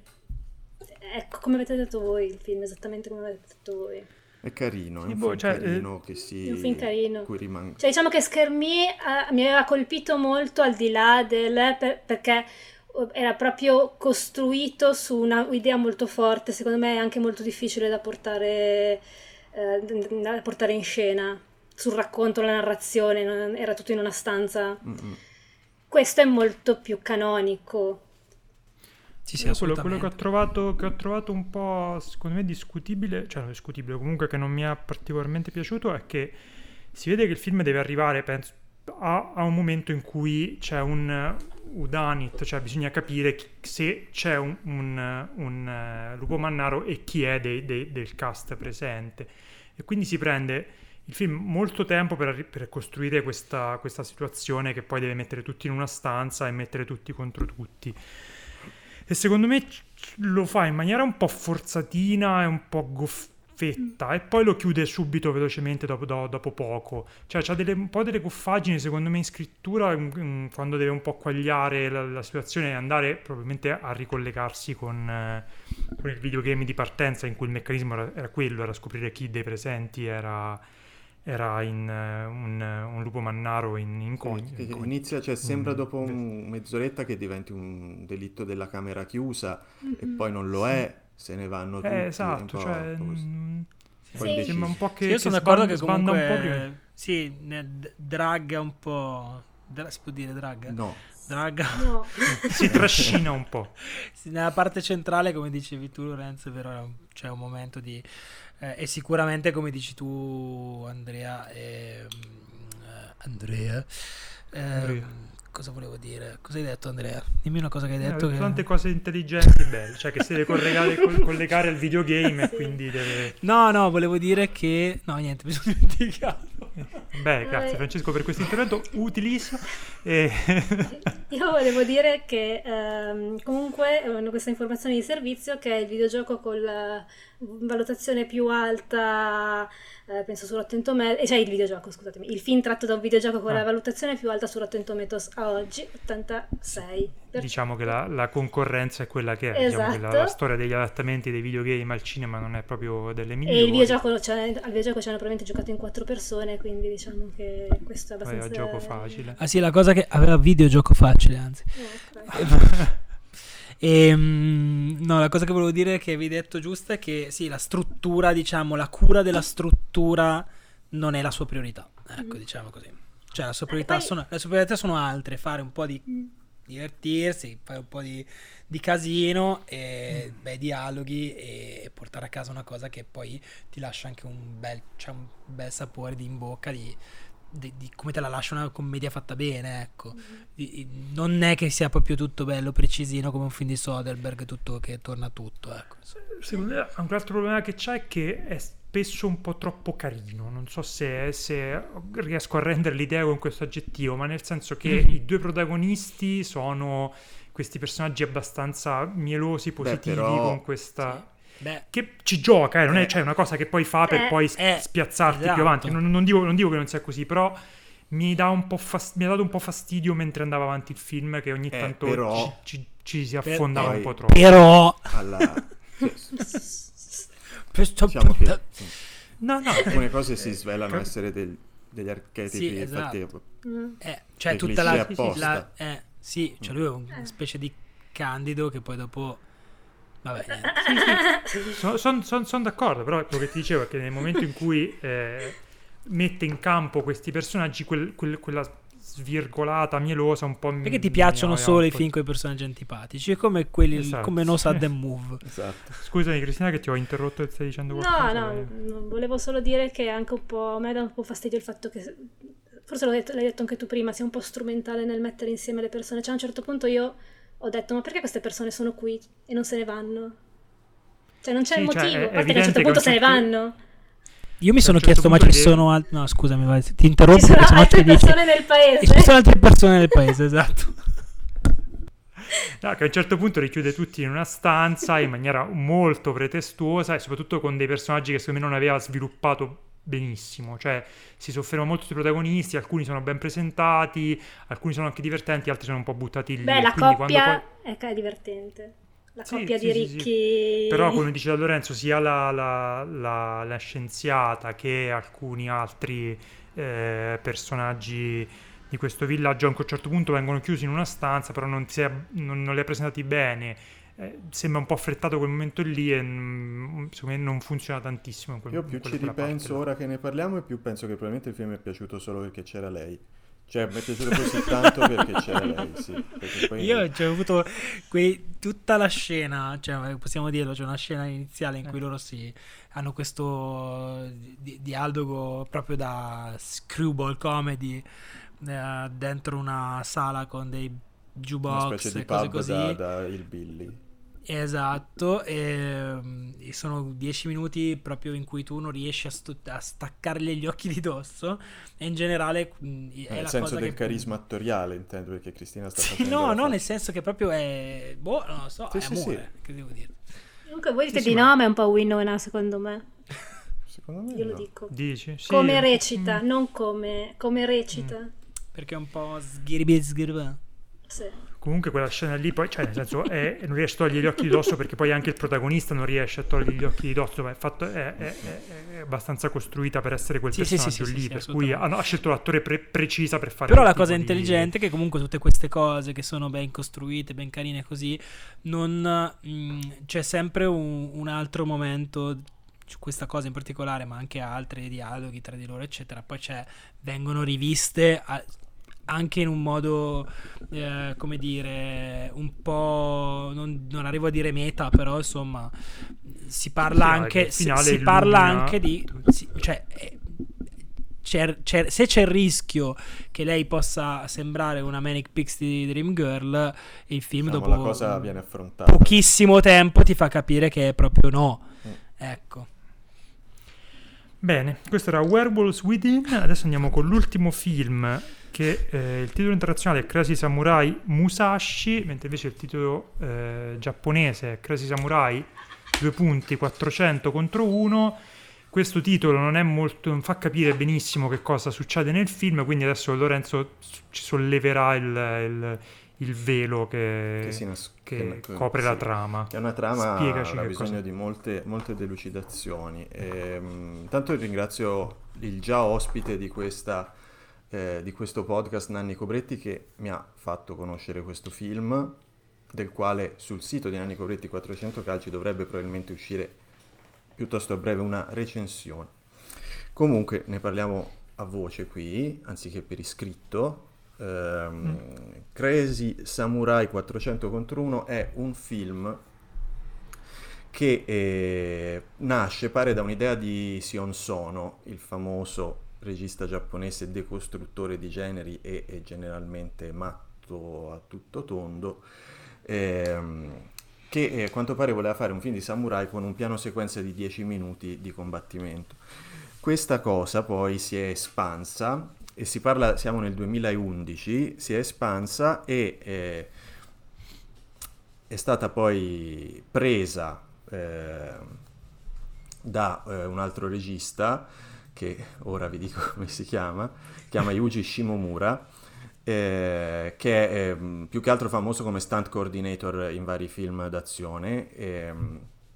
Ecco, come avete detto voi, il film esattamente come avete detto voi. È carino, è Sì, un boh, film cioè, carino che si... È un film carino. cui rimango. Cioè diciamo che Schermi eh, mi aveva colpito molto al di là del... Per, perché era proprio costruito su una idea molto forte, secondo me è anche molto difficile da portare, eh, da portare in scena, sul racconto, la narrazione, non- era tutto in una stanza. Mm-mm. Questo è molto più canonico. Sì, sì, Io quello, quello che ho assolutamente. trovato, che ho trovato un po', secondo me, discutibile, cioè non discutibile, comunque che non mi ha particolarmente piaciuto, è che si vede che il film deve arrivare, penso, a, a un momento in cui c'è un whodunit, cioè bisogna capire chi- se c'è un, un, un, eh, lupo mannaro e chi è dei- dei- del cast presente. E quindi si prende il film molto tempo per, arri- per costruire questa, questa situazione che poi deve mettere tutti in una stanza e mettere tutti contro tutti. E secondo me c- lo fa in maniera un po' forzatina e un po' goffetta e poi lo chiude subito velocemente dopo, do- dopo poco. Cioè c'ha delle- un po' delle goffaggini secondo me in scrittura mm, mm, quando deve un po' quagliare la, la situazione e andare probabilmente a ricollegarsi con, eh, con il videogame di partenza in cui il meccanismo era, era quello, era scoprire chi dei presenti era, era in, eh, un, un lupo mannaro in, in Sì, cogn- che in cogn- inizia, cioè sembra in- dopo un- mezz'oretta che diventi un delitto della camera chiusa e Mhm. poi non lo è, se ne vanno tutti. Eh, è un esatto, po'- cioè, un po' così. mm, Un po' Sì. indeciso. sembra un po' che, Sì, io che sono d'accordo sbanda, che sbanda un po' prima. comunque sì, ne d- dragga un po'. Dra- si può dire dragga? No, Dragga. No. Si trascina un po'. Sì, nella parte centrale, come dicevi tu, Lorenzo, è vero, è un- c'è un momento di eh, e sicuramente, come dici tu, Andrea, ehm, eh, Andrea, ehm, Andrea. cosa volevo dire? Cosa hai detto, Andrea? Dimmi una cosa che hai Eh, detto. che- tante cose intelligenti e belle, cioè che si deve collegare, col- collegare al videogame e Sì. quindi deve... No, no, volevo dire che no, niente, mi sono dimenticato. Beh, grazie Eh. Francesco per questo intervento utilissimo. E... Io volevo dire che ehm, comunque eh, questa informazione di servizio che è il videogioco con la valutazione più alta, eh, penso su Rotten Tomatoes, cioè il videogioco, scusatemi, il film tratto da un videogioco con Ah. la valutazione più alta su Rotten Tomatoes a oggi, ottantasei. Per- Diciamo che la, la concorrenza è quella che è, diciamo che la, Esatto. la storia degli adattamenti dei videogame al cinema non è proprio delle E migliori. il videogioco, cioè, al videogioco ci hanno probabilmente giocato in quattro persone, quindi diciamo che questo è Poi abbastanza... è un gioco facile. Ah sì, la cosa che aveva videogioco facile, anzi. Eh, ok. E, no, la cosa che volevo dire che avevi detto giusta è che sì, la struttura, diciamo, la cura della struttura non è la sua priorità. Ecco, Mm. diciamo così. Cioè, la sua Eh, priorità poi- sono, le sue priorità sono altre, fare un po' di Mm. divertirsi, fare un po' di, di casino, e, bei dialoghi e portare a casa una cosa che poi ti lascia anche un bel, cioè un bel sapore di in bocca di, di- di come te la lascia una commedia fatta bene, ecco. Di- di- non è che sia proprio tutto bello, precisino come un film di Soderbergh, tutto che torna tutto, ecco. Secondo me un altro problema che c'è è che è spesso un po' troppo carino. Non so se, se riesco a rendere l'idea con questo aggettivo, ma nel senso che Mhm. i due protagonisti sono questi personaggi abbastanza mielosi, positivi, però- con questa... Beh, Che ci gioca, eh, non è Eh. cioè, una cosa che poi fa per Eh. poi s- Eh, spiazzarti esatto. più avanti. Non, non dico, non dico che non sia così, però mi, dà un po' fas- mi ha dato un po' fastidio mentre andava avanti il film che ogni Eh, tanto però- ci, ci- ci si Per- affondava poi- un po' troppo. però alla... cioè, questo diciamo che No, no, alcune cose si svelano Cap- essere del- degli archetipi, Sì, infatti esatto. Mm. Eh, cioè dei tutta cliché la, apposta. la- eh, sì, cioè lui è una Eh. specie di Candido che poi dopo vabbè, niente. Sono son, son- son d'accordo, però quello che ti dicevo è che nel momento in cui eh, mette in campo questi personaggi, quel- quel- quella svirgolata, mielosa, un po' mi- Perché ti mi piacciono annoia solo un i po'. film con i personaggi antipatici, come quelli Esatto. come No Sudden Move. Esatto. Scusami Cristina che ti ho interrotto e stai dicendo No, qualcosa. no, vai. no, volevo solo dire che anche un po', a me dà un po' fastidio il fatto che, forse l'ho detto- l'hai detto anche tu prima, sia un po' strumentale nel mettere insieme le persone. Cioè a un certo punto io ho detto, ma perché queste persone sono qui e non se ne vanno? Cioè non c'è Sì, il cioè, motivo, è a parte che a un evidente certo che a punto un se ne certo- vanno. Io mi sono a un certo chiesto, ma punto ci devi- sono altri... No, scusami, vai, ti interrompo Ci sono perché sennò altre ci dici... persone nel E ci paese. sono altre persone nel paese, esatto. No, che a un certo punto richiude tutti in una stanza in maniera molto pretestuosa e soprattutto con dei personaggi che secondo me non aveva sviluppato benissimo, cioè si sofferma molto sui protagonisti, alcuni sono ben presentati, alcuni sono anche divertenti, altri sono un po' buttati lì. Beh, la quindi coppia quando poi... è divertente. La Sì, coppia sì, di sì, ricchi. sì. Però come dice Lorenzo, sia la, la- la- la scienziata che alcuni altri eh, personaggi di questo villaggio a un certo punto vengono chiusi in una stanza, però non, si è- non- non li ha presentati bene. Eh, sembra un po' affrettato quel momento lì e mm, secondo me non funziona tantissimo in quel, Io in più quella- ci quella parte ripenso là. ora che ne parliamo e più penso che probabilmente il film mi è piaciuto solo perché c'era lei. Cioè, mi è piaciuto così tanto perché c'era lei, sì. Perché poi... Io c'ho avuto quei, tutta la scena, cioè possiamo dirlo, c'è una scena iniziale in cui loro si hanno questo di- dialogo proprio da screwball comedy eh, dentro una sala con dei Una jukebox specie e di cose pub così. da, da Hillbilly. Esatto, e, e sono dieci minuti proprio in cui tu non riesci a, stu- a staccargli gli occhi di dosso e in generale mh, è Nel la senso cosa del che... carisma attoriale, intendo, perché Cristina sta Sì, facendo no, la no, faccia. nel senso che proprio è... Boh, non lo so, Sì, è sì, amore, che devo dire. Comunque voi dite Sì, sì, di ma- no, ma è un po' Winona secondo me. Secondo me Io lo no. dico. Dici? Sì. Come recita, Mm. non come, come recita. Perché è un po' sghiribi sghiribà. Sì. Comunque quella scena lì poi, cioè nel senso, è- non riesce a togliere gli occhi di dosso perché poi anche il protagonista non riesce a togliere gli occhi di dosso, ma è, fatto, è, è- è- è abbastanza costruita per essere quel Sì, sì, sì, personaggio sì, lì, sì, per cui assolutamente. hanno- ha scelto l'attore pre- precisa per fare Però quel la cosa tipo di- intelligente è che comunque tutte queste cose che sono ben costruite, ben carine così, non mh, c'è sempre un, un altro momento, su questa cosa in particolare, ma anche altri dialoghi tra di loro, eccetera. Poi c'è, vengono riviste a- anche in un modo, eh, come dire, un po', non, non arrivo a dire meta, però insomma si parla Sì, anche, il si, finale si parla illumina anche di, si- cioè, eh, c'è- c'è- se c'è il rischio che lei possa sembrare una Manic Pixie Dream Girl, il film Diciamo, dopo la cosa viene affrontata. pochissimo tempo ti fa capire che è proprio no. Mm. Ecco. Bene, questo era Werewolves Within, adesso andiamo con l'ultimo film che eh, il titolo internazionale è Crazy Samurai Musashi, mentre invece il titolo eh, giapponese è Crazy Samurai due punti quattrocento contro uno. Questo titolo non è molto, non fa capire benissimo che cosa succede nel film, quindi adesso Lorenzo ci solleverà il, il- il velo che, Che si nas- che che- copre sì. la trama. È una trama Spiegaci che ha che bisogno cosa- di molte, molte delucidazioni. Ehm, Intanto ringrazio il già ospite di, questa, eh, di questo podcast, Nanni Cobretti, che mi ha fatto conoscere questo film, del quale sul sito di Nanni Cobretti quattrocento Calci dovrebbe probabilmente uscire piuttosto a breve una recensione. Comunque ne parliamo a voce qui, anziché per iscritto. Ehm, Crazy Samurai quattrocento contro uno è un film che eh, nasce, pare, da un'idea di Sion Sono, il famoso regista giapponese decostruttore di generi e, e generalmente matto a tutto tondo, ehm, che eh, a quanto pare voleva fare un film di samurai con un piano sequenza di dieci minuti di combattimento. Questa cosa poi si è espansa, e si parla, siamo nel duemilaundici, si è espansa e eh, è stata poi presa eh, da eh, un altro regista, che ora vi dico come si chiama, si chiama Yuji Shimomura, eh, che è eh, più che altro famoso come stunt coordinator in vari film d'azione, ehm,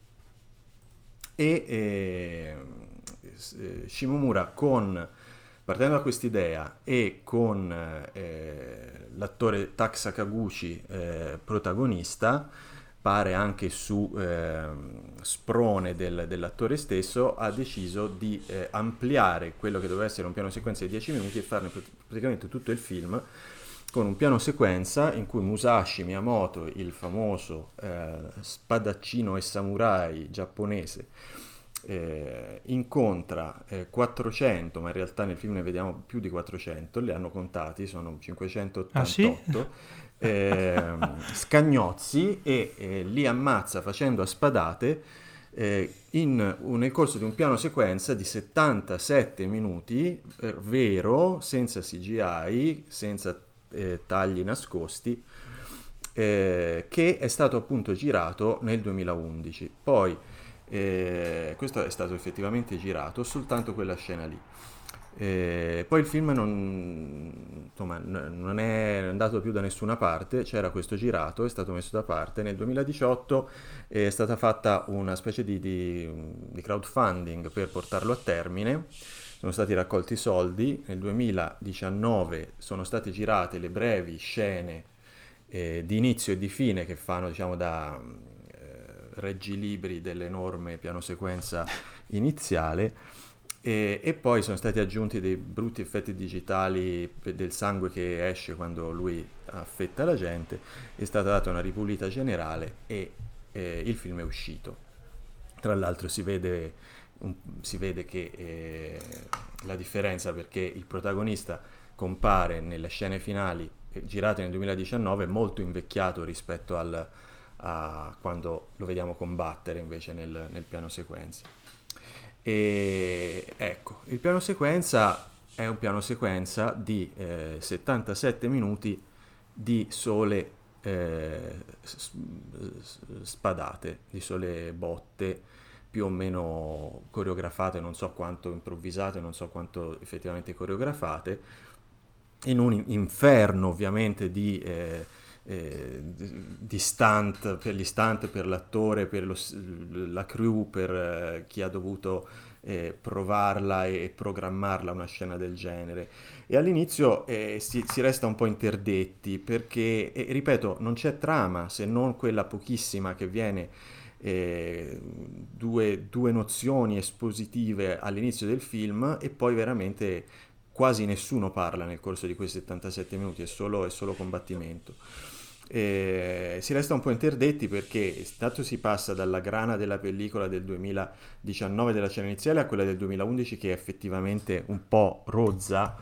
e eh, Shimomura, con, partendo da quest'idea e con eh, l'attore Tak Sakaguchi eh, protagonista, pare anche su eh, sprone del, dell'attore stesso, ha deciso di eh, ampliare quello che doveva essere un piano sequenza di dieci minuti e farne pr- praticamente tutto il film con un piano sequenza in cui Musashi Miyamoto, il famoso eh, spadaccino e samurai giapponese, eh, incontra eh, quattrocento, ma in realtà nel film ne vediamo più di quattrocento, li hanno contati, sono cinquecentottantotto, Ah, sì? eh, scagnozzi, e eh, li ammazza facendo a spadate eh, in, un- nel corso di un piano sequenza di settantasette minuti, eh, vero, senza C G I, senza eh, tagli nascosti, eh, che è stato appunto girato nel duemilaundici. Poi eh, questo è stato effettivamente girato, soltanto quella scena lì. Eh, poi il film non, insomma, n- non è andato più da nessuna parte, c'era questo girato, è stato messo da parte. Nel duemiladiciotto è stata fatta una specie di, di, di crowdfunding per portarlo a termine, sono stati raccolti soldi, nel duemiladiciannove sono state girate le brevi scene eh, di inizio e di fine che fanno, diciamo, da eh, reggilibri dell'enorme piano sequenza iniziale. E, e poi sono stati aggiunti dei brutti effetti digitali per- del sangue che esce quando lui affetta la gente, è stata data una ripulita generale e eh, il film è uscito. Tra l'altro si vede, un- si vede che eh, la differenza, perché il protagonista compare nelle scene finali eh, girate nel duemiladiciannove molto invecchiato rispetto al, a quando lo vediamo combattere invece nel, nel piano sequenza. E ecco, il piano sequenza è un piano sequenza di eh, settantasette minuti di sole eh, s- s- spadate, di sole botte più o meno coreografate, non so quanto improvvisate, non so quanto effettivamente coreografate, in un inferno ovviamente di, eh, eh, di stunt per gli stunt, per l'attore, per lo s- la crew, per eh, chi ha dovuto eh, provarla e programmarla una scena del genere. E all'inizio eh, si, si resta un po' interdetti perché, e, ripeto, non c'è trama se non quella pochissima che viene, eh, due, due nozioni espositive all'inizio del film e poi veramente quasi nessuno parla nel corso di quei settantasette minuti, è solo, è solo combattimento. E si resta un po' interdetti perché tanto si passa dalla grana della pellicola del duemiladiciannove della scena iniziale a quella del duemilaundici che è effettivamente un po' rozza,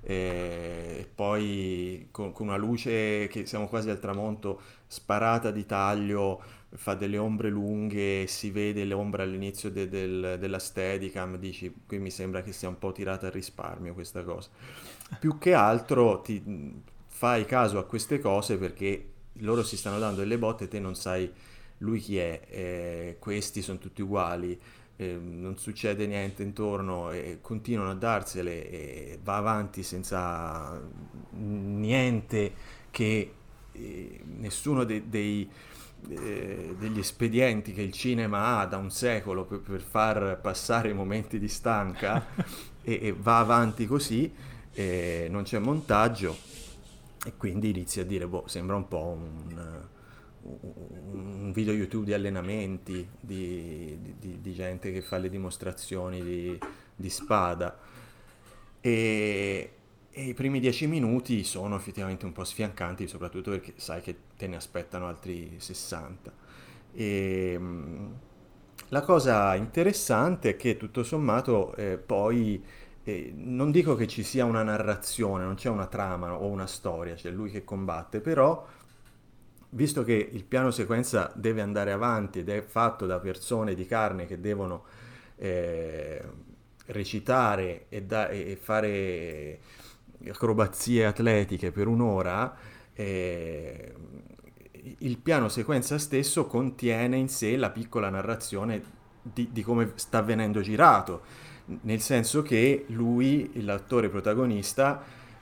e poi con, con una luce che siamo quasi al tramonto, sparata di taglio, fa delle ombre lunghe, si vede l'ombra all'inizio de- del- della Steadicam, dici, qui mi sembra che sia un po' tirata al risparmio questa cosa. Più che altro ti fai caso a queste cose perché loro si stanno dando delle botte e te non sai lui chi è, eh, questi sono tutti uguali, eh, non succede niente intorno e continuano a darsele e va avanti senza niente che eh, nessuno de- dei eh, degli espedienti che il cinema ha da un secolo per, per far passare i momenti di stanca e, e va avanti così, eh, non c'è montaggio e quindi inizi a dire, boh, sembra un po' un, un video YouTube di allenamenti, di, di- di gente che fa le dimostrazioni di, di spada. E, e i primi dieci minuti sono effettivamente un po' sfiancanti, soprattutto perché sai che te ne aspettano altri sessanta. E, mh, la cosa interessante è che tutto sommato eh, poi eh, non dico che ci sia una narrazione, non c'è una trama o una storia, c'è lui che combatte, però visto che il piano sequenza deve andare avanti ed è fatto da persone di carne che devono eh, recitare e, da- e fare acrobazie atletiche per un'ora, eh, il piano sequenza stesso contiene in sé la piccola narrazione di, di come sta venendo girato, nel senso che lui, l'attore protagonista,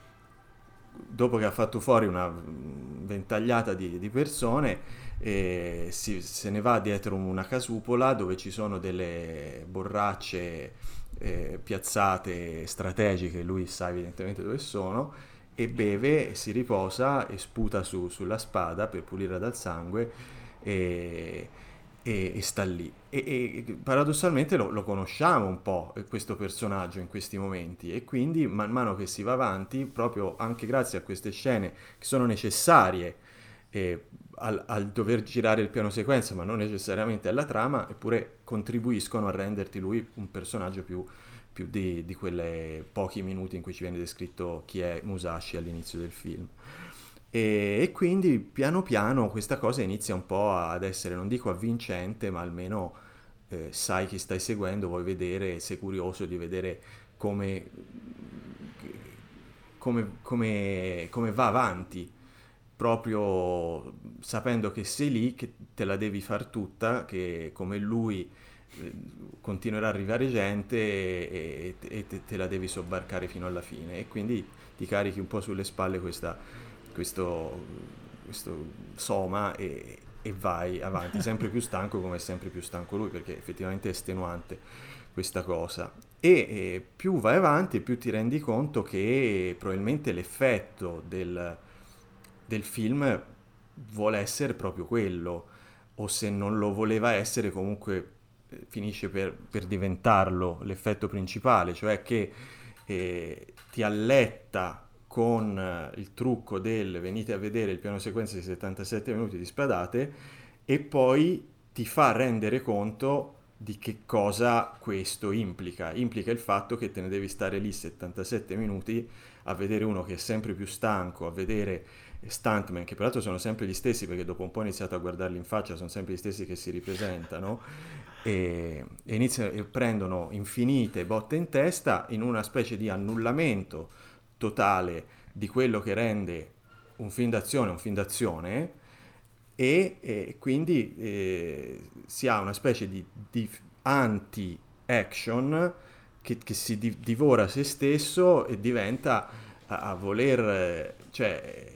dopo che ha fatto fuori una ventagliata di, di persone, eh, si- se ne va dietro una casupola dove ci sono delle borracce eh, piazzate strategiche, lui sa evidentemente dove sono, e beve, e si riposa e sputa su- sulla spada per pulire dal sangue e, e- e sta lì. E, e paradossalmente lo, lo conosciamo un po' eh, questo personaggio in questi momenti e quindi man mano che si va avanti, proprio anche grazie a queste scene che sono necessarie eh, al, al dover girare il piano sequenza, ma non necessariamente alla trama, eppure contribuiscono a renderti lui un personaggio più, più di, di quelle pochi minuti in cui ci viene descritto chi è Musashi all'inizio del film. E, e quindi piano piano questa cosa inizia un po' ad essere, non dico avvincente, ma almeno eh, sai chi stai seguendo, vuoi vedere, sei curioso di vedere come, come, come- come va avanti. proprio sapendo che sei lì, che te la devi far tutta, che come lui eh, continuerà a arrivare gente e, e- e te, te la devi sobbarcare fino alla fine e quindi ti carichi un po' sulle spalle questa, questo, questo soma e, e vai avanti, sempre più stanco come è sempre più stanco lui, perché effettivamente è estenuante questa cosa. E, e più vai avanti, più ti rendi conto che probabilmente l'effetto del, del film vuole essere proprio quello, o se non lo voleva essere, comunque eh, finisce per, per diventarlo l'effetto principale, cioè che eh, ti alletta con eh, il trucco del venite a vedere il piano sequenza di settantasette minuti di spadate e poi ti fa rendere conto di che cosa questo implica. Implica il fatto che te ne devi stare lì settantasette minuti a vedere uno che è sempre più stanco, a vedere stuntman, che peraltro sono sempre gli stessi, perché dopo un po' ho iniziato a guardarli in faccia, sono sempre gli stessi che si ripresentano, e, e iniziano, e prendono infinite botte in testa in una specie di annullamento totale di quello che rende un film d'azione un film d'azione, e, e quindi eh, si ha una specie di, di anti-action che, che si di- divora se stesso e diventa a, a voler, eh, cioè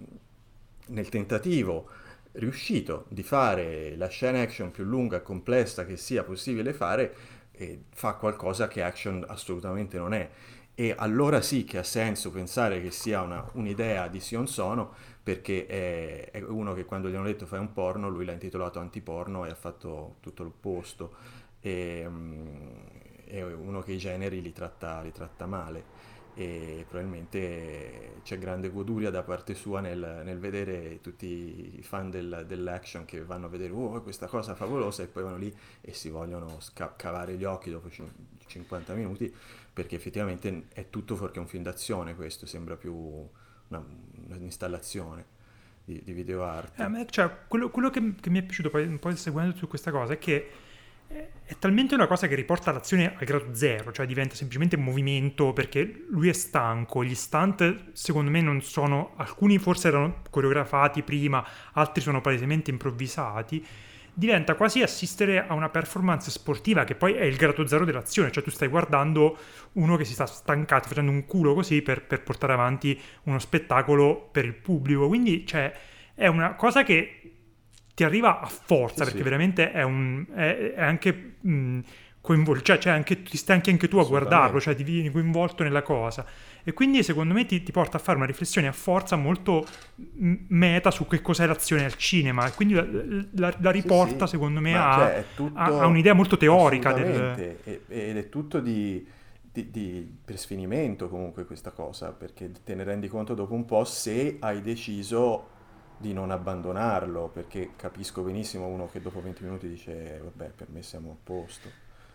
nel tentativo riuscito di fare la scena action più lunga e complessa che sia possibile fare, e fa qualcosa che action assolutamente non è. E allora sì che ha senso pensare che sia una- un'idea di Sion Sono, perché è, è uno che quando gli hanno detto fai un porno, lui l'ha intitolato antiporno e ha fatto tutto l'opposto. E, mm, è uno che i generi li tratta, li tratta male e probabilmente c'è grande goduria da parte sua nel, nel vedere tutti i fan del- dell'action che vanno a vedere oh, questa cosa favolosa e poi vanno lì e si vogliono sca- cavare gli occhi dopo cin- cinquanta minuti, perché effettivamente è tutto fuorché un film d'azione. Questo sembra più una- un'installazione di, di video Eh, arte. a me- cioè, quello, quello che, che mi è piaciuto poi un po' seguendo su questa cosa è che è, è talmente una cosa che riporta l'azione al grado zero, cioè diventa semplicemente un movimento perché lui è stanco. Gli stunt secondo me non sono, alcuni forse erano coreografati prima, altri sono palesemente improvvisati. Diventa quasi assistere a una performance sportiva che poi è il grado zero dell'azione, cioè tu stai guardando uno che si sta stancato facendo un culo così per, per portare avanti uno spettacolo per il pubblico, quindi cioè, è una cosa che ti arriva a forza, Sì, perché sì, veramente è un è, è anche mh, coinvolto, cioè, cioè anche, ti stai anche, anche tu a guardarlo, assolutamente. cioè ti vieni coinvolto nella cosa, e quindi secondo me ti, ti porta a fare una riflessione a forza molto mh, meta su che cos'è l'azione al cinema, e quindi la, la- la Sì, riporta sì, secondo me ma a, cioè è a- a tutto un'idea molto teorica del... assolutamente, e- ed è tutto di, di- di- per sfinimento comunque questa cosa, perché te ne rendi conto dopo un po' se hai deciso di non abbandonarlo, perché capisco benissimo uno che dopo venti minuti dice vabbè, per me siamo a posto.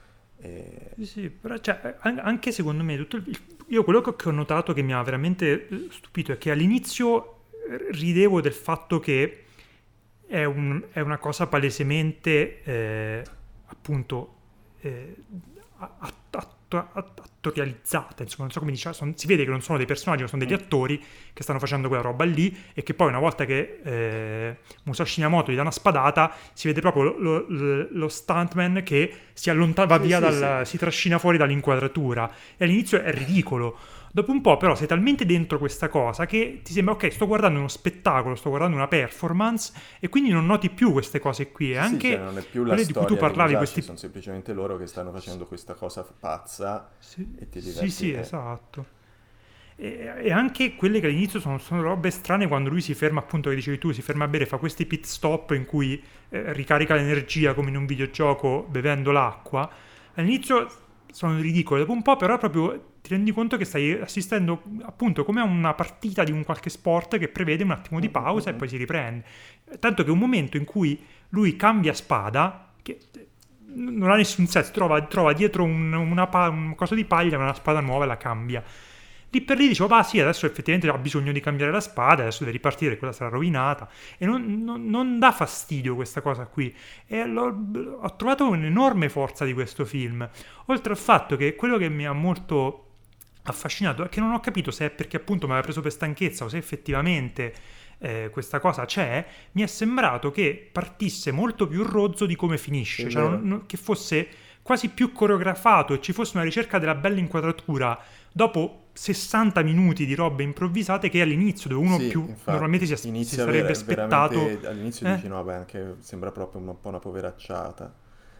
E- Sì, sì, però cioè, an- anche secondo me tutto il- io quello che che ho notato che mi ha veramente eh, stupito è che all'inizio eh, ridevo del fatto che è, un- è una cosa palesemente eh, appunto eh, a- a- atto- att- attorializzata, insomma, non so come diciamo, son- si vede che non sono dei personaggi, ma sono degli Mm. attori che stanno facendo quella roba lì, e che poi una volta che eh, Musashi Miyamoto gli dà una spadata si vede proprio lo, lo- lo stuntman che si allontana, va Sì, via sì, dal, sì. si trascina fuori dall'inquadratura, e all'inizio è ridicolo. Dopo un po' però sei talmente dentro questa cosa che ti sembra ok, sto guardando uno spettacolo, sto guardando una performance, e quindi non noti più queste cose qui, e Sì, sì, cioè anche non è più la quelle di cui tu storia di parlavi, Musashi, questi... sono semplicemente loro che stanno facendo questa cosa pazza Sì, e ti sì, diverti sì, te. esatto. E, e anche quelle che all'inizio sono, sono robe strane, quando lui si ferma, appunto, che dicevi tu, si ferma a bere, fa questi pit stop in cui eh, ricarica l'energia come in un videogioco bevendo l'acqua. All'inizio sono ridicole, dopo un po' però proprio ti rendi conto che stai assistendo appunto come a una partita di un qualche sport che prevede un attimo di Mm, mm, mm, pausa e mm. poi si riprende. Tanto che un momento in cui lui cambia spada, che non ha nessun senso, trova, trova dietro un, una pa- un coso di paglia, una spada nuova e la cambia. Lì per lì dicevo, ah sì, adesso effettivamente ha bisogno di cambiare la spada, adesso deve ripartire, quella sarà rovinata. E non, non- non dà fastidio questa cosa qui. E l'ho- ho trovato un'enorme forza di questo film. Oltre al fatto che quello che mi ha molto affascinato è che non ho capito se è perché appunto mi aveva preso per stanchezza o se effettivamente eh, questa cosa c'è, mi è sembrato che partisse molto più rozzo di come finisce, È cioè vero. non- non- che fosse quasi più coreografato e ci fosse una ricerca della bella inquadratura dopo sessanta minuti di robe improvvisate che all'inizio, dove uno Sì, più infatti, normalmente si, as- si inizia sarebbe vera- aspettato... veramente all'inizio Eh? dici no, beh, anche sembra proprio un po' una poveracciata.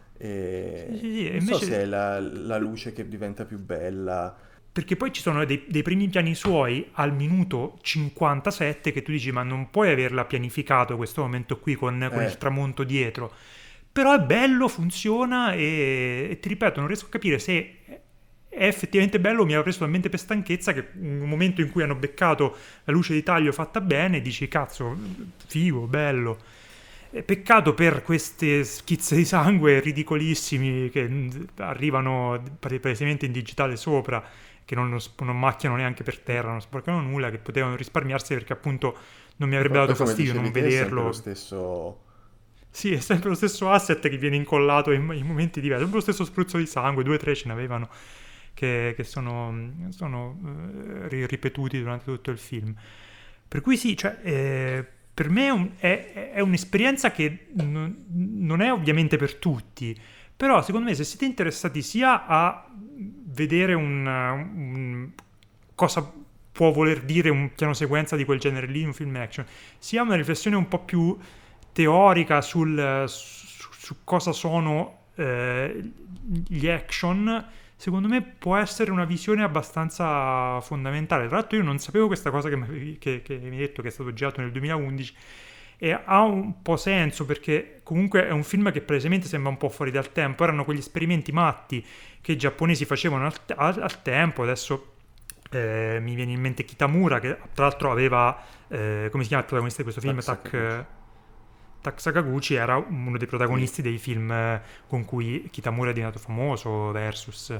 E Sì, sì, sì, e non so invece- se è la, la luce che diventa più bella. Perché poi ci sono dei, dei primi piani suoi al minuto cinquantasette che tu dici ma non puoi averla pianificato questo momento qui con, con Eh. il tramonto dietro. Però è bello, funziona e, e ti ripeto, non riesco a capire se è effettivamente bello o mi ha preso talmente per stanchezza che un momento in cui hanno beccato la luce di taglio fatta bene dici cazzo, figo, bello. Eh, Peccato per queste schizze di sangue ridicolissimi che mh, arrivano pare- palesemente in digitale sopra, che non, non sp- non macchiano neanche per terra, non sporcano nulla, che potevano risparmiarsi perché appunto non mi avrebbe Poi, dato come fastidio dicevi non te, è sempre vederlo. lo stesso. Sì, è sempre lo stesso asset che viene incollato in, in momenti diversi, sempre lo stesso spruzzo di sangue, due o tre ce n'avevano che, che sono, sono eh, ri- ripetuti durante tutto il film. Per cui sì, cioè, eh, per me è, un- è- è un'esperienza che non, non è ovviamente per tutti, però secondo me se siete interessati sia a vedere un, un- cosa può voler dire un piano sequenza di quel genere lì, un film action, sia una riflessione un po' più teorica sul, su, su cosa sono eh, gli action, secondo me può essere una visione abbastanza fondamentale. Tra l'altro io non sapevo questa cosa che mi, che, che mi hai detto, che è stato girato nel duemilaundici, e ha un po' senso perché comunque è un film che palesemente sembra un po' fuori dal tempo. Erano quegli esperimenti matti che i giapponesi facevano al, al- al tempo. Adesso eh, mi viene in mente Kitamura, che tra l'altro aveva eh, come si chiama il protagonista di questo film? Tak Tak, Sakaguchi. Tak Sakaguchi era uno dei protagonisti dei film eh, con cui Kitamura è diventato famoso, Versus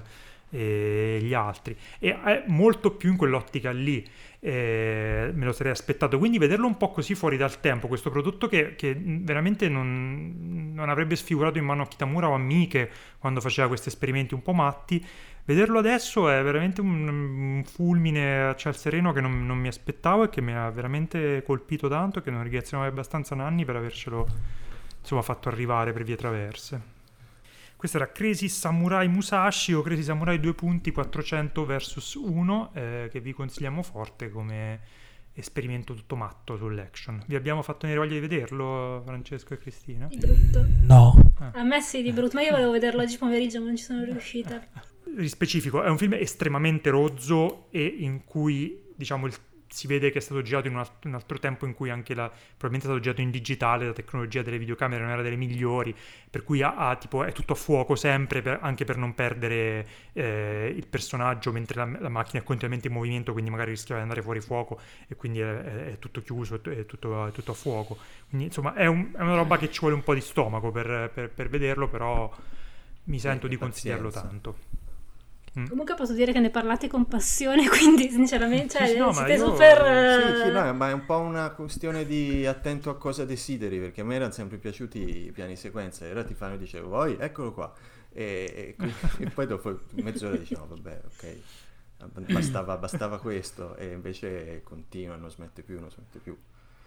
e gli altri, e è molto più in quell'ottica lì. Eh, me lo sarei aspettato, quindi vederlo un po' così fuori dal tempo, questo prodotto che, che veramente non, non avrebbe sfigurato in mano a Kitamura o a Miike quando faceva questi esperimenti un po' matti, vederlo adesso è veramente un, un fulmine a ciel sereno che non, non mi aspettavo e che mi ha veramente colpito tanto, che non ringraziamo abbastanza Nanni per avercelo insomma fatto arrivare per vie traverse. Questo era Crazy Samurai Musashi o Crazy Samurai due punti quattrocento versus uno, eh, che vi consigliamo forte come esperimento tutto matto sull'action. Vi abbiamo fatto venire voglia di vederlo, Francesco e Cristina? Di brutto. No. A me sì, di brutto, ma io volevo vederlo oggi pomeriggio, ma non ci sono riuscita. Specifico, è un film estremamente rozzo e in cui diciamo il si vede che è stato girato in un, alt- un altro tempo in cui anche la probabilmente è stato girato in digitale, la tecnologia delle videocamere non era delle migliori, per cui ha, ha, tipo, è tutto a fuoco sempre per- anche per non perdere eh, il personaggio mentre la, la macchina è continuamente in movimento, quindi magari rischiava di andare fuori fuoco e quindi è, è- è tutto chiuso, è, è tutto, è tutto a fuoco, quindi insomma è, un- è una roba che ci vuole un po' di stomaco per, per- per vederlo, però mi sento di consigliarlo pazienza. tanto. Comunque posso dire che ne parlate con passione, quindi sinceramente cioè, Sì, sì, no, ma siete io- super... Sì, eh, sì, no, ma è un po' una questione di attento a cosa desideri, perché a me erano sempre piaciuti i piani sequenza, e ora ti fanno e dicevo, poi eccolo qua, e, e, e poi dopo mezz'ora dicevo, vabbè, ok, bastava, bastava questo, e invece continua, non smette più, non smette più.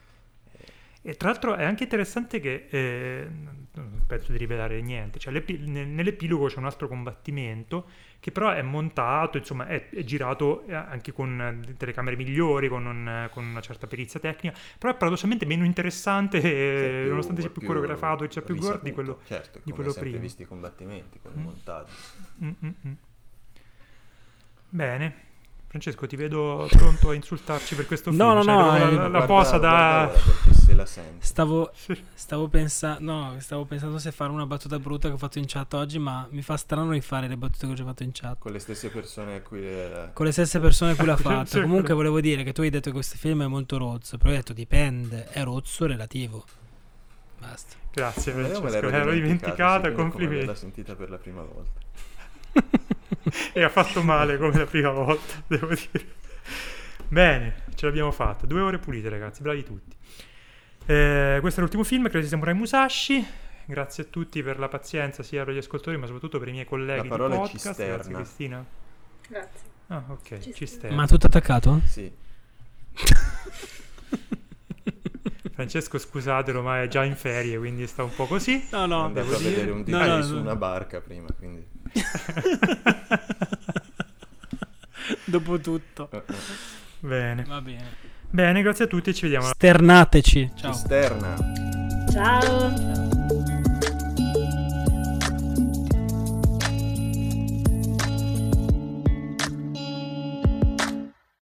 E tra l'altro è anche interessante che, eh, non penso di rivelare niente, cioè l'epi- nel- nell'epilogo c'è un altro combattimento che però è montato, insomma è, è girato eh, anche con eh, telecamere migliori, con, un- con una certa perizia tecnica, però è paradossalmente meno interessante, eh, Più- nonostante sia più, coreografato e c'è più gore di risaputo, quello, certo, di come quello sempre prima. visti i combattimenti, quelli Mm. montati. Mm, mm, mm. Bene. Francesco, ti vedo pronto a insultarci per questo No, film. no, Cioè, no, proprio eh, la, la Guarda- posa guarda da... ora, perché se la senti. Stavo, Sì. stavo pensando, no, stavo pensando se fare una battuta brutta che ho fatto in chat oggi, ma mi fa strano rifare le battute che ho già fatto in chat. Con le stesse persone a cui le- Con le stesse persone a cui l'ha Sì, fatta. sì. Comunque volevo dire che tu hai detto che questo film è molto rozzo, però hai detto dipende, è rozzo relativo. Basta. Grazie Eh, io me Francesco, l'ero l'ero dimenticata, sì, quindi come complimenti. averla sentita per la prima volta. E ha fatto male come la prima volta, devo dire. Bene, ce l'abbiamo fatta. Due ore pulite, ragazzi, bravi tutti. Eh, questo è l'ultimo film, Crazy Samurai Musashi. Grazie a tutti per la pazienza, sia per gli ascoltatori, ma soprattutto per i miei colleghi La parola di è podcast. Grazie cisterna. Cristina. Grazie. Ah, ok, Cisterna. cisterna. Ma tutto attaccato? Sì. Francesco, scusatelo, ma è già in ferie, quindi sta un po' così. No, È no. andato devo a dire- vedere un No, D J no, su no. una barca prima, quindi... Dopo tutto. eh, eh. Bene. Va bene. Bene, grazie a tutti e ci vediamo. Sternateci. Ciao. Cisterna. Ciao!